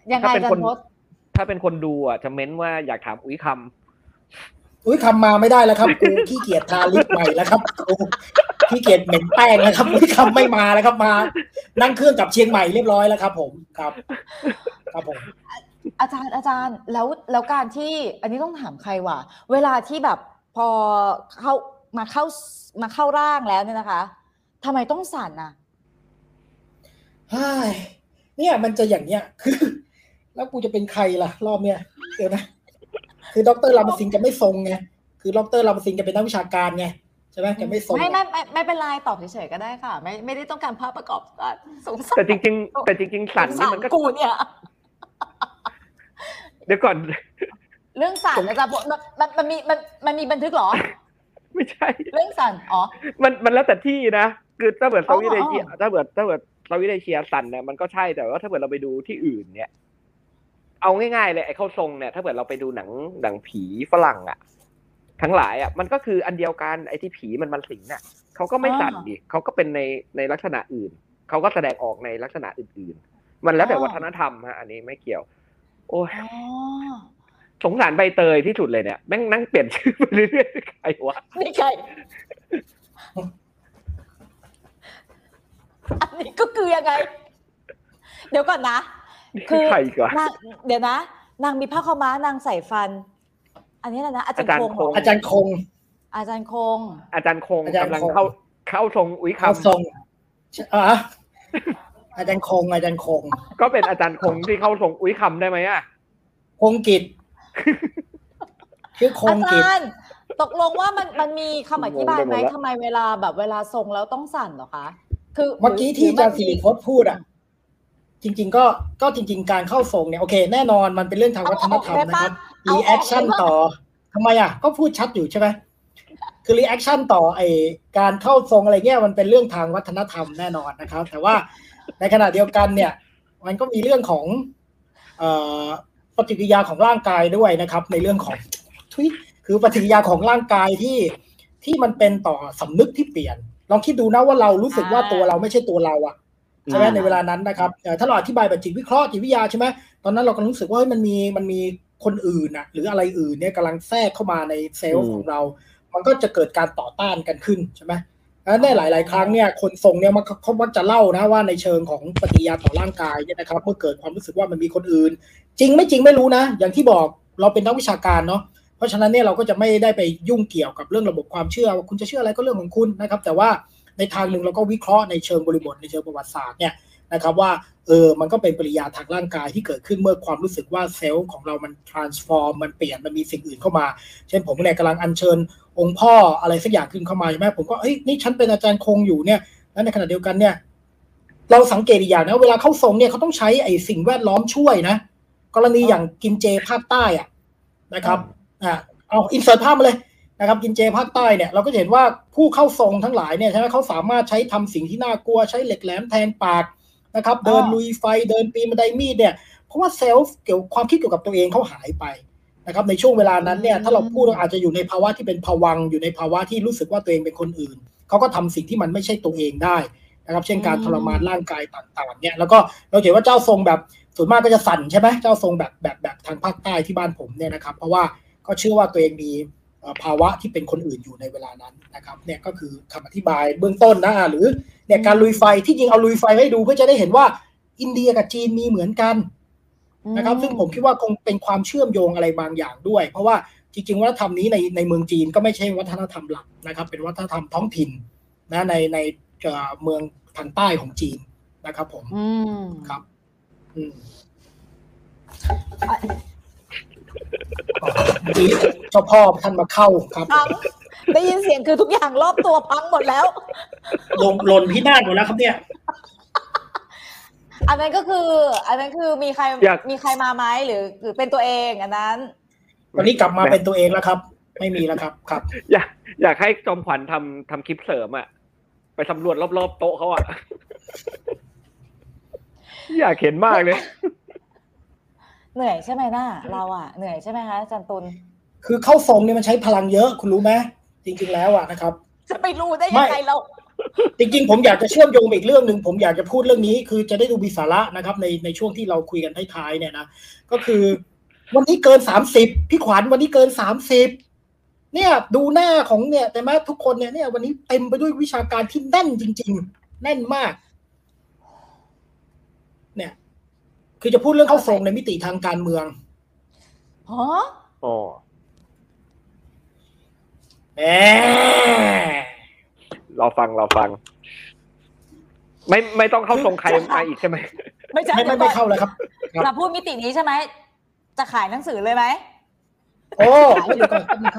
ยังไงถ้าเป็นจัคนนทศถ้าเป็นคนดูอ่ะจะเม้นว่าอยากถามอุ้ยคำอุ้ยคำมาไม่ได้แล้วครับกูขี้เกียจทาลิปใหม่แล้วครับกูขี้เกียจเหม็นแป้งแล้วครับอุ้ยคำไม่มาแล้วครับมานั่งเครื่องกลับเชียงใหม่เรียบร้อยแล้วครับผมครับครับผมอาจารย์อาจารย์แล้วแล้วการที่อันนี้ต้องถามใครวะเวลาที่แบบพอเข้ามาเข้ามาเข้าร่างแล้วเนี่ยนะคะทำไมต้องสั่นอ่ะเฮ้ยเนี่ยมันจะอย่างเนี้ยคือแล้วกูจะเป็นใครล่ะรอบเนี้ยเดี๋ยวนะคือดร.ลำสิงห์จะไม่ทรงไงคือดร.ลำสิงห์จะเป็นนักวิชาการไงใช่ไหมจะไม่ทรงไม่ไม่ไม่ไม่เป็นไรตอบเฉยๆก็ได้ค่ะไม่ไม่ได้ต้องการภาพประกอบสงสารแต่จริงๆแต่จริงๆสั่นนี่มันก็กูเนี่ยเดี๋ยวก่อนเรื่องสั่นอาจารย์มันมันมันมีมันมันมีบันทึกเหรอไม่ใช่เรื่องสั่นอ๋อมันมันแล้วแต่ที่นะคือถ้าเกิดสวิตเอเชียถ้าเกิดถ้าเกิดสวิตเอเชียสั่นเนี่ยมันก็ใช่แต่ว่าถ้าเกิดเราไปดูที่อื่นเนี่ยเอาง่ายๆเลยไอ้เข้าทรงเนี่ยถ้าเกิดเราไปดูหนังหนังผีฝรั่งอ่ะทั้งหลายอ่ะมันก็คืออันเดียวกันไอ้ที่ผีมันมันสิงน่ะเขาก็ไม่สั่นดิเขาก็เป็นในในลักษณะอื่นเขาก็แสดงออกในลักษณะอื่นๆมันแล้วแต่วัฒนธรรมฮะอันนี้ไม่เกี่ยวโอ้ยสงสารใบเตยที่สุดเลยเนี่ยแม่งนั่งเปลี่ยนชื่อไปเรื่อยๆใครวะนี่ใครอันนี้ก็คือยังไงเดี๋ยวก่อนนะคือใครก่อนเดี๋ยวนะนางมีผ้าขาวม้านางใส่ฟันอันนี้อะไรนะอาจารย์คงอาจารย์คงอาจารย์คงอาจารย์คงกำลังเข้าเข้าทรงอุ้ยคำเข้าทรงอ่ะอาจารย์คงอาจารย์คงก็เป็นอาจารย์คงที่เข้าทรงอุ้ยคำได้ไหมอ่ะคงกิจคือคงกิจอาจารย์ตกลงว่ามันมันมีคำอธิบายไหมทำไมเวลาแบบเวลาทรงแล้วต้องสั่นเหรอคะคือเมื่อกี้ที่อาจารย์ศิริพจน์พูดอ่ะจริงๆก็ก็จริงๆการเข้าทรงเนี่ยโอเคแน่นอนมันเป็นเรื่องทางวัฒนธรรมนะครับรีแอคชั่นต่อทำไมอ่ะก็พูดชัดอยู่ใช่ไหมคือรีแอคชั่นต่อไอการเข้าทรงอะไรเงี้ยมันเป็นเรื่องทางวัฒนธรรมแน่นอนนะครับแต่ว่าในขณะเดียวกันเนี่ยมันก็มีเรื่องของเอ่อปฏิกิริยาของร่างกายด้วยนะครับในเรื่องของทุยคือปฏิกิริยาของร่างกายที่ที่มันเป็นต่อสำนึกที่เปลี่ยนลองคิดดูนะว่าเรารู้สึกว่าตัวเราไม่ใช่ตัวเราอะใช่ไหมในเวลานั้นนะครับถ้าเราอธิบายแบบจิตวิเคราะห์จิตวิทยาใช่ไหมตอนนั้นเราก็รู้สึกว่ามันมีมันมีคนอื่นนะหรืออะไรอื่นเนี่ยกำลังแทรกเข้ามาในเซลล์ของเรามันก็จะเกิดการต่อต้านกันขึ้นใช่ไหมและในหลายๆครั้งเนี่ยคนทรงเนี่ยมันเขามักจะเล่านะว่าในเชิงของปฏิกิริยาต่อร่างกายเนี่ยนะครับเมื่อเกิดความรู้สึกว่ามันมีคนอื่นจริงไม่จริงไม่รู้นะอย่างที่บอกเราเป็นนักวิชาการเนาะเพราะฉะนั้นเนี่ยเราก็จะไม่ได้ไปยุ่งเกี่ยวกับเรื่องระบบความเชื่อว่าคุณจะเชื่ออะไรก็เรื่องของคุณนะครับแต่ว่าในทางหนึ่งเราก็วิเคราะห์ในเชิงบริบทในเชิงประวัติศาสตร์เนี่ยนะครับว่าเออมันก็เป็นปริยาทางร่างกายที่เกิดขึ้นเมื่อความรู้สึกว่าเซลล์ของเรามัน transform มันเปลี่ยนมันมีสิ่งอื่นเข้ามาเช่นผมเนี่ยกำลังอัญเชิญองค์พ่ออะไรสักอย่างขึ้นเข้ามาใช่ไหมผมก็เอ้ยนี่ฉันเป็นอาจารย์คงอยู่เนี่ยแล้วในขณะเดียวกันเนี่ยเราสังเกตอีกอย่างนะเวลาเข้าทรงเนี่ยเขาต้องใช้ไอ้สิ่งแวดล้อมช่วยนะกรณีอย่างกินเจภาคใต้อะนะครับอ่าเอาอินเสิร์ตภาพมาเลยนะครับกินเจภาคใต้เนี่ยเราก็เห็นว่าผู้เข้าทรงทั้งหลายเนี่ยใช่ไหมเขาสามารถใช้ทำสิ่งที่น่ากลัวใช้เหล็กแหลมแทงปากนะครับเดินลุยไฟเดินปีนบันไดมีดเนี่ยเพราะว่าเซลฟ์เกี่ยวความคิดเกี่ยวกับตัวเองเขาหายไปนะครับในช่วงเวลานั้นเนี่ยถ้าเราพูดเราอาจจะอยู่ในภาวะที่เป็นภวังค์อยู่ในภาวะที่รู้สึกว่าตัวเองเป็นคนอื่นเขาก็ทำสิ่งที่มันไม่ใช่ตัวเองได้นะครับเช่นการทรมานร่างกายต่างๆเนี่ยแล้วก็เราเห็นว่าเจ้าทรงแบบส่วนมากก็จะสั่นใช่ไหมเจ้าทรงแบบแบบแบบทางภาคใต้ที่บ้านผมเนี่ยนะครับเพราะว่าก็เชื่อว่าตัวเองมีภาวะที่เป็นคนอื่นอยู่ในเวลานั้นนะครับเนี่ยก็คือคำอธิบายเบื้องต้นนะหรือเนี่ยการลุยไฟที่จริงเอาลุยไฟให้ดูเพื่อจะได้เห็นว่าอินเดียกับจีนมีเหมือนกันนะครับซึ่งผมคิดว่าคงเป็นความเชื่อมโยงอะไรบางอย่างด้วยเพราะว่าจริงๆวัฒนธรรมนี้ในในเมืองจีนก็ไม่ใช่วัฒนธรรมหลักนะครับเป็นวัฒนธรรมท้องถิ่นนะในในเมืองทางใต้ของจีนนะครับผมครับอืมดีเจ้าพ่อท่านมาเข้าครับได้ยินเสียงคือทุกอย่างรอบตัวพังหมดแล้วลงหล่นพินาศหมดแล้วครับเนี่ยอันนั้นก็คืออันนั้นคือมีใครมีใครมาไหมหรือหรือเป็นตัวเองอันนั้นวันนี้กลับมาเป็นตัวเองแล้วครับไม่มีแล้วครับครับอยากอยากให้จอมขวัญทำทำคลิปเสริมอ่ะไปสำรวจรอบๆโต๊ะเขาอ่ะอยากเห็นมากเลยเหนื่อยใช่ไหมน่าเราอ่ะเหนื่อยใช่ไหมคะอาจารย์ตุลคือเข้าทรงเนี่ยมันใช้พลังเยอะคุณรู้ไหมจริงๆแล้วอ่ะนะครับจะไปรู้ได้ยังไงเราจริงๆผมอยากจะเชื่อมโยงอีกเรื่องหนึ่งผมอยากจะพูดเรื่องนี้คือจะได้ดูมีสาระนะครับในในช่วงที่เราคุยกันท้ายๆเนี่ยนะก็คือวันนี้เกินสามสิบพี่ขวัญวันนี้เกินสามสิบเนี่ยดูหน้าของเนี่ยแต่แม้ทุกคนเนี่ยเนี่ยวันนี้เต็มไปด้วยวิชาการที่แน่นจริงๆแน่นมากเนี่ยคือจะพูดเรื่องเข้าทรงในมิติทางการเมืองฮะอ๋อแหมเราฟังเราฟังไม่ไม่ต้องเข้าทรงใครมาอีกใช่ไหมไม่ใช่ไม่ไม่ไม่เข้าเลยครับเราพูดมิตินี้ใช่ไหมจะขายหนังสือเลยไหมโอ้เดี๋ยวก่อนครับ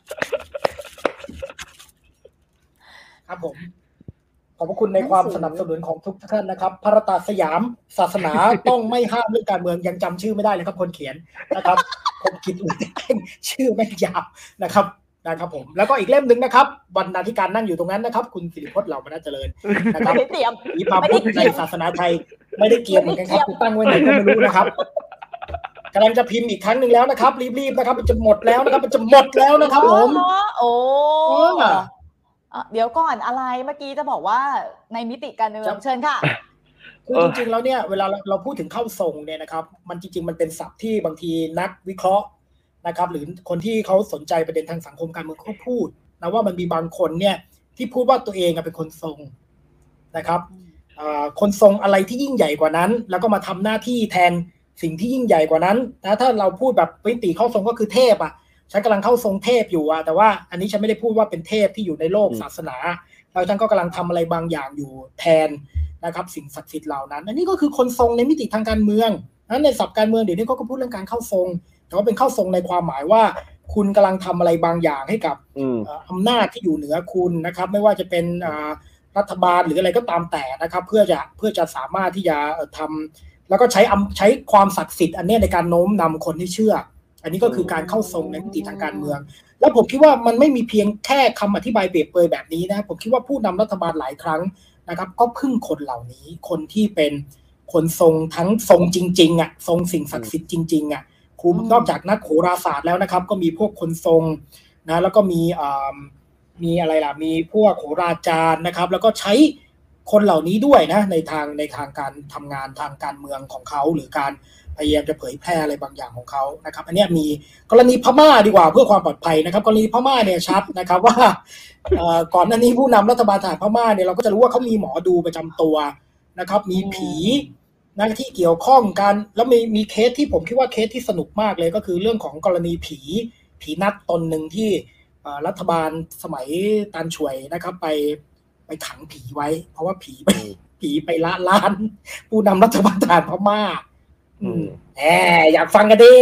ครับผมขอบพระคุณในความสนับสนุนของทุกท่านนะครับพระตาสยามศาสนาต้องไม่ห้ามเรื่องการเมืองยังจำชื่อไม่ได้เลยครับคนเขียนนะครับผมคิดว่าชื่อไม่ยาวนะครับนะครับผมแล้วก็อีกเล่มหนึ่งนะครับบรรณาธิการนั่งอยู่ตรงนั้นนะครับคุณสิริพจน์เหล่ามณเจริญนะครับไม่ได้เตรียมมีพระพุทธในศาสนาไทยไม่ได้เกี่ยวเหมือนกันครับตั้งไว้ไหนก็ไม่รู้นะครับกำลังจะพิมพ์อีกครั้งหนึ่งแล้วนะครับรีบๆนะครับมันจะหมดแล้วนะครับมันจะหมดแล้วนะครับผมโอ้เดี๋ยวก่อนอะไรเมื่อกี้จะบอกว่าในมิติการเมืองเชิญค่ะคือจริงๆแล้วเนี่ยเวลาเราพูดถึงเข้าทรงเนี่ยนะครับมันจริงๆมันเป็นศัพท์ที่บางทีนักวิเคราะห์นะครับหรือคนที่เขาสนใจประเด็นทางสังคมการเมืองเขาพูดนะว่ามันมีบางคนเนี่ยที่พูดว่าตัวเองเป็นคนทรงนะครับคนทรงอะไรที่ยิ่งใหญ่กว่านั้นแล้วก็มาทำหน้าที่แทนสิ่งที่ยิ่งใหญ่กว่านั้นนะถ้าเราพูดแบบมิติเข้าทรงก็คือเทพอ่ะฉันกำลังเข้าทรงเทพอยู่อ่ะแต่ว่าอันนี้ฉันไม่ได้พูดว่าเป็นเทพที่อยู่ในโลกศาสนาแล้วฉันก็กำลังทำอะไรบางอย่างอยู่แทนนะครับสิ่งศักดิ์สิทธิ์เหล่านั้นอันนี้ก็คือคนทรงในมิติทางการเมืองนั้นในศัพท์การเมืองเดี๋ยวนี้เขาก็พูดเรื่องการเข้าทรงแต่ว่าเป็นเข้าทรงในความหมายว่าคุณกำลังทำอะไรบางอย่างให้กับอำนาจที่อยู่เหนือคุณนะครับไม่ว่าจะเป็นรัฐบาลหรืออะไรก็ตามแต่นะครับเพื่อจะเพื่อจะสามารถที่จะทำแล้วก็ใช้ใช้ความศักดิ์สิทธิ์อันนี้ในการโน้มนำคนให้เชื่ออันนี้ก็คือการเข้าทรงในมิติทางการเมืองแล้วผมคิดว่ามันไม่มีเพียงแค่คำอธิบายเปรียบเปรยแบบนี้นะผมคิดว่าผู้นำรัฐบาลหลายครั้งนะครับก็พึ่งคนเหล่านี้คนที่เป็นคนทรงทั้งทรงจริงๆอ่ะทรงสิ่งศักดิ์สิทธิ์จริงๆอ่ะคุณนอกจากนักโหราศาสตร์แล้วนะครับก็มีพวกคนทรงนะแล้วก็มีอ่ามีอะไรล่ะมีพวกโหราจารย์นะครับแล้วก็ใช้คนเหล่านี้ด้วยนะในทางในทางการทำงานทางการเมืองของเขาหรือการพยายามจะเผยแพร่อะไรบางอย่างของเขานะครับอันนี้มีกรณีพม่าดีกว่าเพื่อความปลอดภัยนะครับกรณีพม่าเนี่ยชัดนะครับว่าก่อนหน้านี้ผู้นำรัฐบาลทหารพม่าเนี่ยเราก็จะรู้ว่าเขามีหมอดูประจำตัวนะครับมีผีนะที่เกี่ยวข้องกันแล้วมีมีเคสที่ผมคิดว่าเคสที่สนุกมากเลยก็คือเรื่องของกรณีผีผีนัดตนหนึ่งที่รัฐบาลสมัยตันช่วยนะครับไปไปขังผีไว้เพราะว่าผีไปผีไปละล้านผู้นำรัฐบาลทหารพม่าอืมแหมอยากฟังกันดิ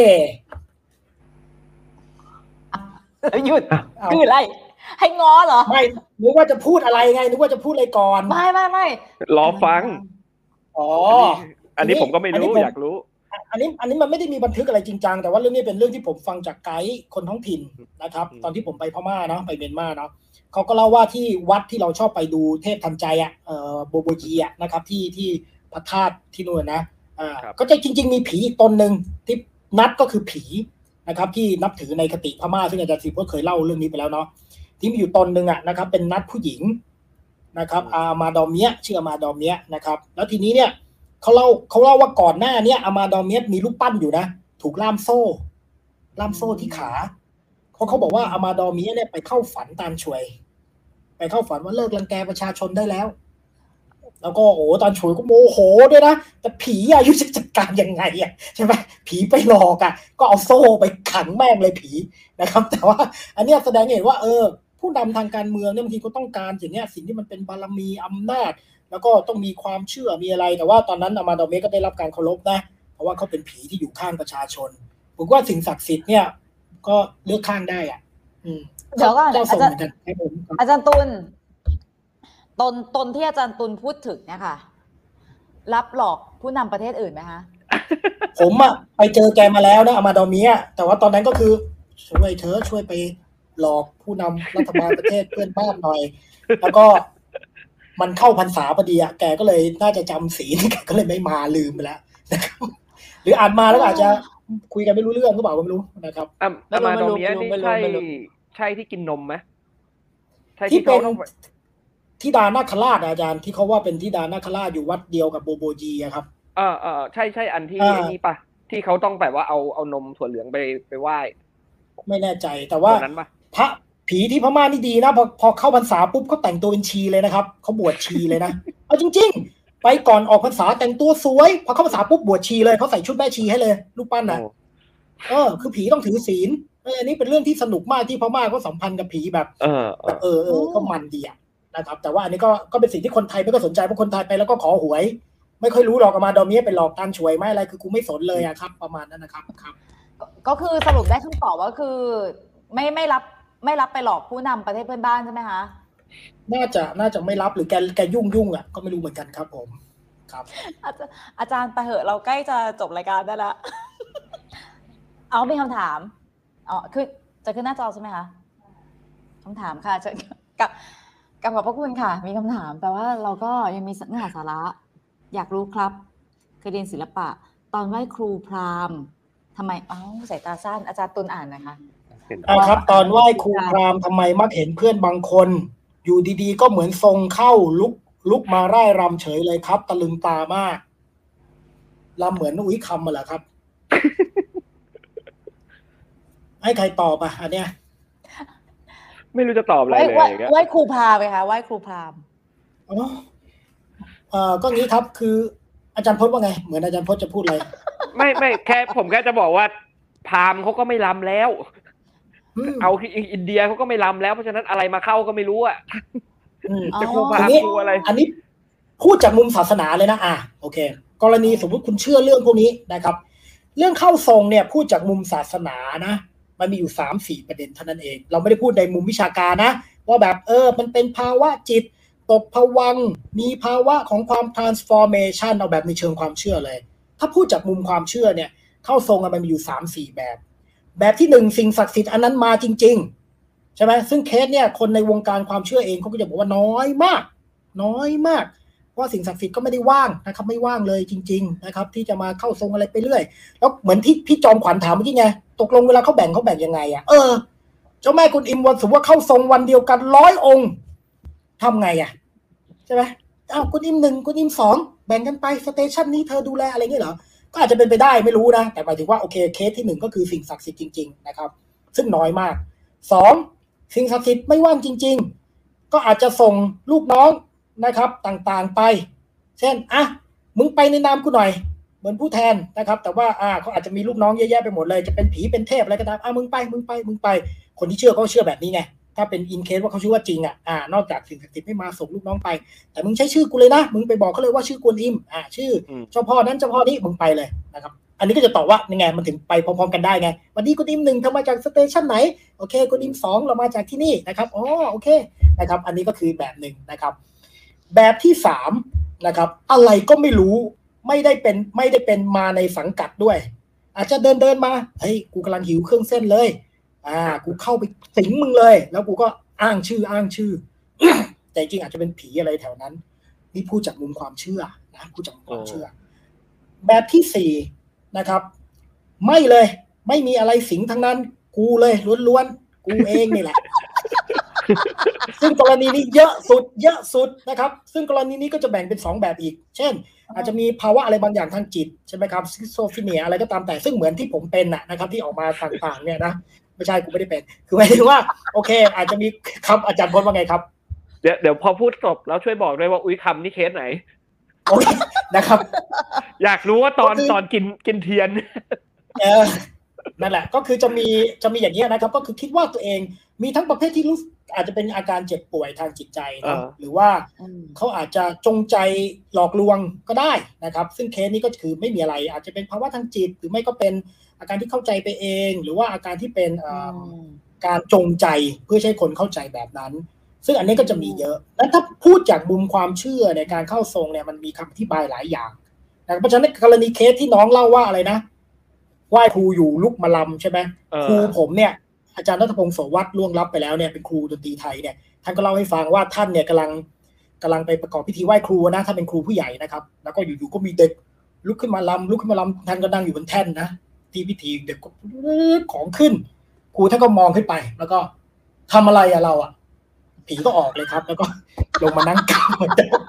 หยุดคืออะไรให้ง้อเหรอไม่นึกว่าจะพูดอะไรไงนึกว่าจะพูดอะไรก่อนไม่ไม่ไม่รอฟังอ๋ออันนี้ผมก็ไม่รู้อยากรู้อันนี้อันนี้มันไม่ได้มีบันทึกอะไรจริงจังแต่ว่าเรื่องนี้เป็นเรื่องที่ผมฟังจากไกด์คนท้องถิ่นนะครับตอนที่ผมไปพม่าเนาะไปเมียนมาเนาะเขาก็เล่าว่าที่วัดที่เราชอบไปดูเทพทันใจอ่ะเอ่อโบโบยีอ่ะนะครับที่ที่พระธาตุที่นู่นนะอ่าก็จะจริงๆมีผีอีกตนหนึ่งที่นัดก็คือผีนะครับที่นับถือในคติพม่าซึ่งอาจารย์ศิริพจน์เคยเล่าเรื่องนี้ไปแล้วเนาะที่มีอยู่ตนหนึ่งอ่ะนะครับเป็นนัดผู้หญิงนะครับอามาดอมเมียชื่ออามาดอมเมียนะครับแล้วทีนี้เนี่ยเขาเล่าเขาเล่าว่าก่อนหน้านี้อามาดอมเมียมีรูปปั้นอยู่นะถูกล่ามโซ่ล่ามโซ่ที่ขาเขาเขาบอกว่าอามาดอมเมียเนี่ยไปเข้าฝันตานช่วยไปเข้าฝันว่าเลิกรังแกประชาชนได้แล้วแล้วก็โอ้ตอนช่วยก็โมโหด้วยนะแต่ผีอายุจะจัดการยังไงอ่ะใช่ไหมผีไปหลอกอ่ะก็เอาโซ่ไปขังแม่งเลยผีนะครับแต่ว่าอันนี้แสดงเห็นว่าเออผู้นำทางการเมืองเนี่ยบางทีก็ต้องการสิ่งนี้สิ่งที่มันเป็นบารมีอำนาจแล้วก็ต้องมีความเชื่อมีอะไรแต่ว่าตอนนั้นอามาดอมเมก็ได้รับการเคารพนะเพราะว่าเขาเป็นผีที่อยู่ข้างประชาชนผมว่าสิ่งศักดิ์สิทธิ์เนี่ยก็เลือกข้างได้อ่ะอืมเดี๋ยวก่อนอาจารย์อาจารย์ตุลตนตนที่อาจารย์ตุลพูดถึงเนี่ยค่ะรับหลอกผู้นำประเทศอื่นไหมคะผมอะไปเจอแกมาแล้วนะอามาดอมเมียแต่ว่าตอนนั้นก็คือช่วยเธอช่วยไปหลอกผู้นำรัฐบาลประเทศเพื่อนบ้านหน่อยแล้วก็มันเข้าพรรษาพอดีอะแกก็เลยน่าจะจำศีลแกก็เลยไม่มาลืมไปแล้วนะครับหรืออ่านมาแล้วอาจจะคุยกันไม่รู้เรื่องหรือเปล่าไม่รู้นะครับอามาดอมเมียนี่ใช่ใช่ที่กินนมไหมที่เป็นธิดานาคราชอาจารย์ที่เขาว่าเป็นธิดานาคราชอยู่วัดเดียวกับโบโบจีอะครับเออเออใช่ใช่อันที่ไอ้นี่ปะที่เขาต้องแบบว่าเอาเอานมถั่วเหลืองไปไปไหว้ไม่แน่ใจแต่ว่าพระผีที่พม่านี่ดีนะพอพอเข้าพรรษาปุ๊บเขาแต่งตัวเป็นชีเลยนะครับเขาบวชชีเลยนะเอาจริงๆไปก่อนออกพรรษาแต่งตัวสวยพอเข้าพรรษาปุ๊บบวชชีเลยเขาใส่ชุดแม่ชีให้เลยรูปปั้นนะเออคือผีต้องถือศีลอันนี้เป็นเรื่องที่สนุกมากที่พม่าก็สัมพันธ์กับผีแบบเออเออเออก็มันดีอะนะครับแต่ว่าอันนี้ก็ก็เป็นสิ่งที่คนไทยไม่ก็สนใจเพราะคนไทยไปแล้วก็ขอหวยไม่ค่อยรู้หรอกเอามาดอมเมียไปหลอกการช่วยไหมอะไรคือกูไม่สนเลยอะครับประมาณนั้นนะครับครับก็คือสรุปได้คำตอบว่าคือไม่ไม่รับไม่รับไปหลอกผู้นำประเทศเพื่อนบ้านใช่ไหมคะน่าจะน่าจะไม่รับหรือแกแกยุ่งยุ่งอ่ะก็ไม่รู้เหมือนกันครับผมครับอาจารย์อาจารย์ไปเหอะเราใกล้จะจบรายการได้แล้วเอามีคำถามอ๋อคือจะขึ้นหน้าจอใช่ไหมคะคำถามค่ะกับกับขอบพระคุณค่ะมีคำถามแต่ว่าเราก็ยังมีเนื้อหาสาระอยากรู้ครับเคยเรียนศิลปะตอนไหว้ครูพราหมณ์ทำไมเอ้าสายตาสั้นอาจารย์ตุลอ่านนะคะอ่าครับตอนไหว้ครูพราหมณ์ทำไมมักเห็นเพื่อนบางคนอยู่ดีๆก็เหมือนทรงเข้าลุกลุกมาร่ายรำเฉยเลยครับตะลึงตามากรำเหมือนอุ้ยคำมาเหรอครับ ให้ใครตอบอ่ะอันเนี้ยไม่รู้จะตอบอะไรเลยไหว้ครูพราหมณ์ไหมคะไหว้ครูพราหมณ์อ๋อเอ่อก็งี้ครับคืออาจารย์พจน์ว่าไงเหมือนอาจารย์พจน์จะพูดอะไรไม่ไม่แค่ผมแค่จะบอกว่าพราหมณ์เขาก็ไม่รำแล้วเอาอินเดียเขาก็ไม่รำแล้วเพราะฉะนั้นอะไรมาเข้าก็ไม่รู้อ่ะจะครูพราหมณ์ครูอะไรอันนี้พูดจากมุมศาสนาเลยนะอ่ะโอเคกรณีสมมุติคุณเชื่อเรื่องพวกนี้นะครับเรื่องเข้าทรงเนี่ยพูดจากมุมศาสนานะมันมีอยู่ สามสี่ ประเด็นเท่านั้นเองเราไม่ได้พูดในมุมวิชาการนะว่าแบบเออมันเป็นภาวะจิตตกภวังค์มีภาวะของความ transformation เอาแบบในเชิงความเชื่อเลยถ้าพูดจากมุมความเชื่อเนี่ยเข้าทรงมันมีอยู่ สามสี่ แบบแบบที่หนึ่งสิ่งศักดิ์สิทธิ์อันนั้นมาจริงๆใช่ไหมซึ่งเคสเนี่ยคนในวงการความเชื่อเองเขาก็จะบอกว่าน้อยมากน้อยมากเพราะสิ่งศักดิ์สิทธิ์ก็ไม่ได้ว่างนะครับไม่ว่างเลยจริงๆนะครับที่จะมาเข้าทรงอะไรไปเรื่อยแล้วเหมือนที่พี่จอมขวัญถามเมื่อกี้ไงตกลงเวลาเขาแบ่งเขาแบ่งยังไงอ่ะเออเจ้าแม่กุนอิมวันสมมติว่าเข้าทรงวันเดียวกันร้อยองค์ทำไงอ่ะใช่ไหมอ้าวกุนอิมหนึ่งกุนอิมสองแบ่งกันไปสเตชันนี้เธอดูแลอะไรเงี้ยเหรอก็อาจจะเป็นไปได้ไม่รู้นะแต่หมายถึงว่าโอเคเคสที่หนึ่งก็คือสิ่งศักดิ์สิทธิ์จริงๆนะครับซึ่งน้อยมากสองสิ่งศักดิ์สิทธิ์ไม่ว่างจริงๆก็อาจจะส่งลูกน้องนะครับต่างๆไปเช่นอ่ะมึงไปในนามกูหน่อยเหมือนผู้แทนนะครับแต่ว่าอ่าเขาอาจจะมีลูกน้องเยอะแยะไปหมดเลยจะเป็นผีเป็นเทพอะไรก็ตามอ่ะมึงไปมึงไปมึงไปคนที่เชื่อเขาเชื่อแบบนี้ไงถ้าเป็นอินเคสว่าเขาชื่อว่าจริงอ่ะอ่านอกจากสิ่งศักดิ์สิทธิ์ไม่มาส่งลูกน้องไปแต่มึงใช้ชื่อกูเลยนะมึงไปบอกเขาเลยว่าชื่อกวนอิมอ่าชื่อเจ้าพ่อนั้นเจ้าพ่อนี้มึงไปเลยนะครับอันนี้ก็จะตอบว่ายังไงมันถึงไปพร้อมๆกันได้ไงวันนี้กวนอิมหนึ่งเธอมาจากสเตชันไหนโอเคกวนอิมสองเรามาจากที่นี่นะครับอ๋อโอเคนะครับอันนี้ก็คือแบบหนึ่งนะครับแบบที่สามนะครับอะไรก็ไม่รู้ไม่ได้เป็นไม่ได้เป็นมาในสังกัดด้วยอาจจะเดินเดินมาเฮ้ยกูกำลังหิวเครื่องเส้นเลยอ่ากูเข้าไปสิงมึงเลยแล้วกูก็อ้างชื่ออ้างชื่อ แต่จริงอาจจะเป็นผีอะไรแถวนั้นนี่พูดจากมุมความเชื่อนะพูดจากมุมความเชื่อแบบที่สี่นะครับไม่เลยไม่มีอะไรสิงทั้งนั้นกูเลยล้วนๆกูเองนี่แหละ ซึ่งกรณีนี้เยอะสุดเยอะสุดนะครับซึ่งกรณีนี้ก็จะแบ่งเป็นสองแบบอีกเช่นอาจจะมีภาวะอะไรบางอย่างทางจิตใช่ไหมครับซิสโซฟิเนียอะไรก็ตามแต่ซึ่งเหมือนที่ผมเป็นนะครับที่ออกมาต่างๆเนี่ยนะไม่ใช่กูไม่ได้เป็นคือหมายถึงว่าโอเคอาจจะมีครับอาจารย์พจน์ว่าไงครับเดี๋ยวเดี๋ยวพอพูดจบแล้วช่วยบอกด้วยว่าอุ้ยคำนี่เคสไหนโอเคนะครับอยากรู้ว่าตอนตอนกินกินเทียนเออนั่นแหละก็คือจะมีจะมีอย่างนี้นะครับก็คือคิดว่าตัวเองมีทั้งประเภทที่รู้อาจจะเป็นอาการเจ็บป่วยทางจิตใจนะหรือว่าเขาอาจจะจงใจหลอกลวงก็ได้นะครับซึ่งเคสนี้ก็คือไม่มีอะไรอาจจะเป็นภาวะทางจิตหรือไม่ก็เป็นอาการที่เข้าใจไปเองหรือว่าอาการที่เป็นการจงใจเพื่อให้คนเข้าใจแบบนั้นซึ่งอันนี้ก็จะมีเยอะแล้วถ้าพูดจากมุมความเชื่อในการเข้าทรงเนี่ยมันมีคำอธิบายหลายอย่างนะเพราะฉะนั้นกรณีเคสที่น้องเล่าว่าอะไรนะไหว้ครูอยู่ลุกมาลำใช่ไหมครูผมเนี่ยอาจารย์ณัฐพงศ์โสวัตรล่วงลับไปแล้วเนี่ยเป็นครูดนตรีไทยเนี่ยท่านก็เล่าให้ฟังว่าท่านเนี่ยกำลังกำลังไปประกอบพิธีไหว้ครูนะท่านเป็นครูผู้ใหญ่นะครับแล้วก็อยู่ๆก็มีเด็กลุกขึ้นมาลำลุกขึ้นมาลำท่านก็นั่งอยู่บนแท่นนะที่พิธีเด็กก็ของขึ้นครูท่านก็มองขึ้นไปแล้วก็ทำอะไรอะเราอะผีก็ออกเลยครับ แล้วก็ลงมานั่งกราบเหมือนเดิม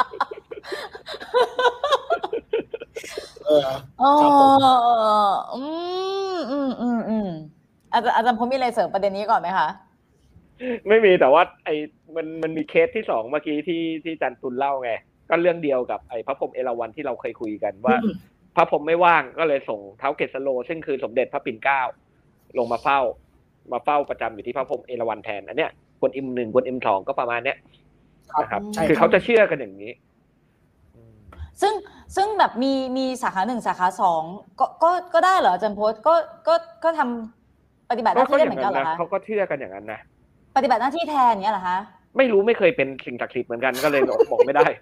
เอออ๋อครับผมอืมอืมอืมอืมอาจารย์อาจารย์ผมมีอะไรเสริมประเด็นนี้ก่อนไหมคะไม่มีแต่ว่าไอ้มันมันมีเคสที่สองเมื่อกี้ที่ที่จันตุลเล่าไงก็เรื่องเดียวกับไอ้พระพรหมเอราวัณที่เราเคยคุยกันว่าอืมพระพรหมไม่ว่างก็เลยส่งท้าวเกศโลซึ่งคือสมเด็จพระปิ่นเกล้าลงมาเฝ้ามาเฝ้าประจำอยู่ที่พระพรหมเอราวัณแทนอันเนี้ยกวนอิมหนึ่งกวนอิมสองก็ประมาณเนี้ยนะครับใช่คือครัเขาบจะเชื่อกันอย่างนี้ซึ่งซึ่งแบบมีมีสาขาหนึ่งสาขาสองก็ก็ก็ได้เหรออาจารย์พจน์ก็ก็ก็ทำปฏิบัติหน้าที่ได้เหมือนกันเหรอคะเขาก็เชื่อกันอย่างนั้นนะปฏิบัติหน้าที่แทนอย่างเงี้ยเหรอคะไม่รู้ไม่เคยเป็นสิ่งศักดิ์สิทธิ์เหมือนกันก็เลยบอกไม่ได้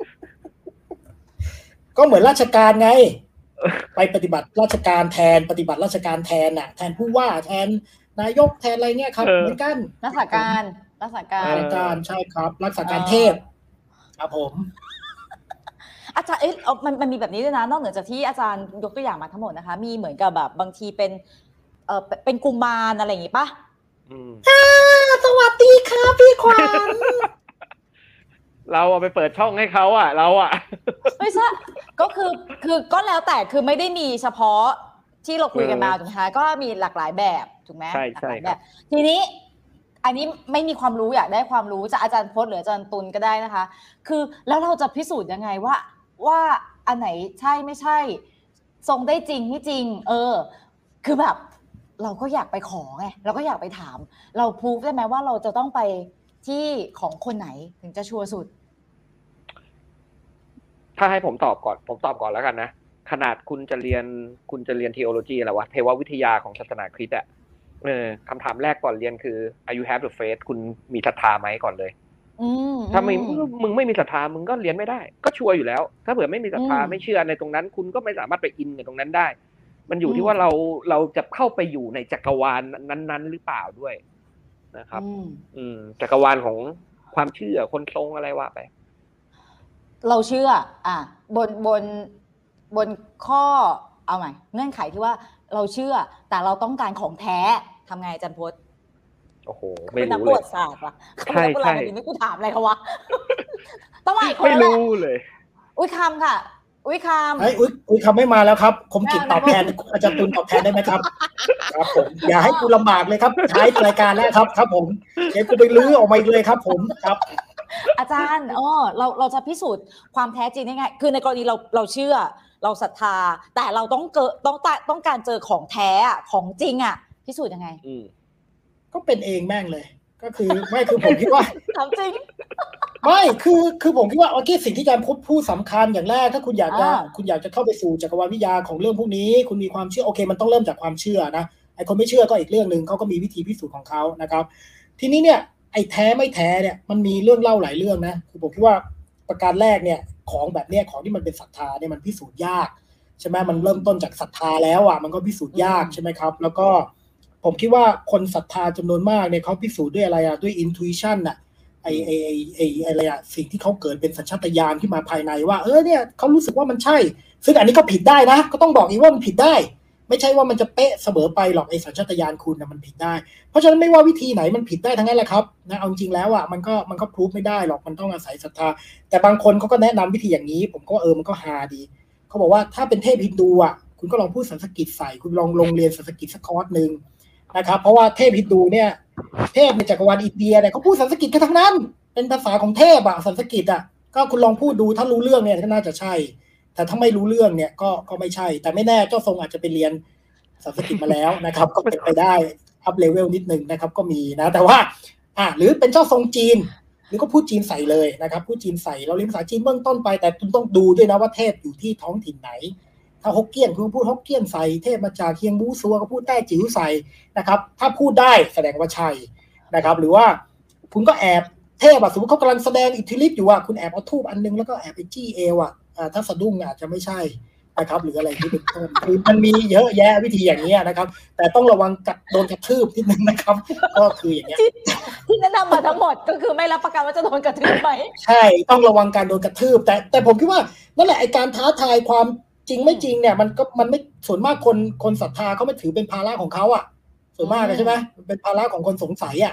ก็เหมือนราชการไง ไปปฏิบัติราชการแทนปฏิบัติราชการแทนน่ะแทนผู้ว่าแทนนายกแทนอะไรเงี้ยครับเออเหมือนกันรักษาการรักษาการราชการใช่ครับรักษาการเทพครับผมอาจารย์เอ๊ะเอามันมันมีแบบนี้ด้วยนะนอกเหนือจากที่อาจารย์ยกตัวอย่างมาทั้งหมดนะคะ มีเหมือนกับแบบบางทีเป็นเออเป็นกุมารอะไรอย่างงี้ปะอืมสวัสดีครับพี่ขวัญเราเอาไปเปิดช่องให้เขาอ่ะ เราอ่ะไม่ใช่ก็คือคือก็แล้วแต่คือไม่ได้มีเฉพาะที่เราคุยกันมาเออถูกไหมคะก็มีหลากหลายแบบถูกไหมใช่หลากใช่หลายคแบรับบทีนี้อันนี้ไม่มีความรู้อยากได้ความรู้จากอาจารย์พจน์หรืออาจารย์ตุลก็ได้นะคะ คือแล้วเราจะพิสูจน์ยังไงว่าว่าอันไหนใช่ไม่ใช่ทรงได้จริงไม่จริง เออ คือแบบเราก็อยากไปขอไงเราก็อยากไปถาม เราพูดได้ไหมว่าเราจะต้องไปที่ของคนไหนถึงจะชัวร์สุดถ้าให้ผมตอบก่อน ผมตอบก่อนแล้วกันนะ ขนาดคุณจะเรียนคุณจะเรียน theology อะไรวะเทววิทยาของศาสนาคริสต์อ่ะเออคำถามแรกก่อนเรียนคือ are you have the faith คุณมีศรัทธาไหมก่อนเลยอืมถ้าไม่อืมมึงไม่มีศรัทธามึงก็เรียนไม่ได้ ก็ชัวร์อยู่แล้ว ถ้าเผื่อไม่มีศรัทธาอืมไม่เชื่อในตรงนั้น คุณก็ไม่สามารถไปอินในตรงนั้นได้ มันอยู่อืที่มว่าเราเราจะเข้าไปอยู่ในจักรวาลนั้น ๆ หรือเปล่าด้วยนะครับอืมอืมจักรวาลของความเชื่อคนทรงอะไรว่าไปเราเชื่อ อ่ะบนบนบนข้อเอาใหม่เงื่อนไขที่ว่าเราเชื่อ แต่เราต้องการของแท้ทำไงอาจารย์พจน์โอ้โห ไม่เป็นนักรู้ปเลระวัยติศาสตร์ว่ะใช่เขาเป็นนักโบราณใช่คดีนี่กูถามอะไรเขาวะ ต้องมาอีกคนไม่แล้วแหละรู้เลยอุ้ยคำค่ะ อุ้ยคำไอ้ยอุ้ยอุ้ยคำไม่มาแล้วครับผมกิจตอบแทนอาจารย์ตุลตอบแทนได้ไหมครับ ครับผมอย่าให้กูลำบากเลยครับท้ายรายการแล้วครับครับผมเดี๋ยวกูไปลื้อออกมาอีกเลยครับ ผมครับอาจารย์อ๋อเราเราจะพิสูจน์ความแท้จริงได้ไง คือในกรณีเราเราเชื่อ เราศรัทธา แต่เราต้องเกิดต้องต้องต้องการเจอของแท้อะของจริงอ่ะ พิสูจน์ยังไงอืมก็เป็นเองแม่งเลย ก็คือไม่คือผมคิดว่าถามจริงไม่คือคือผมคิดว่าโอเคสิ่งที่อาจารย์พูดพูดสำคัญอย่างแรกถ้าคุณอยากจะอ่าคุณอยากจะเข้าไปสู่จักรวาลวิทยาของเรื่องพวกนี้ คุณมีความเชื่อโอเค มันต้องเริ่มจากความเชื่อนะไอ้คนไม่เชื่อก็อีกเรื่องนึงเขาก็มีวิธีพิสูจน์ของเขานะครับ ทีนี้เนี่ยไอ้แท้ไม่แท้เนี่ยมันมีเรื่องเล่าหลายเรื่องนะคือผมคิดว่าประการแรกเนี่ยของแบบเนี้ยของที่มันเป็นศรัทธาเนี่ยมันพิสูจน์ยากใช่ไหมมันเริ่มต้นจากศรัทธาแล้วอ่ะมันก็พิสูจน์ยากใช่ไหมครับแล้วก็ผมคิดว่าคนศรัทธาจำนวนมากเนี่ยเขาพิสูจน์ด้วยอะไรอ่ะด้วย intuition น่ะไอไอไอไออะไรอ่ะสิ่งที่เขาเกิดเป็นสัญชาตญาณขึ้นมาภายในว่าเออเนี่ยเขารู้สึกว่ามันใช่ซึ่งอันนี้ก็ผิดได้นะก็ต้องบอกอีกว่ามันผิดได้ไม่ใช่ว่ามันจะเป๊ะเสมอไปหรอกไอสัญชาตญาณคุณนะมันผิดได้เพราะฉะนั้นไม่ว่าวิธีไหนมันผิดได้ทั้งนั้นแหละครับนะเอาจริงแล้วอ่ะมันก็มันก็พรูฟไม่ได้หรอกมันต้องอาศัยศรัทธาแต่บางคนเขาก็แนะนำวิธีอย่างนี้ผมก็เออมันก็ฮาดีเขาบอกว่าถ้าเป็นเทพฮินดูอ่ะคุณก็ลองพูดสันสกฤตใส่คุณลองลงเรียนสันสกฤตสักคอร์สนึงนะครับเพราะว่าเทพฮินดูเนี่ยเทพในจักรวาลอินเดียเนี่ยเขาพูดสันสกฤตกันทั้งนั้นเป็นภาษาของเทพอ่ะสันสกฤตอ่ะก็คุณลองพูดดูถ้ารู้เรื่องเนี่ยก็น่าจะใช่แต่ถ้าไม่รู้เรื่องเนี่ยก็ก็ไม่ใช่แต่ไม่แน่เจ้าทรงอาจจะไปเรียนสันสกฤตมาแล้วนะครับก็เป็นไปได้อัพเลเวลนิดนึงนะครับก็มีนะแต่ว่าอ่ะหรือเป็นเจ้าทรงจีนหรือก็พูดจีนใส่เลยนะครับพูดจีนใส่เราเรียนภาษาจีนเบื้องต้นไปแต่คุณต้องดูด้วยนะว่าเทพอยู่ที่ท้องถิ่นไหนถ้าฮกเกี้ยนคุณพูดฮกเกี้ยนใส่เทพมาจากเคียงบูซัวก็พูดได้จิ๋วใส่นะครับถ้าพูดได้แสดงว่าใช่นะครับหรือว่าคุณก็แอบเทพอะสมมติเขากำลังแสดงอิทธิฤทธิ์อยู่อะคุณแอบเอาทูบอันนึงแล้วก็แอบไปจี้เอวอะถ้าสะดุ้งอาจจะไม่ใช่นะครับหรืออะไรที่เป็นต้นคือมันมีเยอะแยะวิธีอย่างนี้นะครับแต่ต้องระวังกัดโดนกระทืบนิดนึงนะครับก็คืออย่างเงี้ยที่แนะนำมาทั้งหมดก็คือไม่รับประกันว่าจะโดนกระทืบไหมใช่ต้องระวังการโดนกระทืบแต่แต่ผมคิดว่านั่นแหละไอการท้าทายความจริงไม่จริงเนี่ยมันก็มันไม่ส่วนมากคนคนศรัทธาเขาไม่ถือเป็นภาระของเขาอ่ะส่วนมากเลยใช่ไหมเป็นภาระของคนสงสัยอ่ะ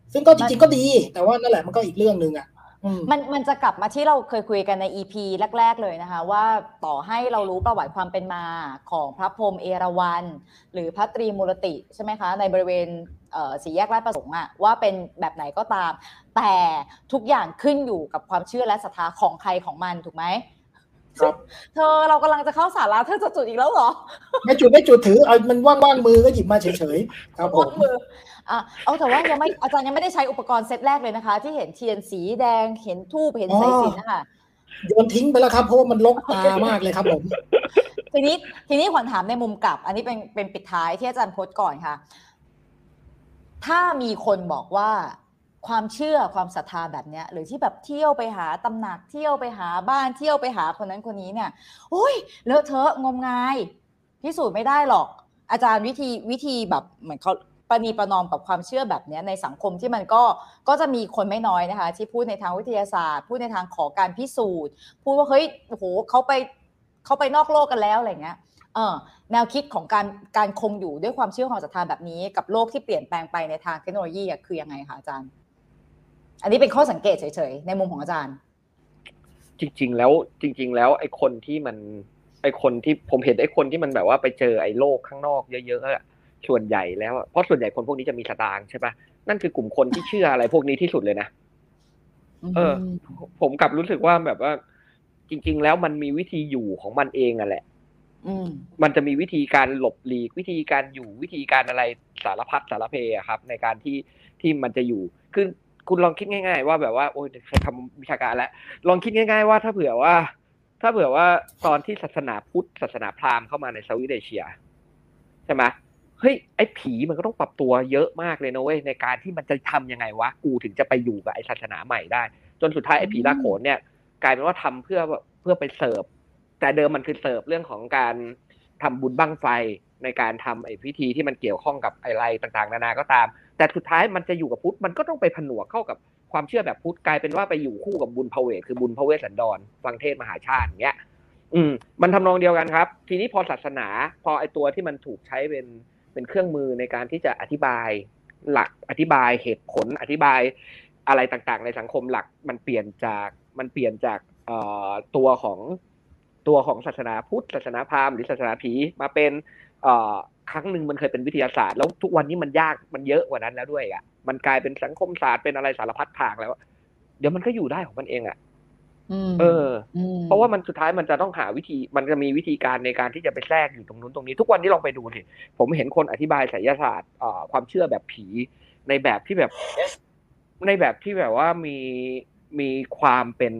ซึ่งก็จริงๆก็ดีแต่ว่านั่นแหละมันก็อีกเรื่องนึงอ่ะมันมันจะกลับมาที่เราเคยคุยกันใน อี พี แรกๆเลยนะคะว่าต่อให้เรารู้ประวัติความเป็นมาของพระพรหมเอราวัณหรือพระตรีมูรติใช่ไหมคะในบริเวณสี่แยกราชประสงค์อะว่าเป็นแบบไหนก็ตามแต่ทุกอย่างขึ้นอยู่กับความเชื่อและศรัทธาของใครของมันถูกไหมครับเธอเรากำลังจะเข้าสาระเธอจะจุดอีกแล้วเหรอไม่จุดไม่จุดถือเอามันว่างๆมือก็หยิบมาเฉยๆครับผมมืออ่ะเอาแต่ว่ายังไม่อาจารย์ยังไม่ได้ใช้อุปกรณ์เซตแรกเลยนะคะที่เห็นเทียนสีแดงเห็นธูปเห็นสายสิญจน์นะคะโยนทิ้งไปแล้วครับเพราะว่ามันรกตามากเลยครับผมทีนี้ทีนี้ขวัญถามในมุมกลับอันนี้เป็นเป็นปิดท้ายที่อาจารย์โพสต์ก่อนค่ะถ้ามีคนบอกว่าความเชื่อความศรัทธาแบบเนี้ยหรือที่แบบเที่ยวไปหาตำหนักเที่ยวไปหาบ้านเที่ยวไปหาคนนั้นคนนี้เนี่ยโอ้ยเลอะเทอะงมงายพิสูจน์ไม่ได้หรอกอาจารย์วิธีวิธีแบบเหมือนเขาประนีประนอมกับความเชื่อแบบนี้ในสังคมที่มันก็ก็จะมีคนไม่น้อยนะคะที่พูดในทางวิทยาศาสตร์พูดในทางขอการพิสูจน์พูดว่าเฮ้ยโอ้โหเขาไปเขาไปนอกโลกกันแล้วอะไรเงี้ยเออแนวคิดของการการคงอยู่ด้วยความเชื่อความศรัทธาแบบนี้กับโลกที่เปลี่ยนแปลงไปในทางเทคโนโลยีคือยังไงคะอาจารย์อันนี้เป็นข้อสังเกตเฉยๆในมุมของอาจารย์จริงๆแล้วจริงๆแล้วไอ้คนที่มันไอ้คนที่ผมเห็นไอ้คนที่มันแบบว่าไปเจอไอ้โลกข้างนอกเยอะๆอะส่วนใหญ่แล้วเพราะส่วนใหญ่คนพวกนี้จะมีสตางค์ใช่ปะนั่นคือกลุ่มคนที่เชื่ออะไรพวกนี้ที่สุดเลยนะเออผมกลับรู้สึกว่าแบบว่าจริงๆแล้วมันมีวิธีอยู่ของมันเองอ่ะแหละมันจะมีวิธีการหลบหลีกวิธีการอยู่วิธีการอะไรสารพัดสารเพอะครับในการที่ที่มันจะอยู่คือคุณลองคิดง่ายๆว่าแบบว่าโอ้ยใช้คำวิชาการแล้วลองคิดง่ายๆว่าถ้าเผื่อว่าถ้าเผื่อว่าตอนที่ศาสนาพุทธศาสนาพราหมณ์เข้ามาในเซาท์อีสต์เอเชียใช่ไหมเฮ้ยไอ้ผีมันก็ต้องปรับตัวเยอะมากเลยนะเว้ยในการที่มันจะทำยังไงวะกูถึงจะไปอยู่กับไอ้ศาสนาใหม่ได้จนสุดท้ายไอ้ผีลากโขนเนี่ยกลายเป็นว่าทำเพื่อเพื่อไปเสิร์ฟแต่เดิมมันคือเสิร์ฟเรื่องของการทำบุญบั้งไฟในการทำไอ้พิธีที่มันเกี่ยวข้องกับอะไรต่างๆนานาก็ตามแต่สุดท้ายมันจะอยู่กับพุทธมันก็ต้องไปผนวกเข้ากับความเชื่อแบบพุทธกลายเป็นว่าไปอยู่คู่กับบุญพเวทคือบุญพเวสสันดรฟังเทศมหาชาติอย่างเงี้ยอืมมันทำนองเดียวกันครับทีนี้พอศาสนาพอไอ้ตัวที่มันถูกใช้เป็นเป็นเครื่องมือในการที่จะอธิบายหลักอธิบายเหตุผลอธิบายอะไรต่างๆในสังคมหลักมันเปลี่ยนจากมันเปลี่ยนจากเอ่อตัวของตัวของศาสนาพุทธศาสนาพราหมณ์หรือศาสนาผีมาเป็นเอ่อครั้งหนึ่งมันเคยเป็นวิทยาศาสตร์แล้วทุกวันนี้มันยากมันเยอะกว่านั้นแล้วด้วยอ่ะมันกลายเป็นสังคมศาสตร์เป็นอะไรสารพัดทางแล้วเดี๋ยวมันก็อยู่ได้ของมันเองอ่ะเออเพราะว่ามันสุดท้ายมันจะต้องหาวิธีมันจะมีวิธีการในการที่จะไปแทรกอยู่ตรงนู้นตรงนี้ทุกวันนี้ลองไปดูสิผมเห็นคนอธิบายไสยศาสตร์ความเชื่อแบบผีในแบบที่แบบในแบบที่แบบว่ามีมีความเป็น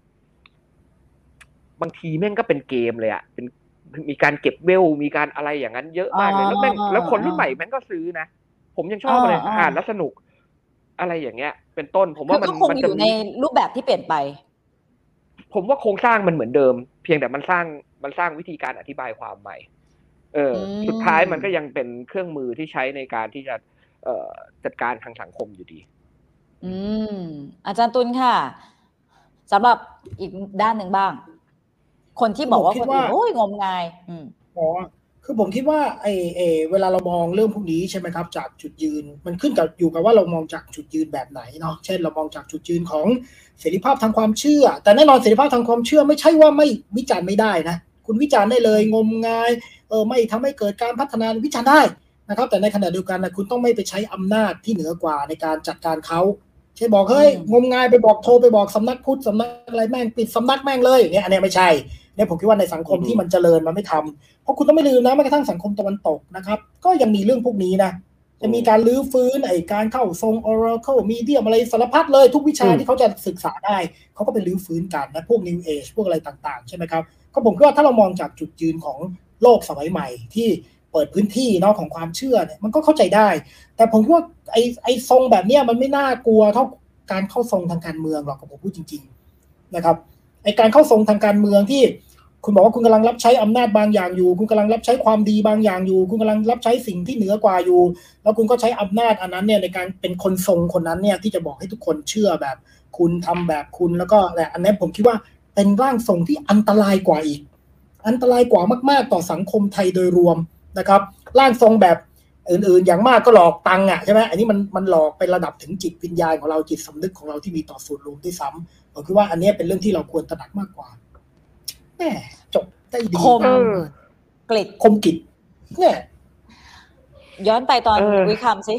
บางทีแม่งก็เป็นเกมเลยอ่ะเป็นมีการเก็บเวลมีการอะไรอย่างนั้นเยอะมากเลยแล้วแม่งแล้วคนรุ่นใหม่แม่งก็ซื้อนะผมยังชอบเลยอ่านแล้วสนุกอะไรอย่างเงี้ยเป็นต้นผมว่ามันมันจะอยู่ในรูปแบบที่เปลี่ยนไปผมว่าโครงสร้างมันเหมือนเดิมเพียงแต่มันสร้างมันสร้างวิธีการอธิบายความใหม่เออสุดท้ายมันก็ยังเป็นเครื่องมือที่ใช้ในการที่จะเอ่อจัดการทางสังคมอยู่ดีอืมอาจารย์ตุลค่ะสำหรับอีกด้านหนึ่งบ้างคนที่บอกว่าคนอื่นโอ้ยงมงายอืมอ๋อคือผมคิดว่าไอ้ไอ้เวลาเรามองเรื่องพวกนี้ใช่ไหมครับจากจุดยืนมันขึ้นกับอยู่กับว่าเรามองจากจุดยืนแบบไหนเนาะเช่นเรามองจากจุดยืนของเสรีภาพทางความเชื่อแต่แน่นอนเสรีภาพทางความเชื่อไม่ใช่ว่าไม่วิจารณ์ไม่ได้นะคุณวิจารณ์ได้เลยงมงายเออไม่ทำให้เกิดการพัฒนาวิจารณ์ได้นะครับแต่ในขณะเดียวกันนะคุณต้องไม่ไปใช้อำนาจที่เหนือกว่าในการจัดการเขาใช่บอกเฮ้ยงมงายไปบอกโทรไปบอกสำนักพุทธสำนักอะไรแม่งปิดสำนักแม่งเลยอย่างเงี้ยอันนี้ไม่ใช่เนี่ยผมคิดว่าในสังคมที่มันเจริญมันไม่ทำเพราะคุณต้องไม่ลืมนะแม้กระทั่งสังคมตะวันตกนะครับก็ยังมีเรื่องพวกนี้นะจะมีการลื้อฟื้นไอ้การเข้าทรง Oracle Medium อะไรสารพัดเลยทุกวิชาที่เขาจะศึกษาได้เขาก็ไปลื้อฟื้นกันนะพวก New Age พวกอะไรต่างๆใช่ไหมครับก็ผมคิดว่าถ้าเรามองจากจุดยืนของโลกสมัยใหม่ที่เปิดพื้นที่เนาะของความเชื่อเนี่ยมันก็เข้าใจได้แต่ผมคิดว่าไอ้ไอ้ทรงแบบเนี้ยมันไม่น่ากลัวเท่าการเข้าทรงทางการเมืองหรอกผมพูดจริงๆนะครับไอ้การเข้าทรงทางการเมืองที่คุณบอกว่าคุณกำลังรับใช้อำนาจบางอย่างอยู่คุณกำลังรับใช้ความดีบางอย่างอยู่คุณกำลังรับใช้สิ่งที่เหนือกว่าอยู่แล้วคุณก็ใช้อำนาจอันนั้นเนี่ยในการเป็นคนทรงคนนั้นเนี่ยที่จะบอกให้ทุกคนเชื่อแบบคุณทำแบบคุณแล้วก็แต่อันนี้ผมคิดว่าเป็นร่างทรงที่อันตรายกว่าอีกอันตรายกว่ามากๆต่อสังคมไทยโดยรวมนะครับร่างทรงแบบอื่นๆอย่างมากก็หลอกตังค์อ่ะใช่ไหมอันนี้มันมันหลอกไประดับถึงจิตวิญญาณของเราจิตสำนึกของเราที่มีต่อส่วนรวมด้วยซ้ำผมคิดว่าอันนี้เป็นเรื่องที่เราควรตระหนักมากกว่าแหมจบได้ดีคมมากกลิดคมกิจเนี่ยย้อนไปตอนเออวิคัมสิ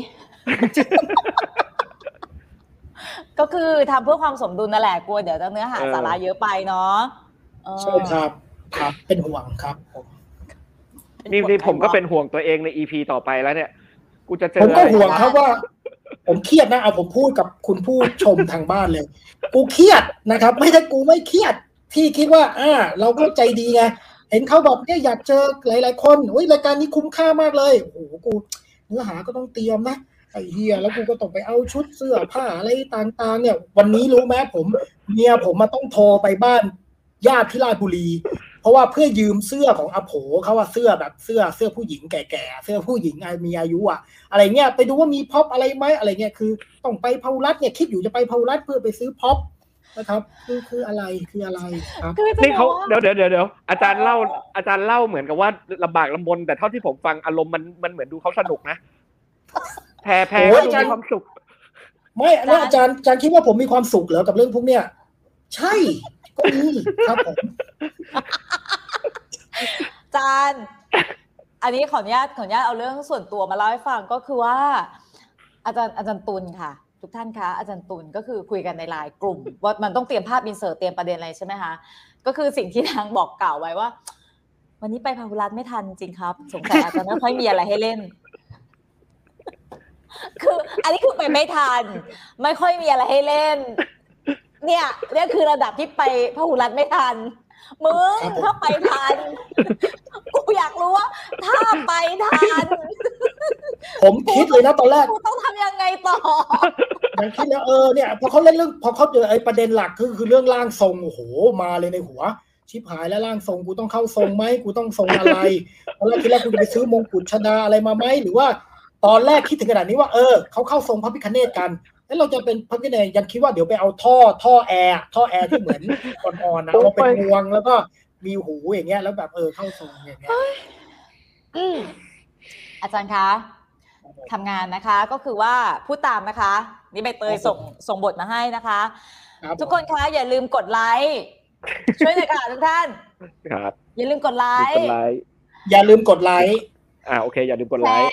ก็คือทำเพื่อความสมดุลนั่นแหละกลัวเดี๋ยวจะเนื้อหาเออสาระเยอะไปเนาะเออใช่ครับครับเป็นห่วงครับผมนี่นี่ผมก็เป็นห่วงตัวเองใน อี พี ต่อไปแล้วเนี่ยกูจะเจอผมก็อะไรห่วงครับว่า ผมเครียดนะเอาผมพูดกับคุณผู้ชมทางบ้านเลย กูเครียดนะครับ ไม่ใช่กูไม่เครียดที่คิดว่าอ่าเราก็ใจดีไงเห็นเขาบอกเนี่ยอยากเจอหลายๆคนโอ้ยรายการนี้คุ้มค่ามากเลยโอ้โหกูเนื้อหาก็ต้องเตรียมนะไอ้เฮียแล้วกูก็ต้องไปเอาชุดเสื้อผ้าอะไรต่างๆเนี่ยวันนี้รู้ไหมผมเมียผมมาต้องโทรไปบ้านญาติที่ราชบุรีเพราะว่าเพื่อยืมเสื้อของอาโผเขาว่าเสื้อแบบเสื้อเสื้อผู้หญิงแก่ๆเสื้อผู้หญิงมีอายุอะอะไรเงี้ยไปดูว่ามีพ็อปอะไรไหมอะไรเงี้ยคือต้องไปพารัตเนี่ยคิดอยู่จะไปพารัตเพื่อไปซื้อพ็อปนะครับคือคืออะไรคืออะไรครับคือจะนี่เขาบอกว่าเดี๋ยวเดี๋ยวเดี๋ยวเดี๋ยวอาจารย์เล่าอาจารย์เล่าเหมือนกับว่าลำบากลำบนแต่เท่าที่ผมฟังอารมณ์มันมันเหมือนดูเขาสนุกนะแพรแพรโอ้ยดูอาจารย์มีความสุขไม่อันนั้นอาจารย์อาจารย์คิดว่าผมมีความสุขเหรอกับเรื่องพวกเนี้ยใช่ก็มีครับผมจานอันนี้ขออนุญาตขออนุญาตเอาเรื่องส่วนตัวมาเล่าให้ฟังก็คือว่า อาจารย์อาจารย์ตุลค่ะทุกท่านคะอาจารย์ตุลก็คือคุยกันในไลน์กลุ่มว่ามันต้องเตรียมภาพอินเสิร์ตเตรียมประเด็นอะไรใช่ไหมคะก็คือสิ่งที่นางบอกกล่าวไว้ว่า วันนี้ไปพาหุรัตน์ไม่ทันจริงครับสงสัยอาจจะไม่ค่อยมีอะไรให้เล่น คืออันนี้คือไปไม่ทันไม่ค่อยมีอะไรให้เล่นเนี่ยเนี่ยคือระดับที่ไปพหุรัตน์ไม่ทันมึงถ้าไปทันกูอยากรู้ว่าถ้าไปทันผมคิดเลยนะตอนแรกกูต้องทำยังไงต่อยังคิดแล้วเออเนี่ยพอเขาเล่นเรื่องพอเขาเจอไอ้ประเด็นหลักคือคือเรื่องร่างทรงโอ้โหมาเลยในหัวชิบหายแล้วร่างทรงกูต้องเข้าทรงไหมกูต้องทรงอะไรตอนแรกคิดแล้วกูจะไปซื้อมงกุฎชดาอะไรมาไหมหรือว่าตอนแรกคิดถึงขนาดนี้ว่าเออเขาเข้าทรงพระพิฆเนศกันแล้วเราจะเป็นพระพิฆเนศยังคิดว่าเดี๋ยวไปเอาท่อท่อแอร์ท่อแอร์ที่เหมือนอ่อนๆนะเราเป็นงวงแล้วก็มีหูอย่างเงี้ยแล้วแบบเออเข้าทรงอย่างเงี้ยอืมอาจารย์คะทำงานนะคะก็คือว่าพูดตามนะคะนี่ใบเตยส่งส่งบทมาให้นะคะ ทุกคนคะอย่าลืมกดไลค์ช่วยหน่อยค่ะทุกท่านครับอย่าลืมกดไลกค์ดไลค์อย่าลืมกดไลค์อ่าโอเคอย่าลืมกดแชไลค์ร์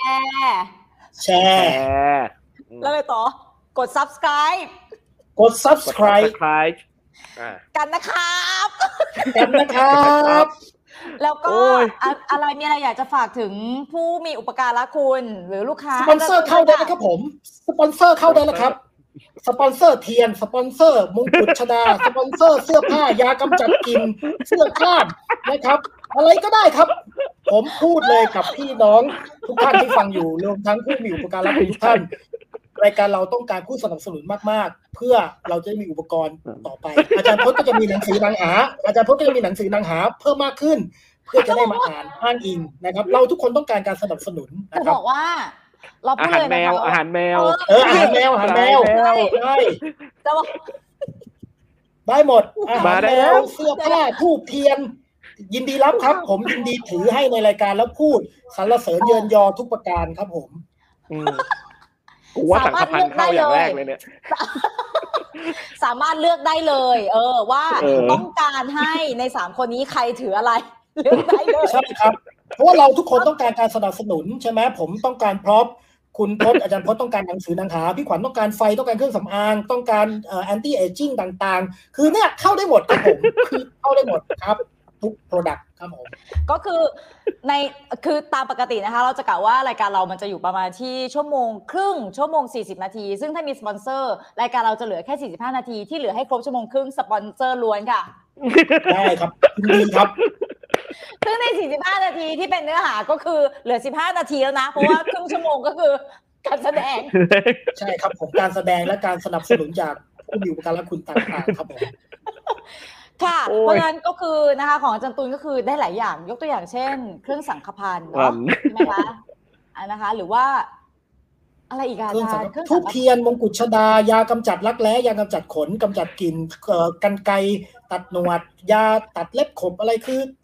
แชแชร์ร์แล้วอะไรต่อกด subscribe กด subscribe กด subscribe อ่ากันนะครับกันนะครับแล้วก็โอ้ยอะอะไรมีอะไรอยากจะฝากถึงผู้มีอุปการะคุณหรือลูกค้าสปอนเซอร์เข้าได้นะครับผมสปอนเซอร์เข้าได้แล้วครับสปอนเซอร์เทียนสปอนเซอร์มงกุฎชดาสปอนเซอร์เสื้อผ้ายากำจัดกลิ่นเสื้อคลาดนะครับ อะไรก็ได้ครับ ผมพูดเลยกับพี่น้องทุกท่านที่ฟังอยู่รวมทั้งผู้มีอุปการะทุกท่านรายการเราต้องการผู้สนับสนุนมากๆเพื่อเราจะมีอุปกรณ์ต่อไปอาจารย์พจน์ก็จะมีหนังสือนังหาอาจารย์พจน์ก็จะมีหนังสือนังหาเพิ่มมากขึ้น เพื่อจะได้มาอ่านอ้างอิงนะครับเราทุกคนต้องการการสนับสนุนจะนะครับบ อกว่า เราพูอาดหารเลยแมนะคะวอาหารแมวเอออาหารแมวอาหารแมวแมวใช่จะบอกได้หมดอาหารมาได้แมแล้ววเสื้อผ้าทูบเทียน ยินดีรับครับ ผมยินดีถือให้ในรายการแล้วพูดสรรเสริญเยินยอทุกประการครับผมอืมกูว่าสังฆพันธ์เข้าอย่างแรกเลยเนี่ยสามารถเลือกได้เลย เออว่าเออต้องการให้ในสามคนนี้ใครถืออะไร เลือกได้เลยใช่ครับ เพราะว่าเราทุกคนต้องการการสนับสนุนใช่ไหมผมต้องการพร็อพคุณพจน์อาจารย์พจน์ต้องการหนังสือหนังหาพี่ขวัญต้องการไฟต้องการเครื่องสำอางต้องการเอ่อแอนตี้เอจิ้งต่างๆ คือเนี่ยเข้าได้หมดครับผมคือเข้าได้หมดครับทุกโปรดักต์ครับผมก็คือในคือตามปกตินะคะเราจะกล่าวว่ารายการเรามันจะอยู่ประมาณที่ชั่วโมงครึ่งชั่วโมงสี่สิบนาทีซึ่งถ้ามีสปอนเซอร์รายการเราจะเหลือแค่สี่สิบห้านาทีที่เหลือให้ครบชั่วโมงครึ่งสปอนเซอร์ล้วนค่ะได้ครับยินดีครับซึ่งในสี่สิบห้านาทีที่เป็นเนื้อหาก็คือเหลือสิบห้านาทีแล้วนะเพราะว่าครึ่งชั่วโมงก็คือการแสดงใช่ครับผมการแสดงและการสนับสนุนจากผู้มีอุปการะคุณต่างๆครับผมค่ะโอ้ยเพราะฉะนั้นก็คือนะคะของอาจารย์ตุลก็คือได้หลายอย่างยกตัวอย่างเช่น เครื่องสังฆพันธ์ครัเนาะบใช่ไหมคะอ่านะคะ หรือว่า อะไรอีกอะเครื่องอาสัจาง รย์เครื่องทูสับงฆเทียนมงกุฎชดายากำจัดรักแร้ยากำจัดขนกำจัดกลิ่นเอ่อกันไกรตัดหนวด ยาตัดเล็บขบอะไรคือ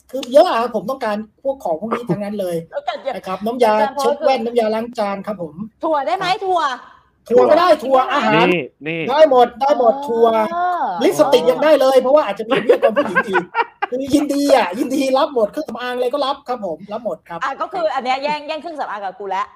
คือเยอะอะผมต้องการพวกของพวกนี้ทั้งนั้นเลยนะครับน้ำยาเช็ดแว่นน้ำยาล้างจานครับผมถั่วได้ไหมถั่วถั่วก็ได้ถั่วอาหารได้หมดได้หมดถั่วลิปสติกยังได้เลยเพราะว่าอาจจะมีวิทยากรผู้หญิงอีกคือยินดีอ่ะยินดีรับหมดเครื่องสำอางอะไรก็รับครับผมรับหมดครับอ่ะก็คืออันเนี้ยแย่งแย่งเครื่องสำอางกับกูแล้ว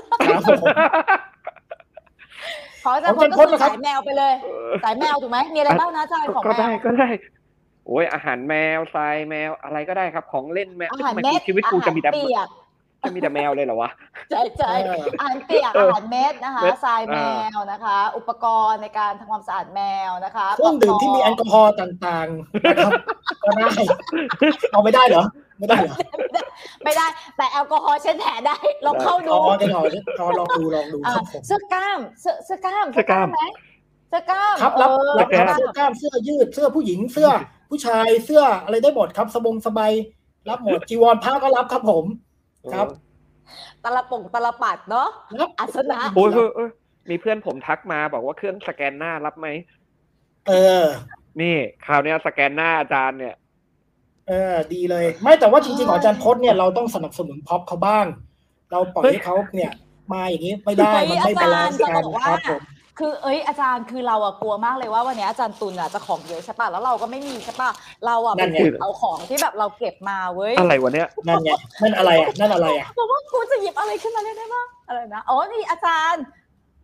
ขออาจารย์พจน์ก็คือสายแมวไปเลยสายแมวถูกไหมมีอะไรบ้างนะอาจารย์ของแมวก็ได้ก็ได้โอ้ยอาหารแมวทรายแมวอะไรก็ได้ครับของเล่นแมวอาหารเม็ดชีวิตกูจะมีแต่จะมีแต่แมวเลยเหรอวะใช่ใช่อาหารเปียกอาหารเม็ดนะคะทรายแมวนะคะอุปกรณ์ในการทำความสะอาดแมวนะคะเครื่องดื่มที่มีแอลกอฮอล์ต่างๆนะครับก็ได้เอาไม่ได้เหรอไม่ได้เหรอไม่ได้แต่แอลกอฮอล์เช็ดแผลได้ลองเข้าดูอ๋อได้ลองลองดูลองดูเสื้อกล้ามเสื้อเสื้อกล้ามเสื้อกล้ามไหมเสื้อกล้ามครับรับรับเสื้อกล้ามเสื้อยืดเสื้อผู้หญิงเสื้อผู้ชายเสื้ออะไรได้หมดครับสบงสบายรับหมดจีวรผ้าก็รับครับผมครับตลป่งตลปัดเนาะอัศนะโอ้ยมีเพื่อนผมทักมาบอกว่าเครื่องสแกนหน้ารับไหมเออนี่คราวนี้สแกนหน้าอาจารย์เนี่ยเออดีเลยไม่แต่ว่าจริงๆของอาจารย์พจน์เนี่ยเราต้องสนับสนุนพ็อปเขาบ้างเราปล่อยให้เขาเนี่ยมาอย่างนี้ไม่ได้มันไม่บาลานซ์กันครับผมคือเอ้ยอาจารย์คือเราอะกลัวมากเลยว่าวันนี้อาจารย์ตุลอะจะของเยอะใช่ป่ะแล้วเราก็ไม่มีใช่ป่ะเราอะไปเอาของที่แบบเราเก็บมาเว้ยอะไรวะเนี้ยนั่นไงนั่นอะไรอ่ะนั่นอะไรอ่ะบอกว่ากูจะหยิบอะไรขึ้นมาได้บ้างอะไรนะอ๋อนี่อาจารย์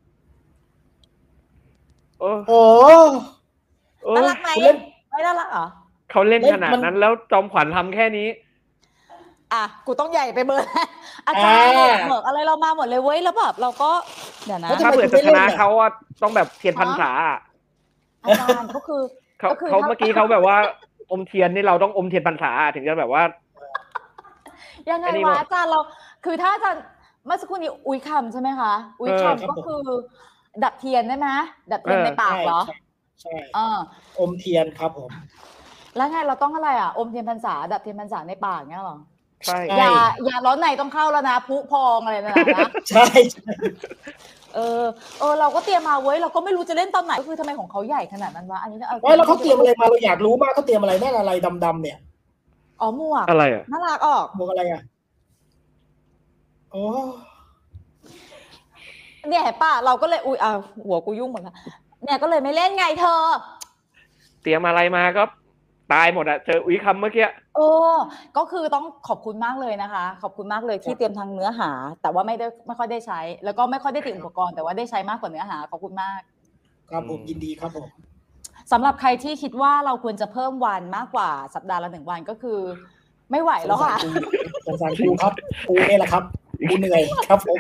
โอ้โหน่ารักไหมไม่น่ารักเหรอเขาเล่นขนาดนั้นแล้วจอมขวัญทำแค่นี้อ่ะกูต้องใหญ่ไปเบอร์อาจารย์เหมือนอะไรเรามาหมดเลยเว้ยแล้วแบบเราก็เดี๋ยวนะถ้าเผื่อจะชนะเขาอะต้องแบบเทียนพรรษาอาจารย์ก็คือเขาเขาเมื่อกี้เขาแบบว่าอมเทียนนี่เราต้องอมเทียนพรรษาถึงจะแบบว่ายังไงวะอาจารย์เราคือถ้าอาจารย์เมื่อสักครู่นี้อุ้ยคำใช่ไหมคะอุ้ยคำก็คือดับเทียนได้ไหมดับเทียนในปากเหรอใช่อมเทียนครับผมแล้วไงเราต้องอะไรอ่ะอมเทียนพรรษาดับเทียนพรรษาในปากเงี้ยหรอใช่ยา ยาร้อนในต้องเข้าแล้วนะพุพองอะไรนะนะใช่เออเออเราก็เตรียมมาเว้ยเราก็ไม่รู้จะเล่นตอนไหนก็คือทำไมของเขาใหญ่ขนาดนั้นวะอันนี้เอาแล้วเขาเตรียมอะไรมาเราอยากรู้มากเขาเตรียมอะไรนั่นอะไรดำๆเนี่ยอ๋อหมวกอะไรอ่ะน่ารักออกหมวกอะไรอ่ะโอ้เนี่ยป้าเราก็เลยอุ้ยอ่ะหัวกูยุ่งหมดแล้วเนี่ยก็เลยไม่เล่นไงเธอเตรียมอะไรมาก็ตายหมดอะเจออุ้ยคำเมื่อกี้เออก็คือต้องขอบคุณมากเลยนะคะขอบคุณมากเลยที่เตรียมทางเนื้อหาแต่ว่าไม่ได้ไม่ค่อยได้ใช้แล้วก็ไม่ค่อยได้ติดอุปกรณ์แต่ว่าได้ใช้มากกว่าเนื้อหาขอบคุณมากครับผมยินดีครับผมสำหรับใครที่คิดว่าเราควรจะเพิ่มวันมากกว่าสัปดาห์ละหนึ่งวันก็คือไม่ไหวแล้วค่ะสงสารครูครับครูนี่แหละครับครูเหนื่อยครับผม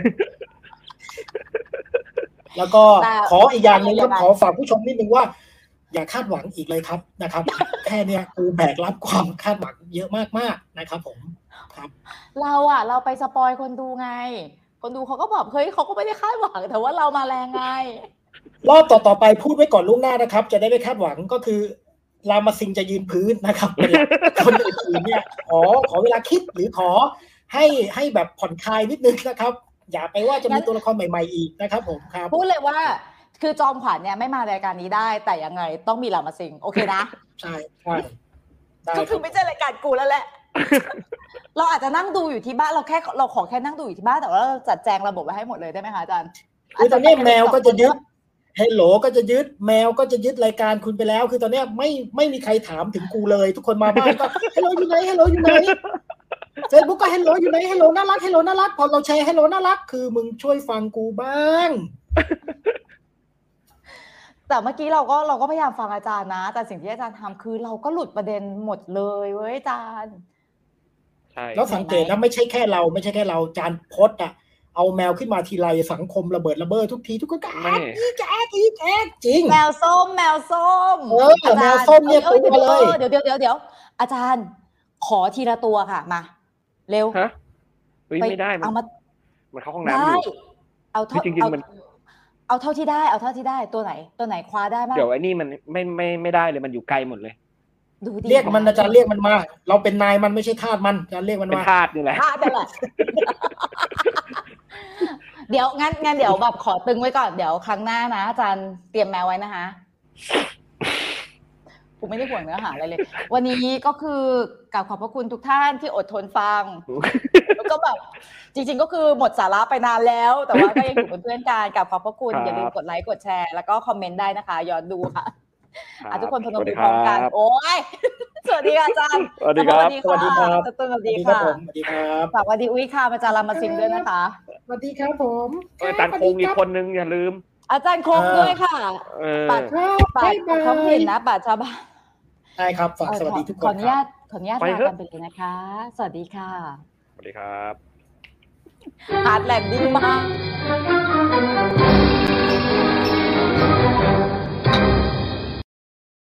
แล้วก็ขออีกอย่างนึงครับขอฝากผู้ชมนิดนึงว่าอย่าคาดหวังอีกเลยครับนะครับแค่เนี้ยกูแบกรับความคาดหวังเยอะมากๆนะครับผมครับเราอะเราไปสปอยคนดูไงคนดูเขาก็บอกเฮ้ยเขาก็ไม่ได้คาดหวังแต่ว่าเรามาแรงไงรอบต่อๆไปพูดไว้ก่อนล่วงหน้านะครับจะได้ไม่คาดหวังก็คือรามาซิงจะยืนพื้นนะครับคนอื่นเนี่ยขอขอเวลาคิดหรือขอให้ให้แบบผ่อนคลายนิดนึงนะครับอย่าไปว่าจะมีตัวละครใหม่ๆอีกนะครับผมครับพูดเลยว่าคือจอมขวัญเนี่ยไม่มารายการนี้ได้แต่ยังไงต้องมีรามาซิงโอเคนะใช่ใช่ก็คือไม่ใช่รายการกูแล้วแหละเราอาจจะนั่งดูอยู่ที่บ้านเราแค่เราขอแค่นั่งดูอยู่ที่บ้านแต่ว่าเราจัดแจงระบบไว้ให้หมดเลยได้ไหมคะอาจารย์คือตอนนี้แมวก็จะยึดเฮลโหลก็จะยึดแมวก็จะยึดรายการคุณไปแล้วคือตอนนี้ไม่ไม่มีใครถามถึงกูเลยทุกคนมาบ้านก็เฮลโหลอยู่ไหนเฮลโหลอยู่ไหนเฟซบุ๊กก็เฮลโหลอยู่ไหนเฮลโหลน่ารักเฮลโหลน่ารักพอเราแชร์เฮลโหลน่ารักคือมึงช่วยฟังกูบ้างแต่เมื่อกี้เราก็เราก็พยายามฟังอาจารย์นะแต่สิ่งที่อาจารย์ทำคือเราก็หลุดประเด็นหมดเลยเว้ยอาจารย์ใช่แล้วสังเกตนะไม่ใช่แค่เราไม่ใช่แค่เราอาจารย์พจน์อะเอาแมวขึ้นมาทีไรสังคมระเบิดระเบ้อทุกทีทุกคนก็แอ๊กอีแอ๊กอีแอ๊กจริงแมวส้มแมวส้มเออแมวส้มเนี่ยตัวเลยเดี๋ยวเดี๋ยวเดี๋ยวเดี๋ยวอาจารย์ขอทีละตัวค่ะมาเร็วฮะไม่ได้มันมันเข้าห้องน้ำอยู่เอาเท่าจริงๆมันเอาเท่าที่ได้เอาเท่าที่ได้ตัวไหนตัวไหนคว้าได้บ้างเดี๋ยวไอ้นี่มันไม่ไม่ไม่ได้เลยมันอยู่ไกลหมดเลยเรียกมันอาจารย์เรียกมันมาเราเป็นนายมันไม่ใช่ทาสมันอาจารย์เรียกมันมาเป็นทาสนี่แหละทาสนี่แหละเดี๋ยวงั้นงั้นเดี๋ยวแบบขอตึงไว้ก่อนเดี๋ยวครั้งหน้านะอาจารย์เตรียมแมวไว้นะคะกูไม่ได้ห่วงเนื้อหาอะไรเลยวันนี้ก็คือกราบขอบพระคุณทุกท่านที่อดทนฟังแล้วก็แบบจริงๆก็คือหมดสาระไปนานแล้วแต่ว่าก็ยังอยู่เป็นเพื่อนกันกราบขอบพระคุณอย่าลืมกดไลค์กดแชร์แล้วก็คอมเมนต์ได้นะคะย้อนดูค่ะทุกคนพนมมือพร้อมกันโอ้ยสวัสดีค่ะอาจารย์สวัสดีครับสวัสดีค่ะสวัสดีค่ะสวัสดีครับฝากสวัสดีอุ้ยค่ะอาจารย์รามาซิมด้วยนะคะสวัสดีครับผมอาจารย์คงอีกคนนึงอย่าลืมอาจารย์คงด้วยค่ะเออปัดปัดของท้องถิ่นนะปัดชาวบ้านใช่ครับฝากสวัสดีทุกคนขออนุครัญาบตขออนุญาตไปลาเถอะกันไปเลยนะคะ สวัสดีค่ะสวัสดีครับฮาร์ดแลนดิ้งมาก